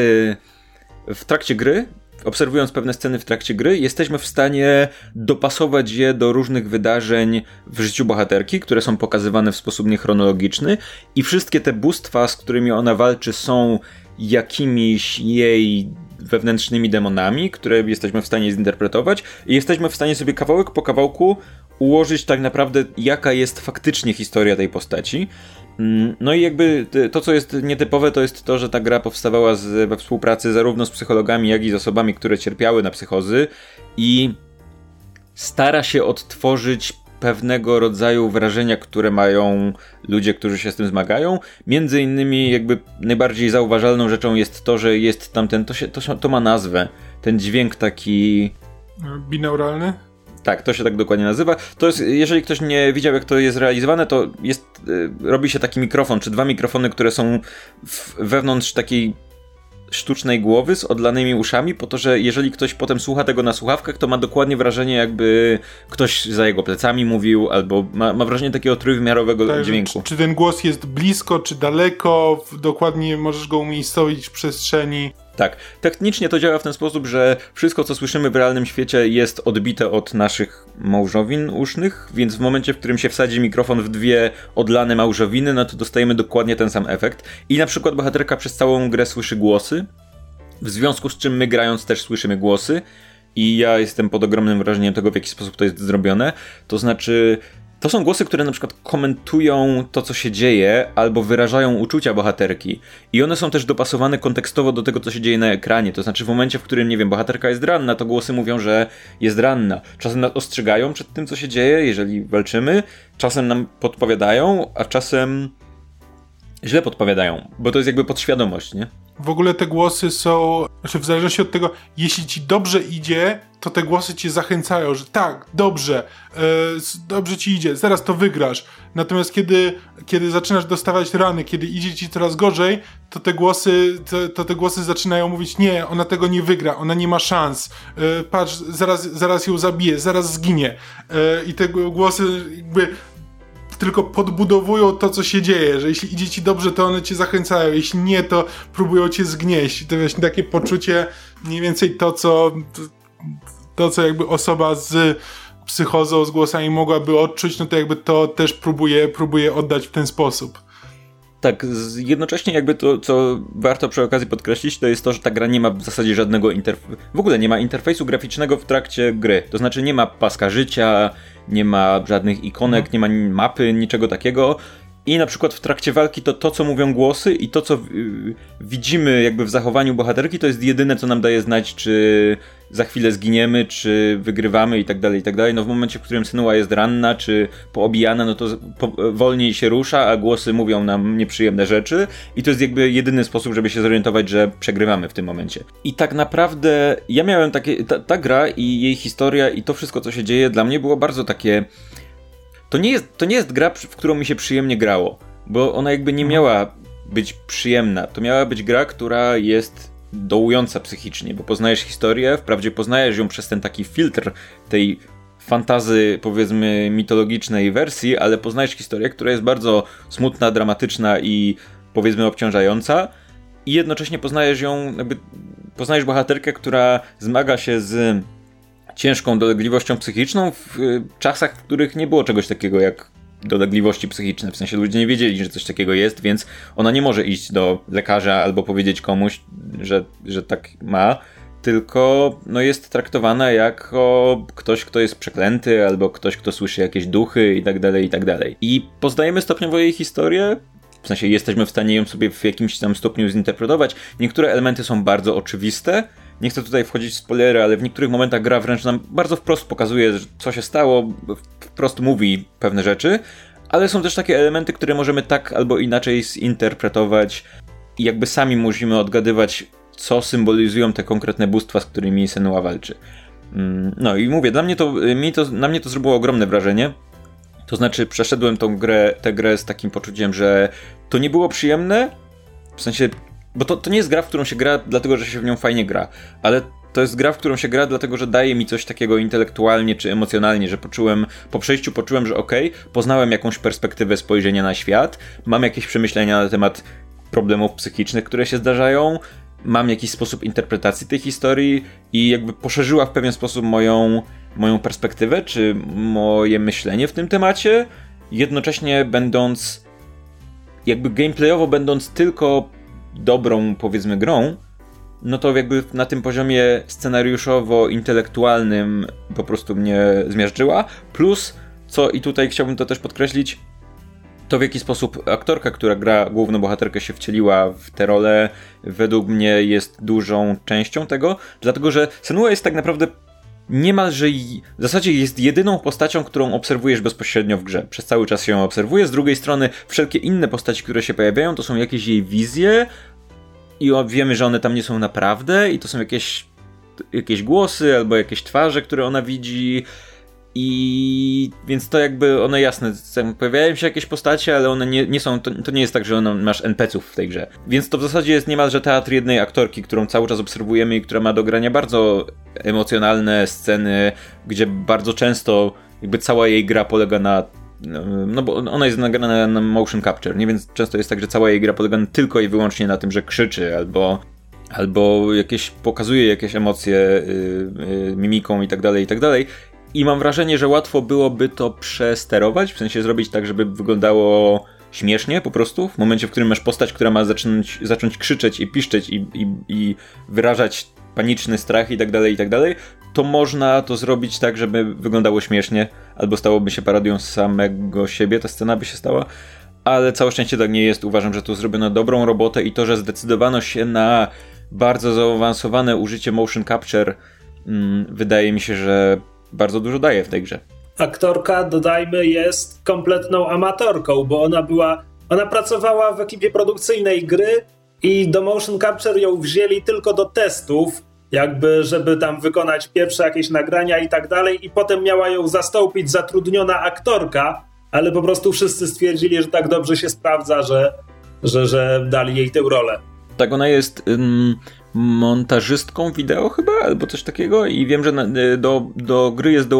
w trakcie gry, obserwując pewne sceny w trakcie gry, jesteśmy w stanie dopasować je do różnych wydarzeń w życiu bohaterki, które są pokazywane w sposób niechronologiczny i wszystkie te bóstwa, z którymi ona walczy, są jakimiś jej wewnętrznymi demonami, które jesteśmy w stanie zinterpretować i jesteśmy w stanie sobie kawałek po kawałku ułożyć tak naprawdę, jaka jest faktycznie historia tej postaci. No i jakby to, co jest nietypowe, to jest to, że ta gra powstawała we współpracy zarówno z psychologami, jak i z osobami, które cierpiały na psychozy i stara się odtworzyć pewnego rodzaju wrażenia, które mają ludzie, którzy się z tym zmagają. Między innymi jakby najbardziej zauważalną rzeczą jest to, że jest tamten, to ma nazwę, ten dźwięk taki... Binauralny? Tak, to się tak dokładnie nazywa. To jest, jeżeli ktoś nie widział, jak to jest realizowane, to robi się taki mikrofon, czy 2 mikrofony, które są wewnątrz takiej sztucznej głowy z odlanymi uszami, po to, że jeżeli ktoś potem słucha tego na słuchawkach, to ma dokładnie wrażenie, jakby ktoś za jego plecami mówił, albo ma wrażenie takiego trójwymiarowego tak, dźwięku. Czy ten głos jest blisko, czy daleko, dokładnie możesz go umiejscowić w przestrzeni. Tak, technicznie to działa w ten sposób, że wszystko, co słyszymy w realnym świecie, jest odbite od naszych małżowin usznych, więc w momencie, w którym się wsadzi mikrofon w 2 odlane małżowiny, no to dostajemy dokładnie ten sam efekt. I na przykład bohaterka przez całą grę słyszy głosy, w związku z czym my grając też słyszymy głosy i ja jestem pod ogromnym wrażeniem tego, w jaki sposób to jest zrobione. To znaczy... To są głosy, które na przykład komentują to, co się dzieje, albo wyrażają uczucia bohaterki. I one są też dopasowane kontekstowo do tego, co się dzieje na ekranie. To znaczy w momencie, w którym, nie wiem, bohaterka jest ranna, to głosy mówią, że jest ranna. Czasem nas ostrzegają przed tym, co się dzieje, jeżeli walczymy. Czasem nam podpowiadają, a czasem źle podpowiadają. Bo to jest jakby podświadomość, nie? W ogóle te głosy są, znaczy w zależności od tego, jeśli ci dobrze idzie, to te głosy cię zachęcają, że tak, dobrze, dobrze ci idzie, zaraz to wygrasz. Natomiast kiedy zaczynasz dostawać rany, kiedy idzie ci coraz gorzej, to te głosy zaczynają mówić, nie, ona tego nie wygra, ona nie ma szans, patrz, zaraz ją zabije, zaraz zginie. I te głosy jakby tylko podbudowują to, co się dzieje, że jeśli idzie ci dobrze, to one cię zachęcają, jeśli nie, to próbują cię zgnieść. I to właśnie takie poczucie, mniej więcej to, co jakby osoba z psychozą, z głosami mogłaby odczuć, no to jakby to też próbuje oddać w ten sposób. Tak, jednocześnie jakby to, co warto przy okazji podkreślić, to jest to, że ta gra nie ma w zasadzie żadnego w ogóle nie ma interfejsu graficznego w trakcie gry. To znaczy nie ma paska życia, nie ma żadnych ikonek, nie ma mapy, niczego takiego. I na przykład w trakcie walki to, co mówią głosy i to, co widzimy jakby w zachowaniu bohaterki, to jest jedyne, co nam daje znać, czy za chwilę zginiemy, czy wygrywamy i tak dalej, i tak dalej. No w momencie, w którym Senua jest ranna, czy poobijana, no to wolniej się rusza, a głosy mówią nam nieprzyjemne rzeczy i to jest jakby jedyny sposób, żeby się zorientować, że przegrywamy w tym momencie. I tak naprawdę ja miałem takie, ta gra i jej historia i to wszystko, co się dzieje, dla mnie było bardzo takie... To nie jest gra, w którą mi się przyjemnie grało, bo ona jakby nie miała być przyjemna. To miała być gra, która jest dołująca psychicznie, bo poznajesz historię, wprawdzie poznajesz ją przez ten taki filtr tej fantazy, powiedzmy, mitologicznej wersji, ale poznajesz historię, która jest bardzo smutna, dramatyczna i powiedzmy obciążająca i jednocześnie poznajesz bohaterkę, która zmaga się z ciężką dolegliwością psychiczną w czasach, w których nie było czegoś takiego jak dolegliwości psychiczne. W sensie ludzie nie wiedzieli, że coś takiego jest, więc ona nie może iść do lekarza albo powiedzieć komuś, że tak ma. tylko no, jest traktowana jako ktoś, kto jest przeklęty, albo ktoś, kto słyszy jakieś duchy i tak dalej, i tak dalej. I poznajemy stopniowo jej historię, w sensie jesteśmy w stanie ją sobie w jakimś tam stopniu zinterpretować. Niektóre elementy są bardzo oczywiste. Nie chcę tutaj wchodzić w spoilery, ale w niektórych momentach gra wręcz nam bardzo wprost pokazuje, co się stało, wprost mówi pewne rzeczy, ale są też takie elementy, które możemy tak albo inaczej zinterpretować i jakby sami musimy odgadywać, co symbolizują te konkretne bóstwa, z którymi Senua walczy. No i mówię, na mnie to zrobiło ogromne wrażenie. To znaczy przeszedłem tę grę z takim poczuciem, że to nie było przyjemne, w sensie, bo to nie jest gra, w którą się gra dlatego, że się w nią fajnie gra, ale to jest gra, w którą się gra dlatego, że daje mi coś takiego intelektualnie czy emocjonalnie, że po przejściu poczułem, że okej, poznałem jakąś perspektywę spojrzenia na świat, mam jakieś przemyślenia na temat problemów psychicznych, które się zdarzają, mam jakiś sposób interpretacji tej historii i jakby poszerzyła w pewien sposób moją perspektywę, czy moje myślenie w tym temacie, jednocześnie będąc jakby gameplayowo będąc tylko dobrą, powiedzmy, grą, no to jakby na tym poziomie scenariuszowo-intelektualnym po prostu mnie zmiażdżyła, plus, co i tutaj chciałbym to też podkreślić, to w jaki sposób aktorka, która gra główną bohaterkę, się wcieliła w tę rolę, według mnie jest dużą częścią tego, dlatego że Senua jest tak naprawdę niemalże w zasadzie jest jedyną postacią, którą obserwujesz bezpośrednio w grze. Przez cały czas się ją obserwuje. Z drugiej strony wszelkie inne postaci, które się pojawiają, to są jakieś jej wizje i wiemy, że one tam nie są naprawdę i to są jakieś głosy albo jakieś twarze, które ona widzi. I więc to jakby one jasne, pojawiają się jakieś postacie, ale one nie są, to nie jest tak, że masz NPC-ów w tej grze. Więc to w zasadzie jest niemalże teatr jednej aktorki, którą cały czas obserwujemy i która ma do grania bardzo emocjonalne sceny, gdzie bardzo często jakby cała jej gra polega na, no bo ona jest nagrana na motion capture, nie? Więc często jest tak, że cała jej gra polega tylko i wyłącznie na tym, że krzyczy albo pokazuje jakieś emocje mimiką i tak dalej. I mam wrażenie, że łatwo byłoby to przesterować, w sensie zrobić tak, żeby wyglądało śmiesznie po prostu. W momencie, w którym masz postać, która ma zacząć krzyczeć i piszczeć i wyrażać paniczny strach i tak dalej, to można to zrobić tak, żeby wyglądało śmiesznie, albo stałoby się parodią samego siebie, ta scena by się stała. Ale całe szczęście tak nie jest. Uważam, że tu zrobiono dobrą robotę i to, że zdecydowano się na bardzo zaawansowane użycie motion capture, wydaje mi się, że bardzo dużo daje w tej grze. Aktorka, dodajmy, jest kompletną amatorką, bo ona pracowała w ekipie produkcyjnej gry i do motion capture ją wzięli tylko do testów, jakby żeby tam wykonać pierwsze jakieś nagrania i tak dalej, i potem miała ją zastąpić zatrudniona aktorka, ale po prostu wszyscy stwierdzili, że tak dobrze się sprawdza, że dali jej tę rolę. Tak, ona jest montażystką wideo chyba, albo coś takiego, i wiem, że do gry jest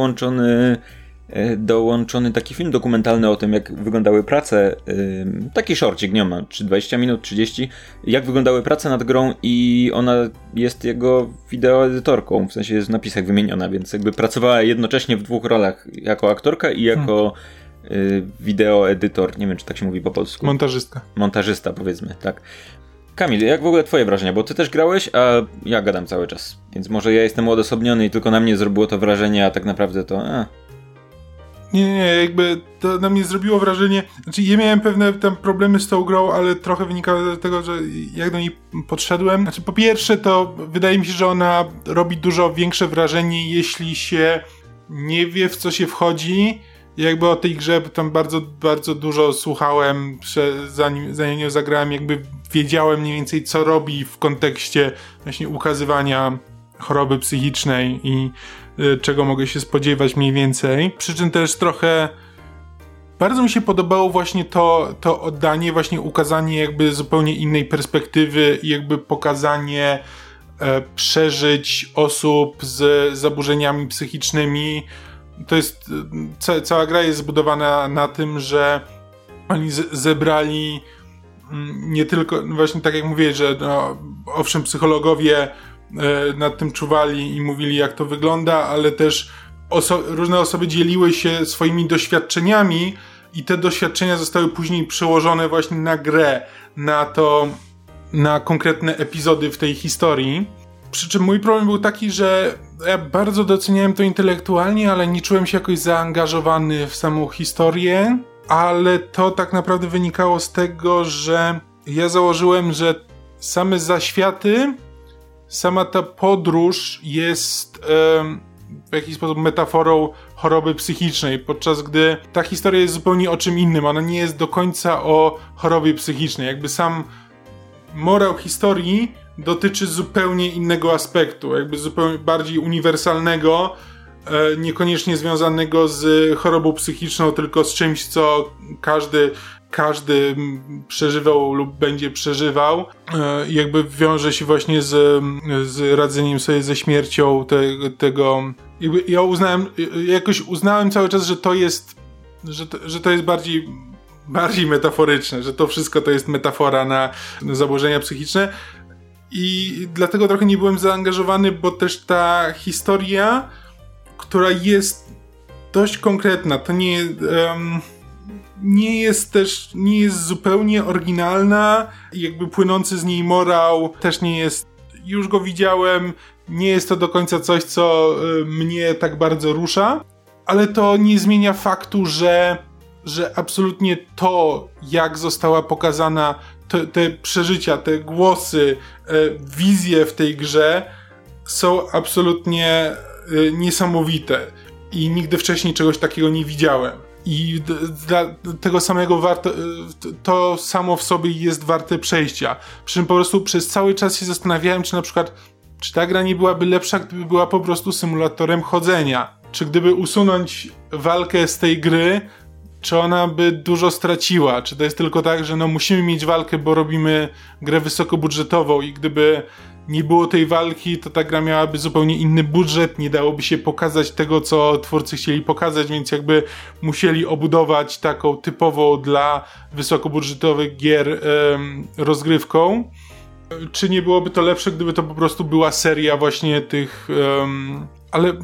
dołączony taki film dokumentalny o tym, jak wyglądały prace, taki szorcik, nie ma, czy 20 minut, 30, jak wyglądały prace nad grą, i ona jest jego wideoedytorką, w sensie jest w napisach wymieniona, więc jakby pracowała jednocześnie w dwóch rolach, jako aktorka i jako wideoedytor, nie wiem, czy tak się mówi po polsku. Montażysta, powiedzmy, tak. Kamil, jak w ogóle twoje wrażenia? Bo ty też grałeś, a ja gadam cały czas. Więc może ja jestem odosobniony i tylko na mnie zrobiło to wrażenie, a tak naprawdę to... Nie, jakby to na mnie zrobiło wrażenie... Znaczy, ja miałem pewne tam problemy z tą grą, ale trochę wynikało z tego, że jak do niej podszedłem... Znaczy, po pierwsze, to wydaje mi się, że ona robi dużo większe wrażenie, jeśli się nie wie, w co się wchodzi. Jakby o tej grze tam bardzo, bardzo dużo słuchałem, zanim ją zagrałem, jakby wiedziałem mniej więcej, co robi w kontekście właśnie ukazywania choroby psychicznej i czego mogę się spodziewać mniej więcej. Przy czym też trochę bardzo mi się podobało właśnie to oddanie, właśnie ukazanie jakby zupełnie innej perspektywy i jakby pokazanie przeżyć osób z zaburzeniami psychicznymi. To jest, cała gra jest zbudowana na tym, że oni zebrali nie tylko, właśnie tak jak mówię, że no, owszem, psychologowie nad tym czuwali i mówili, jak to wygląda, ale też różne osoby dzieliły się swoimi doświadczeniami i te doświadczenia zostały później przełożone właśnie na grę, na konkretne epizody w tej historii. Przy czym mój problem był taki, że ja bardzo doceniałem to intelektualnie, ale nie czułem się jakoś zaangażowany w samą historię, ale to tak naprawdę wynikało z tego, że ja założyłem, że same zaświaty, sama ta podróż jest w jakiś sposób metaforą choroby psychicznej, podczas gdy ta historia jest zupełnie o czym innym. Ona nie jest do końca o chorobie psychicznej. Jakby sam morał historii dotyczy zupełnie innego aspektu, jakby zupełnie bardziej uniwersalnego, niekoniecznie związanego z chorobą psychiczną, tylko z czymś, co każdy przeżywał lub będzie przeżywał. Jakby wiąże się właśnie z radzeniem sobie ze śmiercią tego. Jakby ja jakoś uznałem cały czas, że to jest bardziej metaforyczne, że to wszystko to jest metafora na zaburzenia psychiczne. I dlatego trochę nie byłem zaangażowany, bo też ta historia, która jest dość konkretna, to nie jest zupełnie oryginalna, jakby płynący z niej morał też nie jest, już go widziałem, nie jest to do końca coś, co mnie tak bardzo rusza, ale to nie zmienia faktu, że absolutnie to, jak została pokazana te przeżycia, te głosy, wizje w tej grze są absolutnie niesamowite i nigdy wcześniej czegoś takiego nie widziałem. I dla tego samego to samo w sobie jest warte przejścia. Przy czym po prostu przez cały czas się zastanawiałem, czy ta gra nie byłaby lepsza, gdyby była po prostu symulatorem chodzenia. Czy gdyby usunąć walkę z tej gry, czy ona by dużo straciła? Czy to jest tylko tak, że musimy mieć walkę, bo robimy grę wysokobudżetową i gdyby nie było tej walki, to ta gra miałaby zupełnie inny budżet, nie dałoby się pokazać tego, co twórcy chcieli pokazać, więc jakby musieli obudować taką typową dla wysokobudżetowych gier rozgrywką. Czy nie byłoby to lepsze, gdyby to po prostu była seria właśnie tych... ale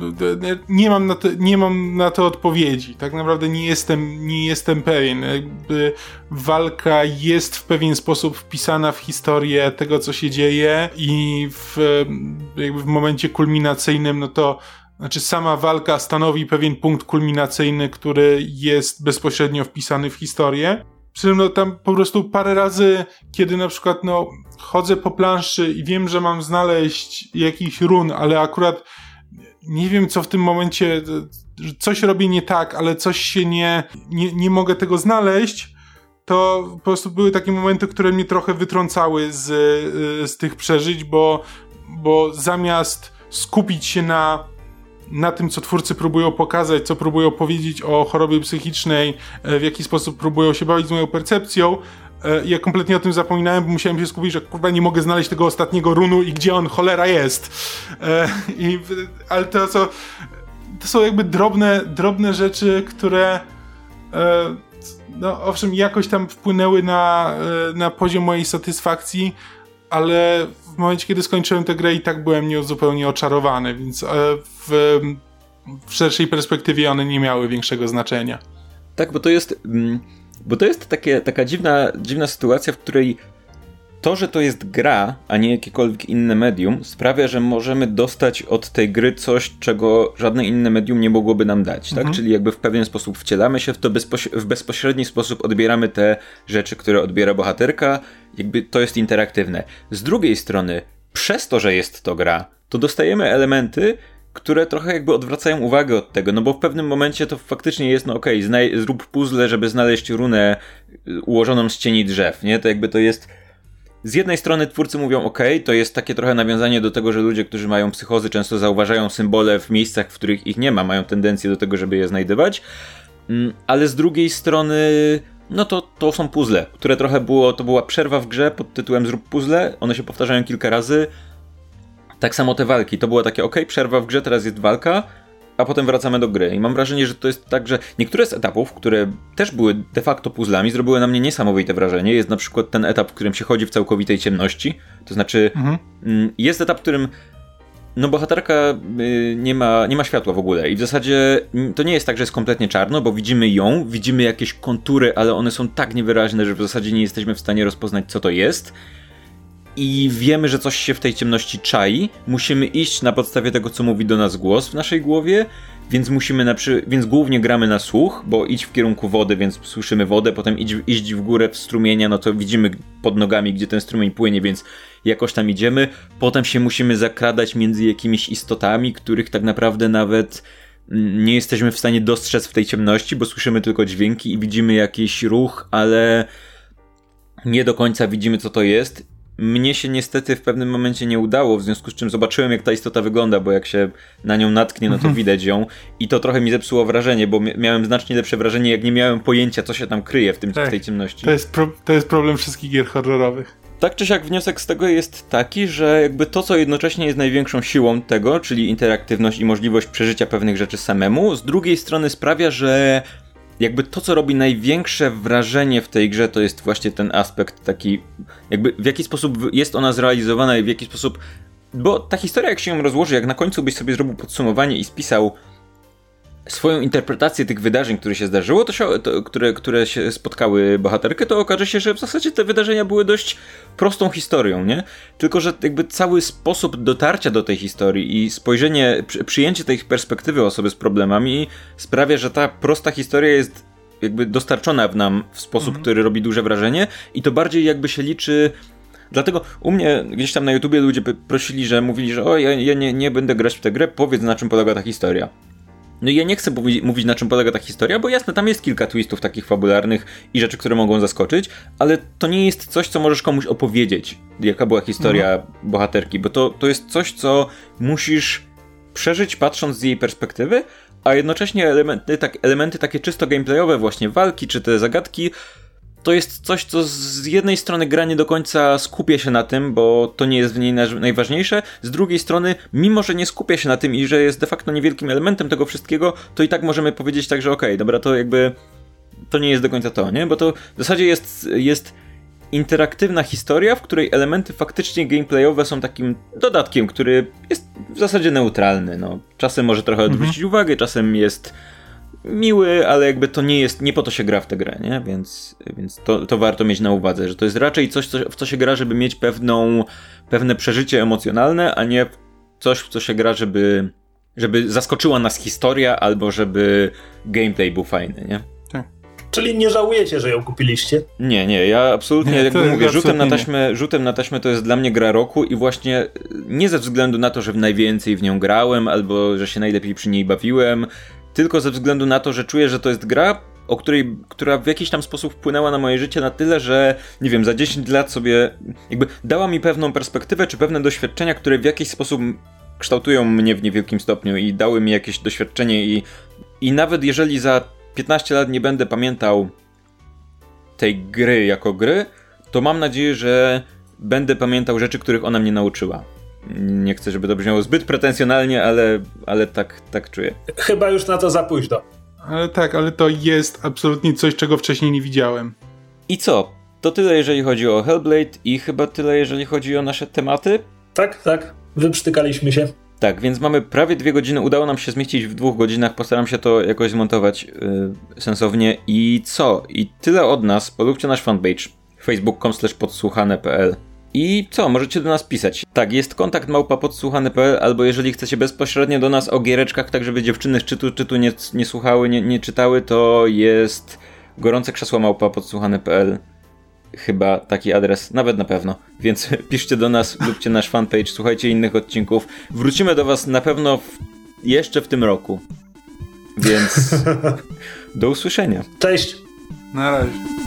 nie mam na to odpowiedzi. Tak naprawdę nie jestem pewien. Jakby walka jest w pewien sposób wpisana w historię tego, co się dzieje i jakby w momencie kulminacyjnym, to znaczy sama walka stanowi pewien punkt kulminacyjny, który jest bezpośrednio wpisany w historię. Przy czym tam po prostu parę razy, kiedy na przykład chodzę po planszy i wiem, że mam znaleźć jakiś run, ale akurat nie wiem, co w tym momencie, coś robię nie tak, ale coś się nie mogę tego znaleźć, to po prostu były takie momenty, które mnie trochę wytrącały z tych przeżyć, bo zamiast skupić się na tym, co twórcy próbują pokazać, co próbują powiedzieć o chorobie psychicznej, w jaki sposób próbują się bawić z moją percepcją, ja kompletnie o tym zapominałem, bo musiałem się skupić, że kurwa nie mogę znaleźć tego ostatniego runu i gdzie on cholera jest. Ale to są jakby drobne rzeczy, które owszem, jakoś tam wpłynęły na poziom mojej satysfakcji, ale w momencie, kiedy skończyłem tę grę, i tak byłem nią zupełnie oczarowany, więc w szerszej perspektywie one nie miały większego znaczenia. Tak, bo to jest taka dziwna sytuacja, w której to, że to jest gra, a nie jakiekolwiek inne medium, sprawia, że możemy dostać od tej gry coś, czego żadne inne medium nie mogłoby nam dać, tak? Czyli jakby w pewien sposób wcielamy się w to, w bezpośredni sposób odbieramy te rzeczy, które odbiera bohaterka, jakby to jest interaktywne. Z drugiej strony, przez to, że jest to gra, to dostajemy elementy, które trochę jakby odwracają uwagę od tego, bo w pewnym momencie to faktycznie jest, zrób puzzle, żeby znaleźć runę ułożoną z cieni drzew, nie? To jakby to jest... Z jednej strony twórcy mówią, to jest takie trochę nawiązanie do tego, że ludzie, którzy mają psychozy, często zauważają symbole w miejscach, w których ich nie ma, mają tendencję do tego, żeby je znajdywać, ale z drugiej strony, to są puzzle, które trochę to była przerwa w grze pod tytułem zrób puzzle, one się powtarzają kilka razy. Tak samo te walki, to było takie przerwa w grze, teraz jest walka, a potem wracamy do gry. I mam wrażenie, że to jest tak, że niektóre z etapów, które też były de facto puzzlami, zrobiły na mnie niesamowite wrażenie. Jest na przykład ten etap, w którym się chodzi w całkowitej ciemności. To znaczy, jest etap, w którym bohaterka nie ma światła w ogóle. I w zasadzie to nie jest tak, że jest kompletnie czarno, bo widzimy jakieś kontury, ale one są tak niewyraźne, że w zasadzie nie jesteśmy w stanie rozpoznać, co to jest. i wiemy, że coś się w tej ciemności czai. Musimy iść na podstawie tego, co mówi do nas głos w naszej głowie, więc więc głównie gramy na słuch, bo idź w kierunku wody, więc słyszymy wodę, potem iść w górę w strumienia, no to widzimy pod nogami, gdzie ten strumień płynie, więc jakoś tam idziemy. Potem się musimy zakradać między jakimiś istotami, których tak naprawdę nawet nie jesteśmy w stanie dostrzec w tej ciemności, bo słyszymy tylko dźwięki i widzimy jakiś ruch, ale nie do końca widzimy, co to jest. Mnie się niestety w pewnym momencie nie udało, w związku z czym zobaczyłem, jak ta istota wygląda, bo jak się na nią natknie, no to widać ją i to trochę mi zepsuło wrażenie, bo miałem znacznie lepsze wrażenie, jak nie miałem pojęcia, co się tam kryje w tej ciemności. To jest problem wszystkich gier horrorowych. Tak czy siak wniosek z tego jest taki, że jakby to, co jednocześnie jest największą siłą tego, czyli interaktywność i możliwość przeżycia pewnych rzeczy samemu, z drugiej strony sprawia, że jakby to, co robi największe wrażenie w tej grze, to jest właśnie ten aspekt taki, jakby w jaki sposób jest ona zrealizowana i w jaki sposób, bo ta historia, jak się ją rozłoży, jak na końcu byś sobie zrobił podsumowanie i spisał swoją interpretację tych wydarzeń, które się zdarzyło, które się spotkały bohaterkę, to okaże się, że w zasadzie te wydarzenia były dość prostą historią, nie? Tylko że jakby cały sposób dotarcia do tej historii i przyjęcie tej perspektywy osoby z problemami sprawia, że ta prosta historia jest jakby dostarczona nam w sposób, który robi duże wrażenie i to bardziej jakby się liczy. Dlatego u mnie gdzieś tam na YouTubie ludzie prosili, że mówili, że ja nie będę grać w tę grę, powiedz, na czym polega ta historia. No i ja nie chcę mówić, na czym polega ta historia, bo jasne, tam jest kilka twistów takich fabularnych i rzeczy, które mogą zaskoczyć, ale to nie jest coś, co możesz komuś opowiedzieć, jaka była historia bohaterki, bo to jest coś, co musisz przeżyć, patrząc z jej perspektywy, a jednocześnie elementy takie czysto gameplayowe, właśnie walki czy te zagadki, to jest coś, co z jednej strony gra nie do końca skupia się na tym, bo to nie jest w niej najważniejsze, z drugiej strony, mimo że nie skupia się na tym i że jest de facto niewielkim elementem tego wszystkiego, to i tak możemy powiedzieć tak, że okej, dobra, to jakby to nie jest do końca to, nie? Bo to w zasadzie jest interaktywna historia, w której elementy faktycznie gameplayowe są takim dodatkiem, który jest w zasadzie neutralny, no. Czasem może trochę odwrócić uwagę, czasem jest miły, ale jakby to nie po to się gra w tę grę, nie? Więc to warto mieć na uwadze, że to jest raczej coś, w co się gra, żeby mieć pewne przeżycie emocjonalne, a nie coś, w co się gra, żeby zaskoczyła nas historia, albo żeby gameplay był fajny, nie? Tak. Czyli nie żałujecie, że ją kupiliście? Nie, ja absolutnie, jakby mówię, rzutem na taśmę to jest dla mnie gra roku i właśnie nie ze względu na to, że najwięcej w nią grałem, albo że się najlepiej przy niej bawiłem, tylko ze względu na to, że czuję, że to jest gra, która w jakiś tam sposób wpłynęła na moje życie na tyle, że nie wiem, za 10 lat sobie jakby dała mi pewną perspektywę, czy pewne doświadczenia, które w jakiś sposób kształtują mnie w niewielkim stopniu i dały mi jakieś doświadczenie i nawet jeżeli za 15 lat nie będę pamiętał tej gry jako gry, to mam nadzieję, że będę pamiętał rzeczy, których ona mnie nauczyła. Nie chcę, żeby to brzmiało zbyt pretensjonalnie, ale tak czuję. Chyba już na to za późno. Ale to jest absolutnie coś, czego wcześniej nie widziałem. I co? To tyle, jeżeli chodzi o Hellblade i chyba tyle, jeżeli chodzi o nasze tematy? Tak. Wyprztykaliśmy się. Tak, więc mamy prawie 2 godziny. Udało nam się zmieścić w 2 godzinach. Postaram się to jakoś zmontować sensownie. I co? I tyle od nas. Polubcie nasz fanpage facebook.com/podsłuchane.pl. I co? Możecie do nas pisać. Tak, jest kontakt @podsłuchane.pl, albo jeżeli chcecie bezpośrednio do nas o giereczkach, tak żeby dziewczyny z czytu nie słuchały, nie czytały, to jest gorące krzesło @podsłuchane.pl. Chyba taki adres, nawet na pewno. Więc piszcie do nas, lubcie nasz fanpage, słuchajcie innych odcinków. Wrócimy do was na pewno jeszcze w tym roku. Więc do usłyszenia. Cześć. Na razie.